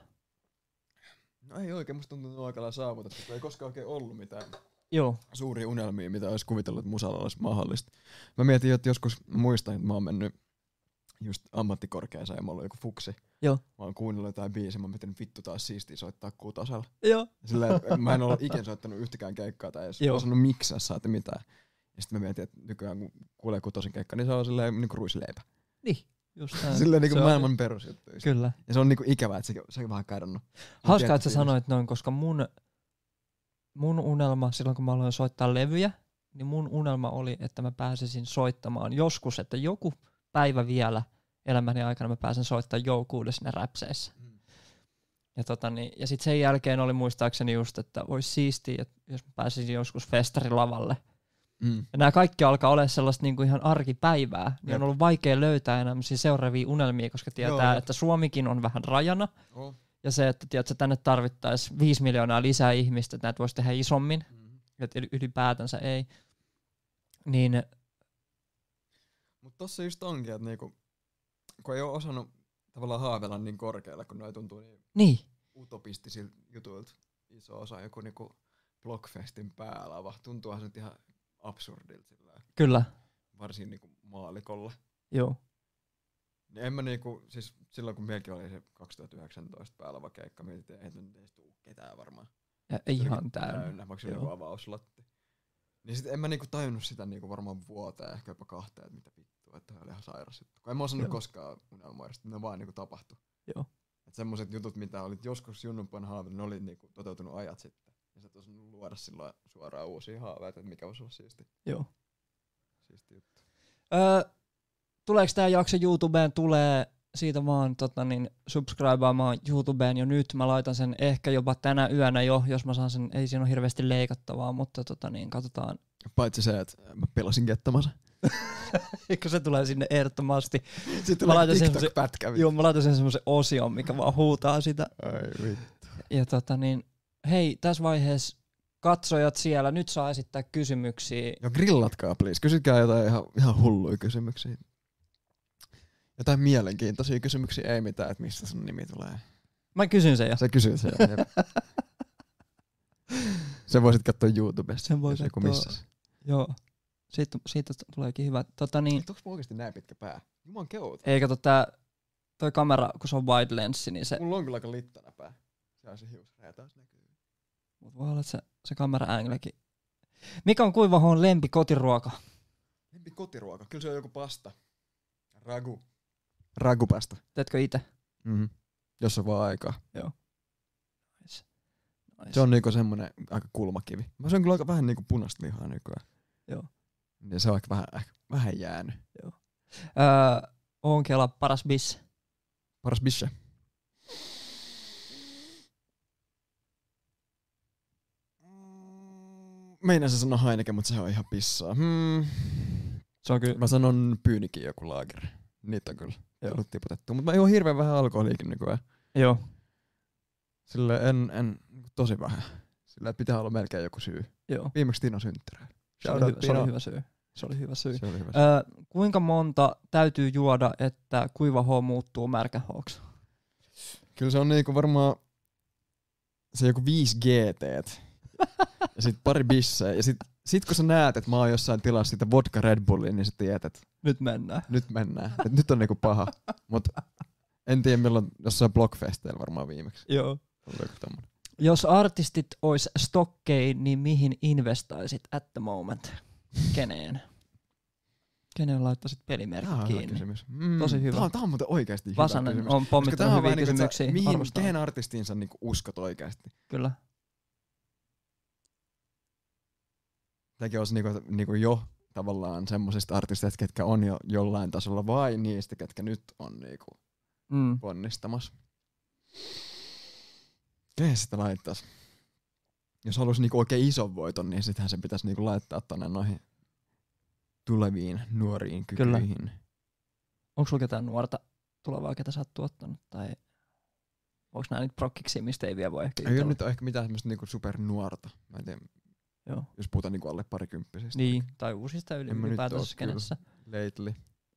No ei oikein, musta tuntuu, että on aika lailla saavutettu, kun ei koskaan oikein ollut mitään Joo. suuria unelmia, mitä olisi kuvitellut, että musalla olisi mahdollista. Mä mietin, että joskus muistan, että mä oon mennyt just ammattikorkeaseen ja mulla on joku fuksi. Joo. Mä oon kuunnellut jotain biisiä, mä oon mietin vittu taas siistiä soittaa kutosella. Joo. Sillä mä en ole ikinä soittanut yhtäkään keikkaa tai edes osannut miksaa saati mitään. Ja sitten mä mietin, että nykyään kun kuulee kutosen keikka, niin se on silleen niinku ruisleipä. Niin, just näin. Silleen niinku maailman perusjuttu. Kyllä. Ja se on niinku ikävää, että se, se on vähän kadonnut. Hauskaa, että sä sanoit noin, koska mun, mun unelma silloin, kun mä aloin soittaa levyjä, niin mun unelma oli, että mä pääsisin soittamaan joskus, että joku päivä vielä elämäni aikana mä pääsen soittamaan joukuulle siinä räpseissä. Mm. Ja, tota, niin, ja sitten sen jälkeen oli muistaakseni just, että olisi siistiä, että jos mä pääsisin joskus festarilavalle. Mm. Ja nämä kaikki alkaa olla sellaista niinku ihan arkipäivää, niin Jep. on ollut vaikea löytää enää seuraavia unelmia, koska tietää, Joo. että Suomikin on vähän rajana. Oh. Ja se, että tiedätkö, tänne tarvittaisiin viisi miljoonaa lisää ihmistä, että näitä voisi tehdä isommin, mm. että ylipäätänsä ei. Niin. Mutta tossa just onkin, että niinku, kun ei ole osannut tavallaan haaveilla niin korkealle, kun noi tuntuu niin, niin. utopistisilta jutuilta. Iso osa joku niinku Blockfestin päälava. Tuntuuhan se nyt ihan absurdilta sillä. Kyllä. Varsin niinku maalikolla. Joo. Niin en mä niinku, siis silloin kun meilläkin oli se kaksituhattayhdeksäntoista päälava keikka, mietin, että ei nyt tuu ketään varmaan. Ja ihan täynnä. Täynnä, vaikka se oli joku avauslotti. Niin sit en mä niinku tajunnut sitä niinku varmaan vuoteen, ehkä jopa kahteen, että mitä vittua, että oli ihan sairas juttu. Kun en mä osannut Joo. koskaan unelmoida, ne vaan niinku tapahtui. Joo. Et semmoset jutut, mitä olit joskus junnumpana haaveilla, ne oli niinku toteutunut ajat sitten. Ja sä et osannut luoda silloin suoraan uusia haaveita, että mikä voisi olla siisti. Joo. Siisti juttu. Öö, tuleeko tää jakso YouTubeen? Tulee siitä vaan tota, niin, subscribeaamaan YouTubeen jo nyt. Mä laitan sen ehkä jopa tänä yönä jo, jos mä saan sen. Ei siinä ole hirveästi leikattavaa, mutta tota, niin, katsotaan. Paitsi se, että mä pelasin kettamassa. Eikö se tulee sinne ehdottomasti. Sitten tulee TikTok-pätkä. Joo, mä laitan sen semmoisen osion, mikä vaan huutaa sitä. Ai vittu. Ja tota niin, hei, tässä vaiheessa katsojat siellä, nyt saa esittää kysymyksiä. Joo, grillatkaa please. Kysykää jotain ihan, ihan hulluja kysymyksiä. Jotain mielenkiintoisia kysymyksiä, ei mitään, että mistä sun nimi tulee. Mä kysyn sen jo. Sä kysyt sen jo. Sen voisit katsoa YouTubesta. Sen voi katsoa. Missä. Joo. Siitä, siitä tuleekin hyvä. Tota niin, onko mulla oikeesti näin pitkä pää? Juman keuta. Ei kato tää, toi kamera, kun se on wide lenssi, niin se. Mulla on kyllä aika littana pää. Se on se hiusreja taas näkyy. Mut voi olla, että se, se kamera anglekin. Mikä on Kuivahoon lempi kotiruoka? Lempi kotiruoka? Kyllä se on joku pasta. Ragu. Ragupasta. Teetkö ite? Mhm. Jos on vaan aikaa. Joo. Nice. Nice. Se on niinku semmonen aika kulmakivi. Mä syön kyllä aika vähän niinku punaista lihaa nykyään. Joo. Niin se on ehkä vähän, ehkä vähän jäänyt. Joo. Öö, on Kela paras bisse. Paras bisse. Meinasin sanoa Heineken, mutta se on ihan pissaa. Hmm. Se on kyllä. Mä sanon Pyynikin joku laageri. Niitä on kyllä ollut tiputettu. Mutta mä juon hirveän vähän alkoholiikin nykyään. Joo. Sille en, en, tosi vähän. Sillä pitää olla melkein joku syy. Joo. Viimeksi Tino synttäröi. Se, se, se oli hyvä syy. Se oli hyvä syy. Se oli hyvä syy. Öö, kuinka monta täytyy juoda, että Kuivahoo muuttuu märkähooksi? Kyllä se on niinku varmaan se joku viisi G T. Ja sit pari bisseä. Ja sit, sit kun sä näet, että mä oon jossain tilassa sitä vodka Red Bullia, niin sä tiedät, että nyt mennään. Nyt mennään. Et nyt on niinku paha. Mut en tiedä milloin jossain Blockfesteillä varmaan viimeksi. Joo. Jos artistit ois stokkein, niin mihin investaisit at the moment? Keneen? Keneen laittaisit pelimerkit Tämä kiinni? Kysymys. Mm, Tosi hyvä. Tämä on, tämä on muuten oikeasti hyvä Vasanen kysymys. on pommittanut hyviä niinku, kysymyksiä. Sä, mihin, kehen artistiin sä niinku uskot oikeasti? Kyllä. Tämäkin olisi niinku, niinku jo tavallaan semmosista artisteista, ketkä on jo jollain tasolla, vai niistä, ketkä nyt on niinku mm. ponnistamassa. Kehen sitä laittaisi? Jos haluaisi niinku oikein ison voiton, niin sittenhän se pitäisi niinku laittaa tonne noihin tuleviin nuoriin Kyllä. kykyihin. Onko sulla ketään nuorta tulevaa, ketä sä oot tuottanut? Tai onko nää nyt prokkiksi, mistä ei vielä voi ehkä Ei ole nyt ehkä mitään semmoista niinku supernuorta. Mä en tiedä, Joo. jos puhutaan niinku alle parikymppisistä. Niin, tai uusista yli, En mä nyt oo ylipäätänsä kenessä. lately.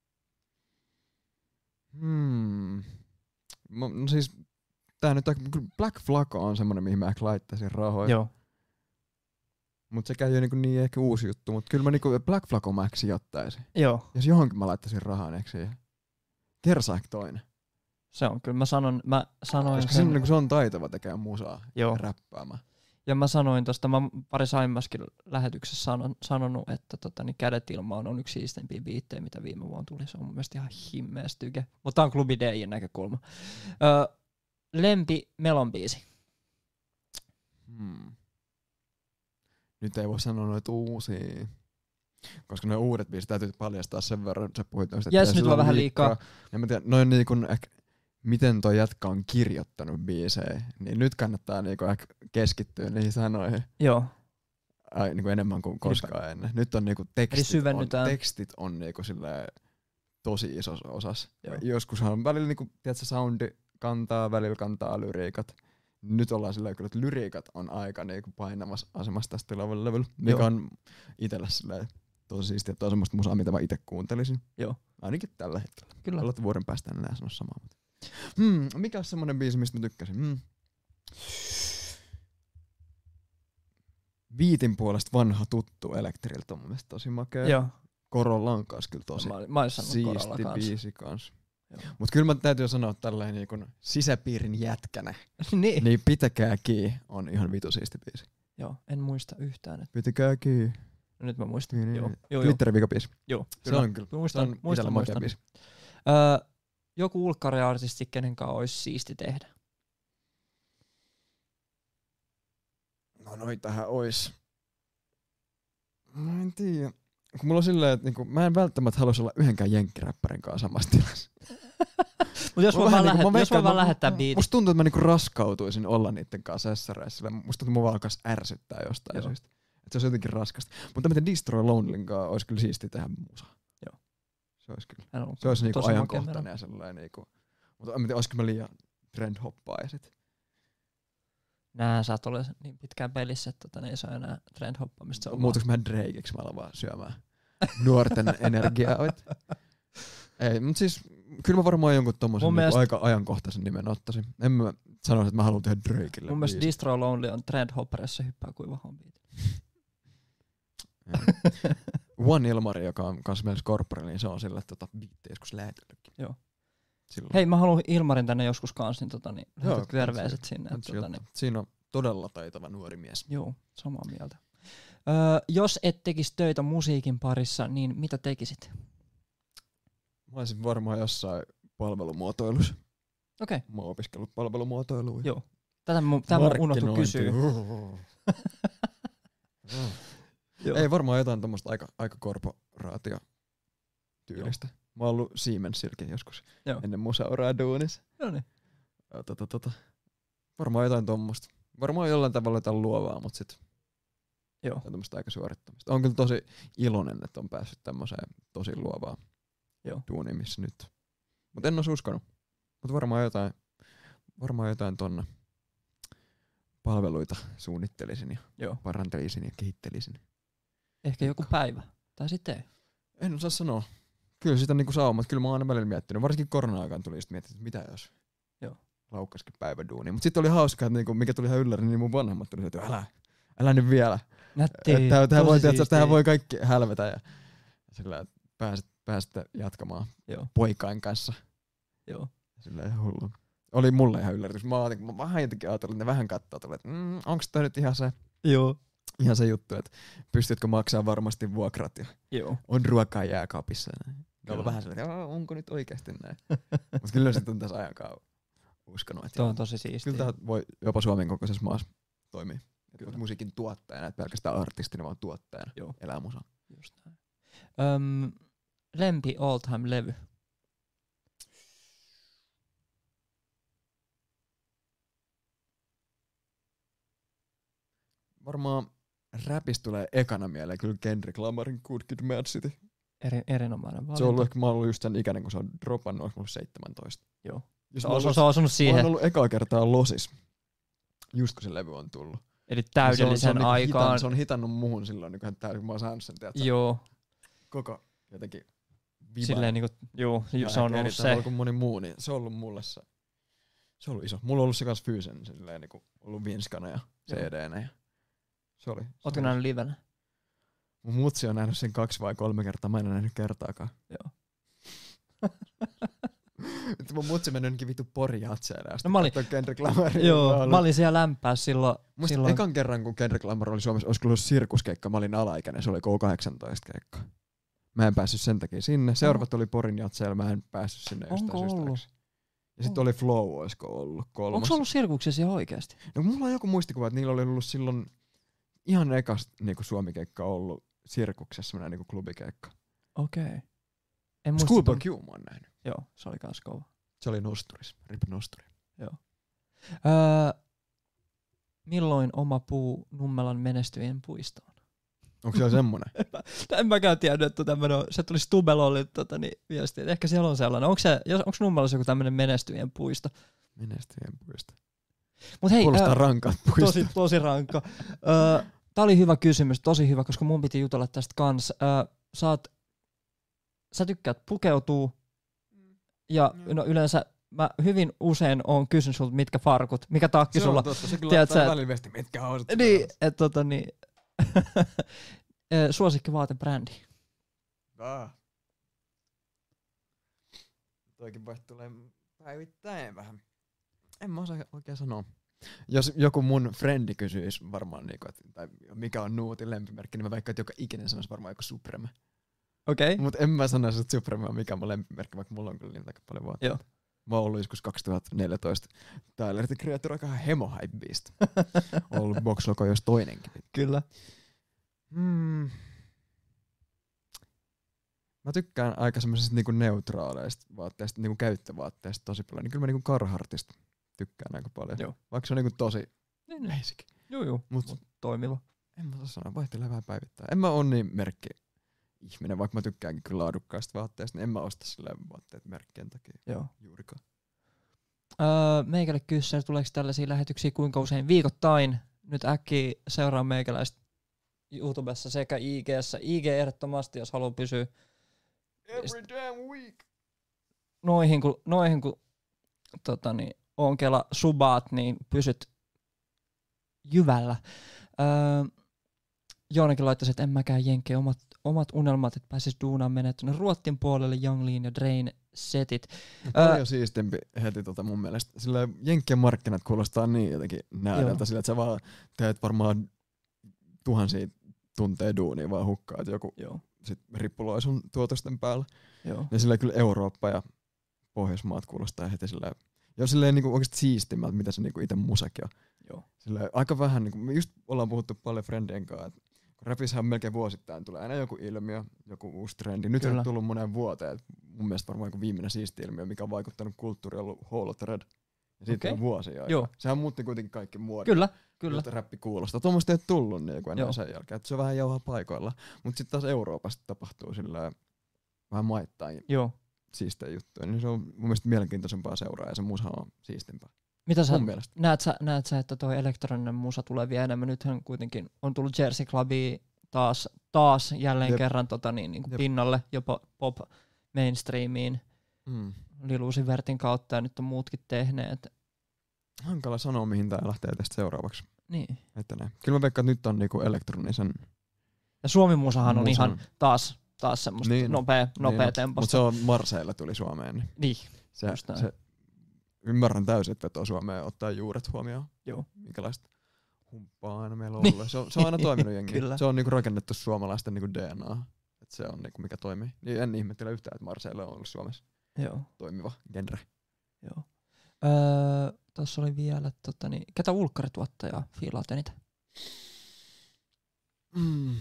Hmm. No siis, tää nyt Black Flaco on semmonen, mihin mä ehkä laittaisin rahoja. Joo. Mut sekään ei oo niinku niin ehkä uusi juttu, mut kyllä mä niinku Black Flaco mä ehkä sijoittaisin. Joo. Jos johonkin mä laittaisin rahaa, niin siihen. Kersa ehkä toinen. Se on kyllä, mä sanon, mä sanoin Koska sen. se, niinku, se on taitava tekemään musaa Joo. ja räppäämään. Ja mä sanoin tosta, mä pari Saimaskin lähetyksessä sanon, sanonut, että tota, niin Kädet ilmaan on yksi siistempiä biittejä, mitä viime vuonna tuli. Se on mun mielestä ihan himmeäs tyke. Mutta tää on Klubi D:n näkökulma. Öö, lempi Melon biisi. Hmm. Nyt ei voi sanoa noita uusia. Koska ne uudet biisit täytyy paljastaa sen verran, että sä puhuit noista. Jes, nyt on vähän liikaa. Ja mä tiedän, noin niinku ehkä, miten toi jätkä on kirjoittanut biisejä, niin nyt kannattaa niinku ehkä keskittyä niihin sanoihin. Joo. Ai, niinku enemmän kuin koskaan ennen. Nyt on niinku tekstit on, tekstit on niinku silleen tosi isossa osassa. Joskushan on välillä niinku, tiedätkö, soundi kantaa, välillä kantaa lyriikat. Nyt ollaan silleen kyllä, että lyriikat on aika niinku painavassa asemassa tästä tulevalla levyllä, mikä Joo. on itellä silleen tosi siistiä, että on semmoista musaa, mitä mä ite kuuntelisin. Joo. Ainakin tällä hetkellä. Kyllä. Olette vuoden päästä en enää sano samaa. Hmm, mikä on semmonen biisi, mistä mä tykkäsin? Hmm. Viitin puolesta vanha tuttu Elektriltä on mun mielestä tosi makea. Joo. Korolla on kans kyllä tosi mä, mä siisti biisi kans. Mut kyllä mä täytyy sanoa tälleen niin kun sisäpiirin jätkänä. niin. Niin Pitäkää kii on ihan vitu siisti biisi. Joo, en muista yhtään. Että... Pitäkää kii. No nyt mä muistan. Niin, joo. Joo, Twitterin vikabiisi. Joo. Se on kyllä. Muistan, se on muistan, muistan. biisi. Öö, joku ulkkariartisti, kenenkaan olisi siisti tehdä. No noitahän ois. Mä en tiedä. Kun mulla on silleen, että niinku, mä en välttämättä haluaisi olla yhdenkään jenkkiräppärin kanssa samassa tilassa. Mut jos mä, mä, vaan, niinku, lähet, jos mä vaan lähettää biitin. Musta tuntuu, että mä niinku raskautuisin olla niitten kanssa sessareissa. Musta tuntuu, että mua vaan alkaisi ärsyttää jostain Joo. syystä. Että se olisi jotenkin raskasta. Mutta miten Destroy Lonelyn kanssa olisi kyllä siistiä tehdä musaa. Joo. Se olisi kyllä. Hello. Se olisi niinku ajankohtainen ja sellainen niinku. Mutta en tiedä, olisiko mä liian trendhoppaisit. Nää sä oot ole niin pitkään pelissä, että tota, ne ei saa enää trendhoppaamista. Muutuks mä Drakeiksi, mä alan vaan syömään nuorten energiaa. Ei, mut siis kyllä mä varmaan jonkun tommosen niinku mielestä... aika ajankohtaisen nimen ottaisin. En mä sanoisi, että mä haluan tehdä Drakeille. Mun mielestä Destroy Lonely on trendhopper, jos se hyppää kuiva hombiit. One Ilmari, joka on kans meillä Scorpore, niin se on sillä tota, biitti joskus lähetellytkin. Joo. Silloin. Hei, mä haluan Ilmarin tänne joskus kans, niin, tota, niin lähetät terveiset se, sinne. Että, tota, niin. Siinä on todella taitava nuori mies. Joo, samaa mieltä. Öö, jos et tekisi töitä musiikin parissa, niin mitä tekisit? Mä olisin varmaan jossain palvelumuotoilussa. Okei. Okay. Mä oon opiskellut palvelumuotoilua. Joo. Tätä mun, tämä unohtu kysyä. Ei varmaan jotain tommoista aika, aika korporaatio tyylistä. Joo. Mä oon ollut Siemenssilläkin joskus Joo. ennen musauraa duunissa. No niin. Tota, tota. Varmaan jotain tommoista. Varmaan jollain tavalla jotain luovaa, mut sit Joo. tommoista aika suorittamista. On kyllä tosi iloinen, että on päässyt tämmöiseen tosi luovaan Joo. duuniin, missä nyt. Mut en ois uskonut. Mut varmaan jotain, varmaan jotain tonne palveluita suunnittelisin ja Joo. parantelisin ja kehittelisin. Ehkä joku päivä. Tai sitten ei. En osaa sanoa. Kyllä sitä niinku saa, mutta kyllä mä oon aina välillä miettinyt. Varsinkin korona-aikaan tuli sit miettinyt, että mitä jos Joo. laukkasikin päiväduunia. Mut sit oli hauskaa, että niinku, mikä tuli ihan ylläri, niin mun vanhemmat tuli, että älä, älä nyt vielä. Nättii. Tähän voi, tähän voi kaikki hälvetä ja sillä, että pääset, pääsette jatkamaan Joo. poikain kanssa. Joo. Sillä ihan hullu. Oli mulle ihan yllätys. Mä, mä vähän jotenkin ajattelin, että ne vähän kattoo, että mm, onks toi nyt ihan se, Joo. ihan se juttu, että pystytkö maksaa varmasti vuokrat ja Joo. on ruokaa jääkaapissa. Ne on vähän sellainen, että onko nyt oikeasti näin. Mutta kyllä se on tässä ajankaan uskonut. Että Tuo on tosi siistiä. Kyllä tämä voi jopa Suomen kokoisessa maassa toimia. Että musiikin tuottajana, että pelkästään artistina, vaan tuottajana Joo. elää musaa. Just näin. Öm, lempi all time levy. Varmaan räpistä tulee ekana mieleen kyllä Kendrick Lamarin Good Kid, Mad City. Eri, erinomainen valinta. Se on ollut ehkä, mä oon ollut just sen ikäinen, kun se on dropannut, olis mulla seitsemäntoista. Joo. Jos Se on, se on osunut siihen. Mä oon ollut ekaa kertaa losis, just kun se levy on tullut. Eli täydellisen se on, se on aikaan. Hitan, se on hitannut muhun silloin, niin kun, kun mä oon saanut sen, tiedätkö? Joo. Koko jotenkin viba. Silleen niinku, joo, se on ollut se. Kuin moni muu, niin se on ollut mulle se. Se on ollut iso. Mulla on ollut se kanssa fyysinen, silleen niinku ollut vinskana ja C D-nä. Ja se oli. Ootko nähnyt livenä? Mun mutsi on nähnyt sen kaksi vai kolme kertaa, mä en ole nähnyt kertaakaan. Joo. Mun mutsi meni jonnekin vittu Pori jatseille ja no, mä olin, Kendrick Lamarin. Joo, mä olin siellä lämpää silloin. Musta silloin. Ekan kerran, kun Kendrick Lamar oli Suomessa, olisiko ollut sirkuskeikka, mä olin alaikäinen, se oli K kahdeksantoista keikka. Mä en päässyt sen takia sinne. Seuraavat oli Porin jatseilla, mä en päässyt sinne jostain syystä. Ja sitten oli Flow, olisiko ollut kolmas. Onko se ollut sirkuksessa ihan oikeasti? No mulla on joku muistikuva, että niillä oli ollut silloin ihan ekas niinku Suomi-keikka ollut sirkuksessa, semmoinen niinku klubikeikka. Okei. Okay. Schoolboy Q mä oon nähnyt. Joo, se oli kans kova. Se oli nosturis, rip nosturi. Joo. Öö, milloin oma puu Nummelan menestyvien puistoon? Onko siellä semmonen? en mäkään tiennyt, että tämmönen, se tuli Stubelolle tota, niin, viesti, että ehkä siellä on sellainen. Onko, se, onko Nummelassa joku tämmönen menestyvien puisto? Menestyvien puisto. Mut hei, kuulostaa äh, rankat puisto. Tosi, tosi rankka. Öö, tää oli hyvä kysymys, tosi hyvä, koska mun piti jutella tästä kans. Öö, sä, oot, sä tykkäät pukeutua, ja no, yleensä mä hyvin usein oon kysynyt sulta, mitkä farkut, mikä takki se sulla. Se on totta, se kyllä laittaa välillä mitkä housut. Niin, että tota niin. Suosikki vaatebrändi. Ah. Toikin vaihe tulee päivittäin vähän. En mä osaa oikein sanoa. Jos joku mun frendi kysyisi varmaan, niinku, että, tai mikä on Nuutin lempimerkki, niin mä veikkaan, että joka ikinen sanoisi varmaan joku Supreme. Okei. Okay. Mut en mä sanoisi, että Supreme on mikä on mun lempimerkki, vaikka mulla on kyllä niitä aika paljon vaatteita. Joo. Mä oon ollut joskus kaksituhattaneljätoista. Tyler the Creator aika hemo hypebeast. On ollut Box-logo jos toinenkin. Kyllä. Hmm. Mä tykkään aika semmosista niinku neutraaleista vaatteista, niinku käyttövaatteista tosi paljon. Niin kyllä mä niinku Carharttista tykkään aika paljon. Joo. Vaikka se on niinku tosi niin, basic. Joo joo, mut, mut toimiva. En mä saa sanoa, vaihtelee vähän päivittäin. En mä oo niin merkki ihminen, vaikka mä tykkäänkin kyllä laadukkaista vaatteista, niin en mä osta silleen vaatteet merkkien takia. Joo. Juurikaan. Öö, meikälle kysyä, tuleeko tällaisia lähetyksiä kuinka usein viikoittain? Nyt äkkiä seuraa meikäläistä YouTubessa sekä I G:ssä. I G ehdottomasti, jos haluaa pysyä every damn week. Noihin kun, noihin kun tota niin, on kela subaat, niin pysyt jyvällä. Öö, Joonakin laittaisi, että en mäkään jenkkeen omat, omat unelmat, että pääsis duunaan menee tuonne Ruottin puolelle, Young Lean ja Drain setit. Paljon öö, siistempi heti tota mun mielestä. Sillä jenkkien markkinat kuulostaa niin jotenkin näädältä, sillä että sä vaan teet varmaan tuhansia tunteja duunia vaan hukkaa, että joku joo. sit rippuloi sun tuotosten päällä. Joo. Ja sillä kyllä Eurooppa ja Pohjoismaat kuulostaa heti silleen, jo silleen niinku oikeesti siistimmältä, mitä se niinku ite musakin on. Joo. Silleen aika vähän, niinku, me just ollaan puhuttu paljon friendien kanssa, että rapissahan melkein vuosittain tulee aina joku ilmiö, joku uusi trendi. Nyt kyllä. On tullut monen vuoteen, mun mielestä varmaan joku viimeinen siisti ilmiö, mikä on vaikuttanut kulttuuriin, on ollut Hall of the Red. Ja siitä okay. On vuosia aikaa. Sehän muutti kuitenkin kaikki muodot. Kyllä, kyllä. Josta räppi kuulostaa. Tuommoista ei tullut niin enää sen jälkeen, että se on vähän jauhaa paikoilla. Mutta sitten taas Euroopasta tapahtuu sillä vähän maittain Joo. siistejä juttuja. Niin se on mun mielestä mielenkiintoisempaa seuraa ja se musa on siistimpää. Mitä sä näet, sä, näet sä, että toi elektroninen musa tulee vielä enemmän? Nythän kuitenkin on tullut Jersey Clubia taas, taas jälleen Jep. kerran tota niin, niin kuin pinnalle, jopa pop mainstreamiin. Mm. Lil Uzi Vertin kautta ja nyt on muutkin tehneet. Hankala sanoa, mihin tää lähtee tästä seuraavaksi. Niin. Etenee. Kyllä mä veikkaan, että nyt on niinku elektronisen... Ja Suomi musahan on ihan taas, taas semmoista niin, nopea, nopea niin, temposta. Mutta se on Marseilla tuli Suomeen. Niin. niin. Se, se, ymmärrän täysin, että vetoo Suomeen ottaa juuret huomioon. Joo. Minkälaista humppaa aina meillä on ollut. Se on, se on aina toiminut jengi. Se on niinku rakennettu suomalaisten niinku D N A. Et se on niinku mikä toimii. Niin en ihmettele yhtään, että Marseilla on ollut Suomessa Joo. toimiva genre. Joo. Öö, Tuossa oli vielä, tota, niin, ketä ulkkarituottajaa fiilaat eniten? Mm.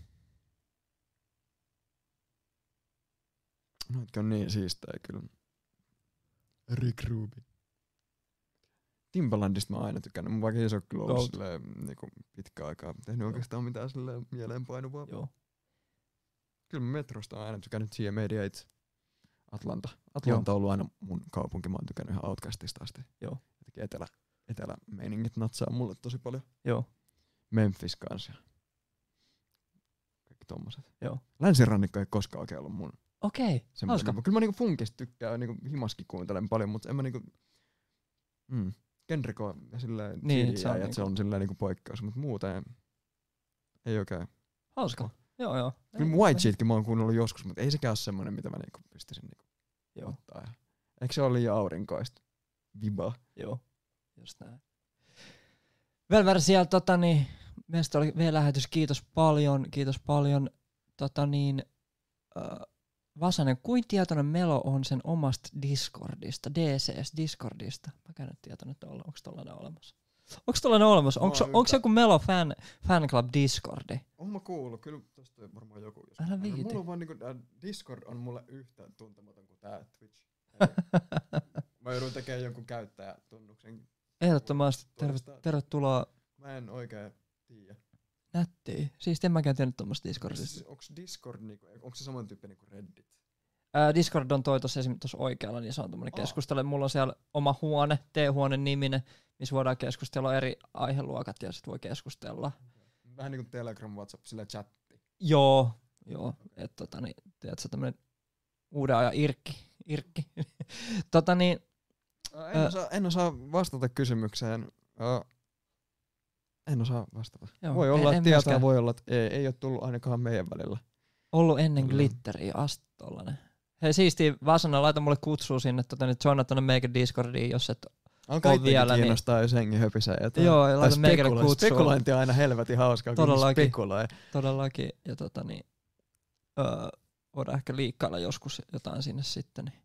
No, jotka on niin siistejä kyllä. Rick Rubin. Timbalandista mä oon aina tykännyt, mun vaikka ei se ole kyllä ollut silleen, niinku, pitkä aikaa tehnyt oikeastaan mitään silleen mieleenpainuvaa. Joo. Kyllä mä metrosta on aina tykännyt C M eighty-eight. Atlanta. Atlanta on ollut aina mun kaupunki. Mä oon tykännyt ihan Outcastista asti. Joo. Jotenkin etelä, etelämeiningit natsaa mulle tosi paljon. Joo. Memphis kanssa. Kaikki tommoset. Joo. Länsirannikko ei koskaan oikein ollut mun. Okei, hauska. Kyllä mä niinku funkista tykkään, niinku himaskin kuuntelen paljon, mutta en mä niinku... Mm. Kendrick on silleen niin, se on, niinku... se on silleen niinku poikkeus, mutta muuten ei oikein. Hauska. Joo, joo. Kyllä White Sheetkin mä oon kuunnellut joskus, mutta ei sekään ole semmonen, mitä mä niinku pystyisin niinku joo. ottaa. Eikö se ole liian aurinkoista? Viba. Joo, just näin. Velver siellä tota niin, meistä oli vielä lähetys, kiitos paljon, kiitos paljon. Tota niin, äh, Vasanen, kuin tietoinen Melo on sen omasta Discordista, D C S Discordista? Mä käyn nyt tietoinen, että onko tollainen olemassa. Onko tollainen olemassa? Onko onko joku Melo fan, fan club Discordi? Oon mä kuullut, kyllä tosta on varmaan joku. Jos älä viiti. Mulla on vaan niinku, äh, Discord on mulle yhtään tuntematon kuin tää Twitch. Mä joudun tekemään jonkun käyttäjätunnuksen. Ehdottomasti, terve, tervetuloa. Mä en oikein tiedä. Nättiä. Siis en mäkään tiennyt tuommoista Discordista. Onko Discord niinku, onko se saman tyyppi niinku Reddit? Ää, Discord on toi tossa esimerkiksi tossa oikealla, niin se on tommonen oh. keskustelu. Mulla on siellä oma huone, T-huone niminen, missä voidaan keskustella eri aiheluokat ja sit voi keskustella. Okay. Vähän niinku Telegram, WhatsApp, sillä chatti. Joo, joo. Okay. Et tota niin, tiedät sä tämmönen uuden ajan irkki. irkki. tota niin. En, äh, osaa, en osaa vastata kysymykseen. Uh, En osaa vastata. Joo, voi olla, että tietää, myöskään. Voi olla, että ei, ei ole tullut ainakaan meidän välillä. Ollut ennen mm. glitteriä asti tollanen. Hei siistiä, Vasana, laita mulle kutsua sinne, tota, niin Jonathan meikä Discordiin, jos et on vielä. Kiinnostaa, niin... jos hengi höpisee jotain. Joo, laita meikälle kutsua. Spekulointi on aina helvetin hauskaa, kun spekuloi. Todellakin. Ja tota niin, öö, voidaan ehkä liikkailla joskus jotain sinne sitten. Niin.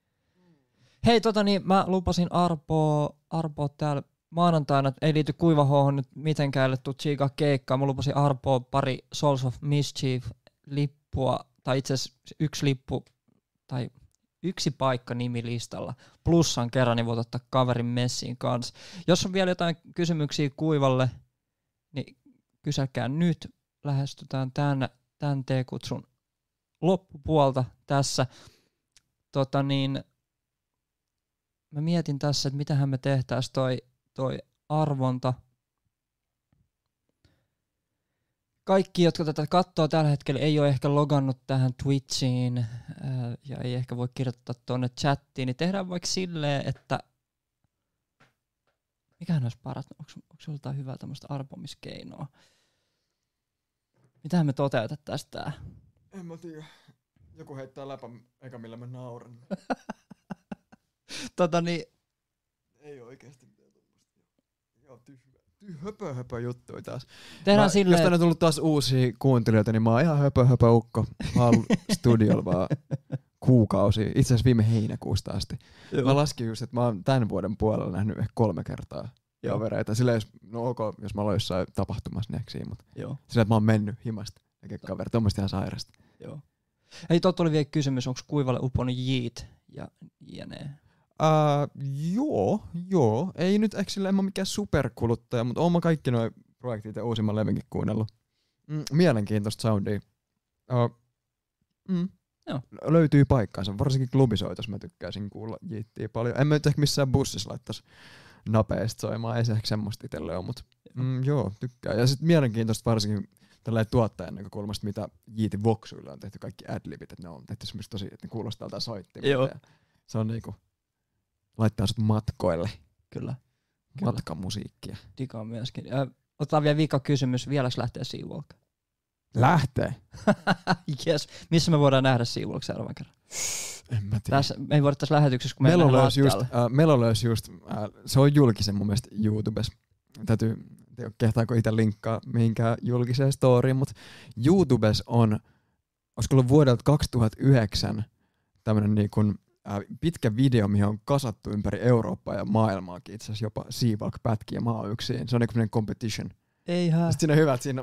Hei, tota niin, mä lupasin Arpoa, Arpoa täällä maanantaina, ei liity Kuivahohon nyt mitenkään, tuu Chiga keikkaa. Mä lupasin Arpoa pari Souls of Mischief-lippua, tai itse asiassa yksi lippu, tai yksi paikka nimilistalla. Plussan kerran, niin voit ottaa kaverin messiin kanssa. Jos on vielä jotain kysymyksiä Kuivalle, niin kysäkää nyt. Lähestytään tämän, tämän T-kutsun loppupuolta tässä. Tota niin, mä mietin tässä, että mitähän me tehtäis toi toi arvonta. Kaikki, jotka tätä katsoo tällä hetkellä, ei ole ehkä logannut tähän Twitchiin ää, ja ei ehkä voi kirjoittaa tuonne chattiin, niin tehdään vaikka silleen, että mikähän olisi paras, onko, onko sinulla jotain hyvää tämmöistä arpomiskeinoa? Mitähän me toteutettaisiin tää? En mä tiedä. Joku heittää läpä eka millä mä nauran. tota niin. Ei oikeesti. Höpö höpö juttuja taas. Tehdään silleen, jos tänne on tullut taas uusia kuuntelijoita, niin mä oon ihan höpö höpö ukko. Mä oon studiolla vaan kuukausia. Itse asiassa viime heinäkuusta asti. Joo. Mä laskin just, että mä oon tämän vuoden puolella nähnyt ehkä kolme kertaa kavereita. Silleen, jos, no ok, jos mä aloin jossain tapahtumassa neksiin, mutta silleen, että mä oon mennyt himasta. Eikä kaveri, tommoista ihan sairasta. Joo. Hei, tuolta tuli vielä kysymys, onko Kuivalle uponnut Jeet ja jne? Uh, joo, joo. Ei nyt ehkä sillä en mä mikään superkuluttaja, mutta oon mä kaikki noi projektit ja uusimman levynkin kuunnellut. Mm, mielenkiintoista soundia. Uh, mm. Joo. Löytyy paikkaansa, varsinkin klubisoitos mä tykkäisin kuulla Jeettiä paljon. En mä nyt ehkä missään bussissa laittaisi napeista soimaan, ei se ehkä semmoista itselle ole, mutta mm, joo, tykkää. Ja sit mielenkiintoista varsinkin tällainen tuottajan näkökulmasta, mitä Jeetin voksuilla on tehty kaikki adlibit, että ne on tehty semmoista tosi, että ne kuulostaa tältä soittimilta. Se on niinku laittaa sut matkoille. Kyllä. Matkamusiikkia. Digaan myöskin. Ö, otetaan vielä viikko kysymys. Vieläks lähtee Seawalk? Lähtee? Yes. Missä me voidaan nähdä Seawalk seuraavan kerran? En mä tiedä. Tässä, me ei voida tässä lähetyksessä, kun me Melo löysi just, äh, Melo löysi just, äh, se on julkisen mun mielestä YouTubessa. Täytyy, kehtaako itse linkkaa mihinkään julkiseen storyin, mutta YouTubessa on, olisiko ollut vuodelta kaksituhattayhdeksän tämmönen niin kuin pitkä video, mihin on kasattu ympäri Eurooppaa ja maailmaakin, itse asiassa jopa Seawalk-pätkiä maa yksin. Se on niinku competition. Eihän. Sitten siinä on hyvä, että siinä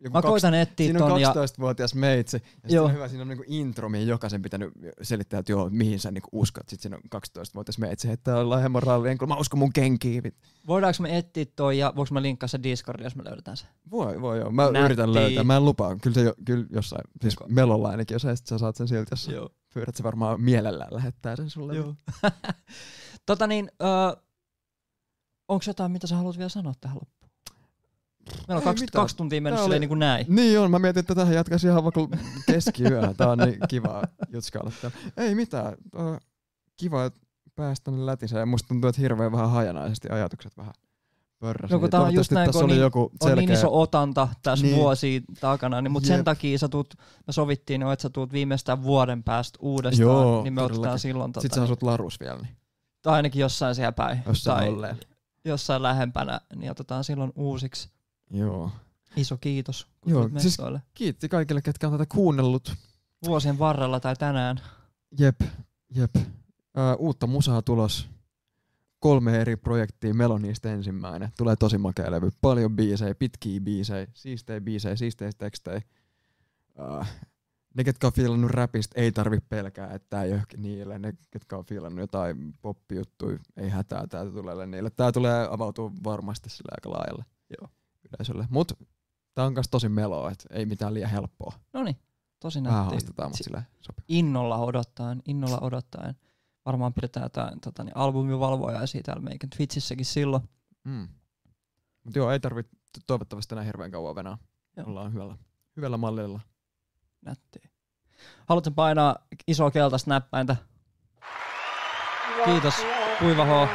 Mä koitan etsiä ton. Siinä on kaksitoistavuotias meitsi. Ja sitten on hyvä, siinä on niinku intro, mihin jokaisen pitänyt selittää, että joo, mihin sä niinku uskot. Sitten siinä on kaksitoistavuotias meitsi, että ollaan hemoraalinen, kun mä uskon mun kenkiin. Voidaanko me etsiä toi ja voiko mä linkkaa se Discordiin, jos me löydetään se? Voi, voi joo. Mä Nätti. yritän löytää. Mä en lupaa. Kyllä se jo, kyllä jossain, siis Melolla ainakin, jos sä saat sen silti, jos joo. pyydät, se varmaan mielellään lähettää sen sulle. Joo. tota niin, öö, onko jotain, mitä sä haluat vielä sanoa tähän loppuun? Meillä on kaksi, kaksi tuntia mennyt silleen niin kuin näin. Niin on, mä mietin, että tähän jatkaisi ihan vaikka keskiyöhön. Tää on niin kiva jutskailla täällä. Ei mitään, uh, kiva, että päästä tänne lätiseen. Ja musta tuntuu, että hirveän vähän hajanaisesti ajatukset vähän pörräsi. No kun tää on just näin, kun on, niin, joku on niin iso otanta tässä niin. vuosia takana, niin, mutta sen takia sä tuut, me sovittiin, että sä tuut viimeistään vuoden päästä uudestaan, joo, niin me todellakin. otetaan silloin. Tota, Sitten sä asut Larus vielä. Niin. Tai ainakin jossain siellä päin. Jossain tai olleen. Jossain lähempänä, niin otetaan silloin uusiksi. Joo. Iso kiitos. Joo, siis kiitti kaikille, ketkä on tätä kuunnellut. Vuosien varrella tai tänään. Jep, jep. Uh, uutta musaa tulos. Kolme eri projektia, Melo niistä ensimmäinen. Tulee tosi makea levy. Paljon biisejä, pitkiä biisejä, siistejä biisejä, siistejä tekstejä. Uh, ne, ketkä on fiilannut räpistä, ei tarvi pelkää, että tää ei ole niille. Ne, ketkä on fiilannut jotain poppijuttuja, ei hätää, tää tulee niille. Tää tulee avautua varmasti sille aika laajalle. Joo. Yleisölle. Mut tää on kans tosi meloa, et ei mitään liian helppoa. Noniin, tosi nätti. Vähän haastetaan, mut sillä sopii. Innolla odottaen, innolla odottaen. Varmaan pidetään jotain tota, niin albumivalvojaisia täällä meikän Twitchissäkin silloin. Mm. Mut joo, ei tarvitse toivottavasti enää hirveän kauan venää. Joo. Ollaan hyvällä, hyvällä mallilla. Nättiä. Haluatko painaa isoa keltaista näppäintä? Kiitos, Kuiva H.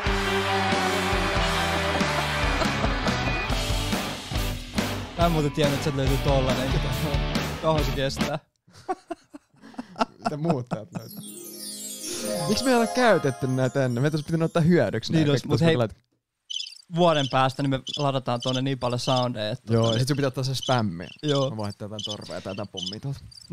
Mä en muuten tiennyt, että sieltä löytyy tollanen. Kauan se kestää. Mitä muut täältä löytyy? Miksi me ei ole käytetty näitä ennen? Meitä olisi pitänyt ottaa hyödyksi. Niin olisi, mutta hei, lait... vuoden päästä niin me ladataan tuonne niin paljon soundeja. Että joo, ja sit sun pitää ottaa se spämmi. Joo. Mä vaihtaa jotain torvea tai jotain pommia tuolta.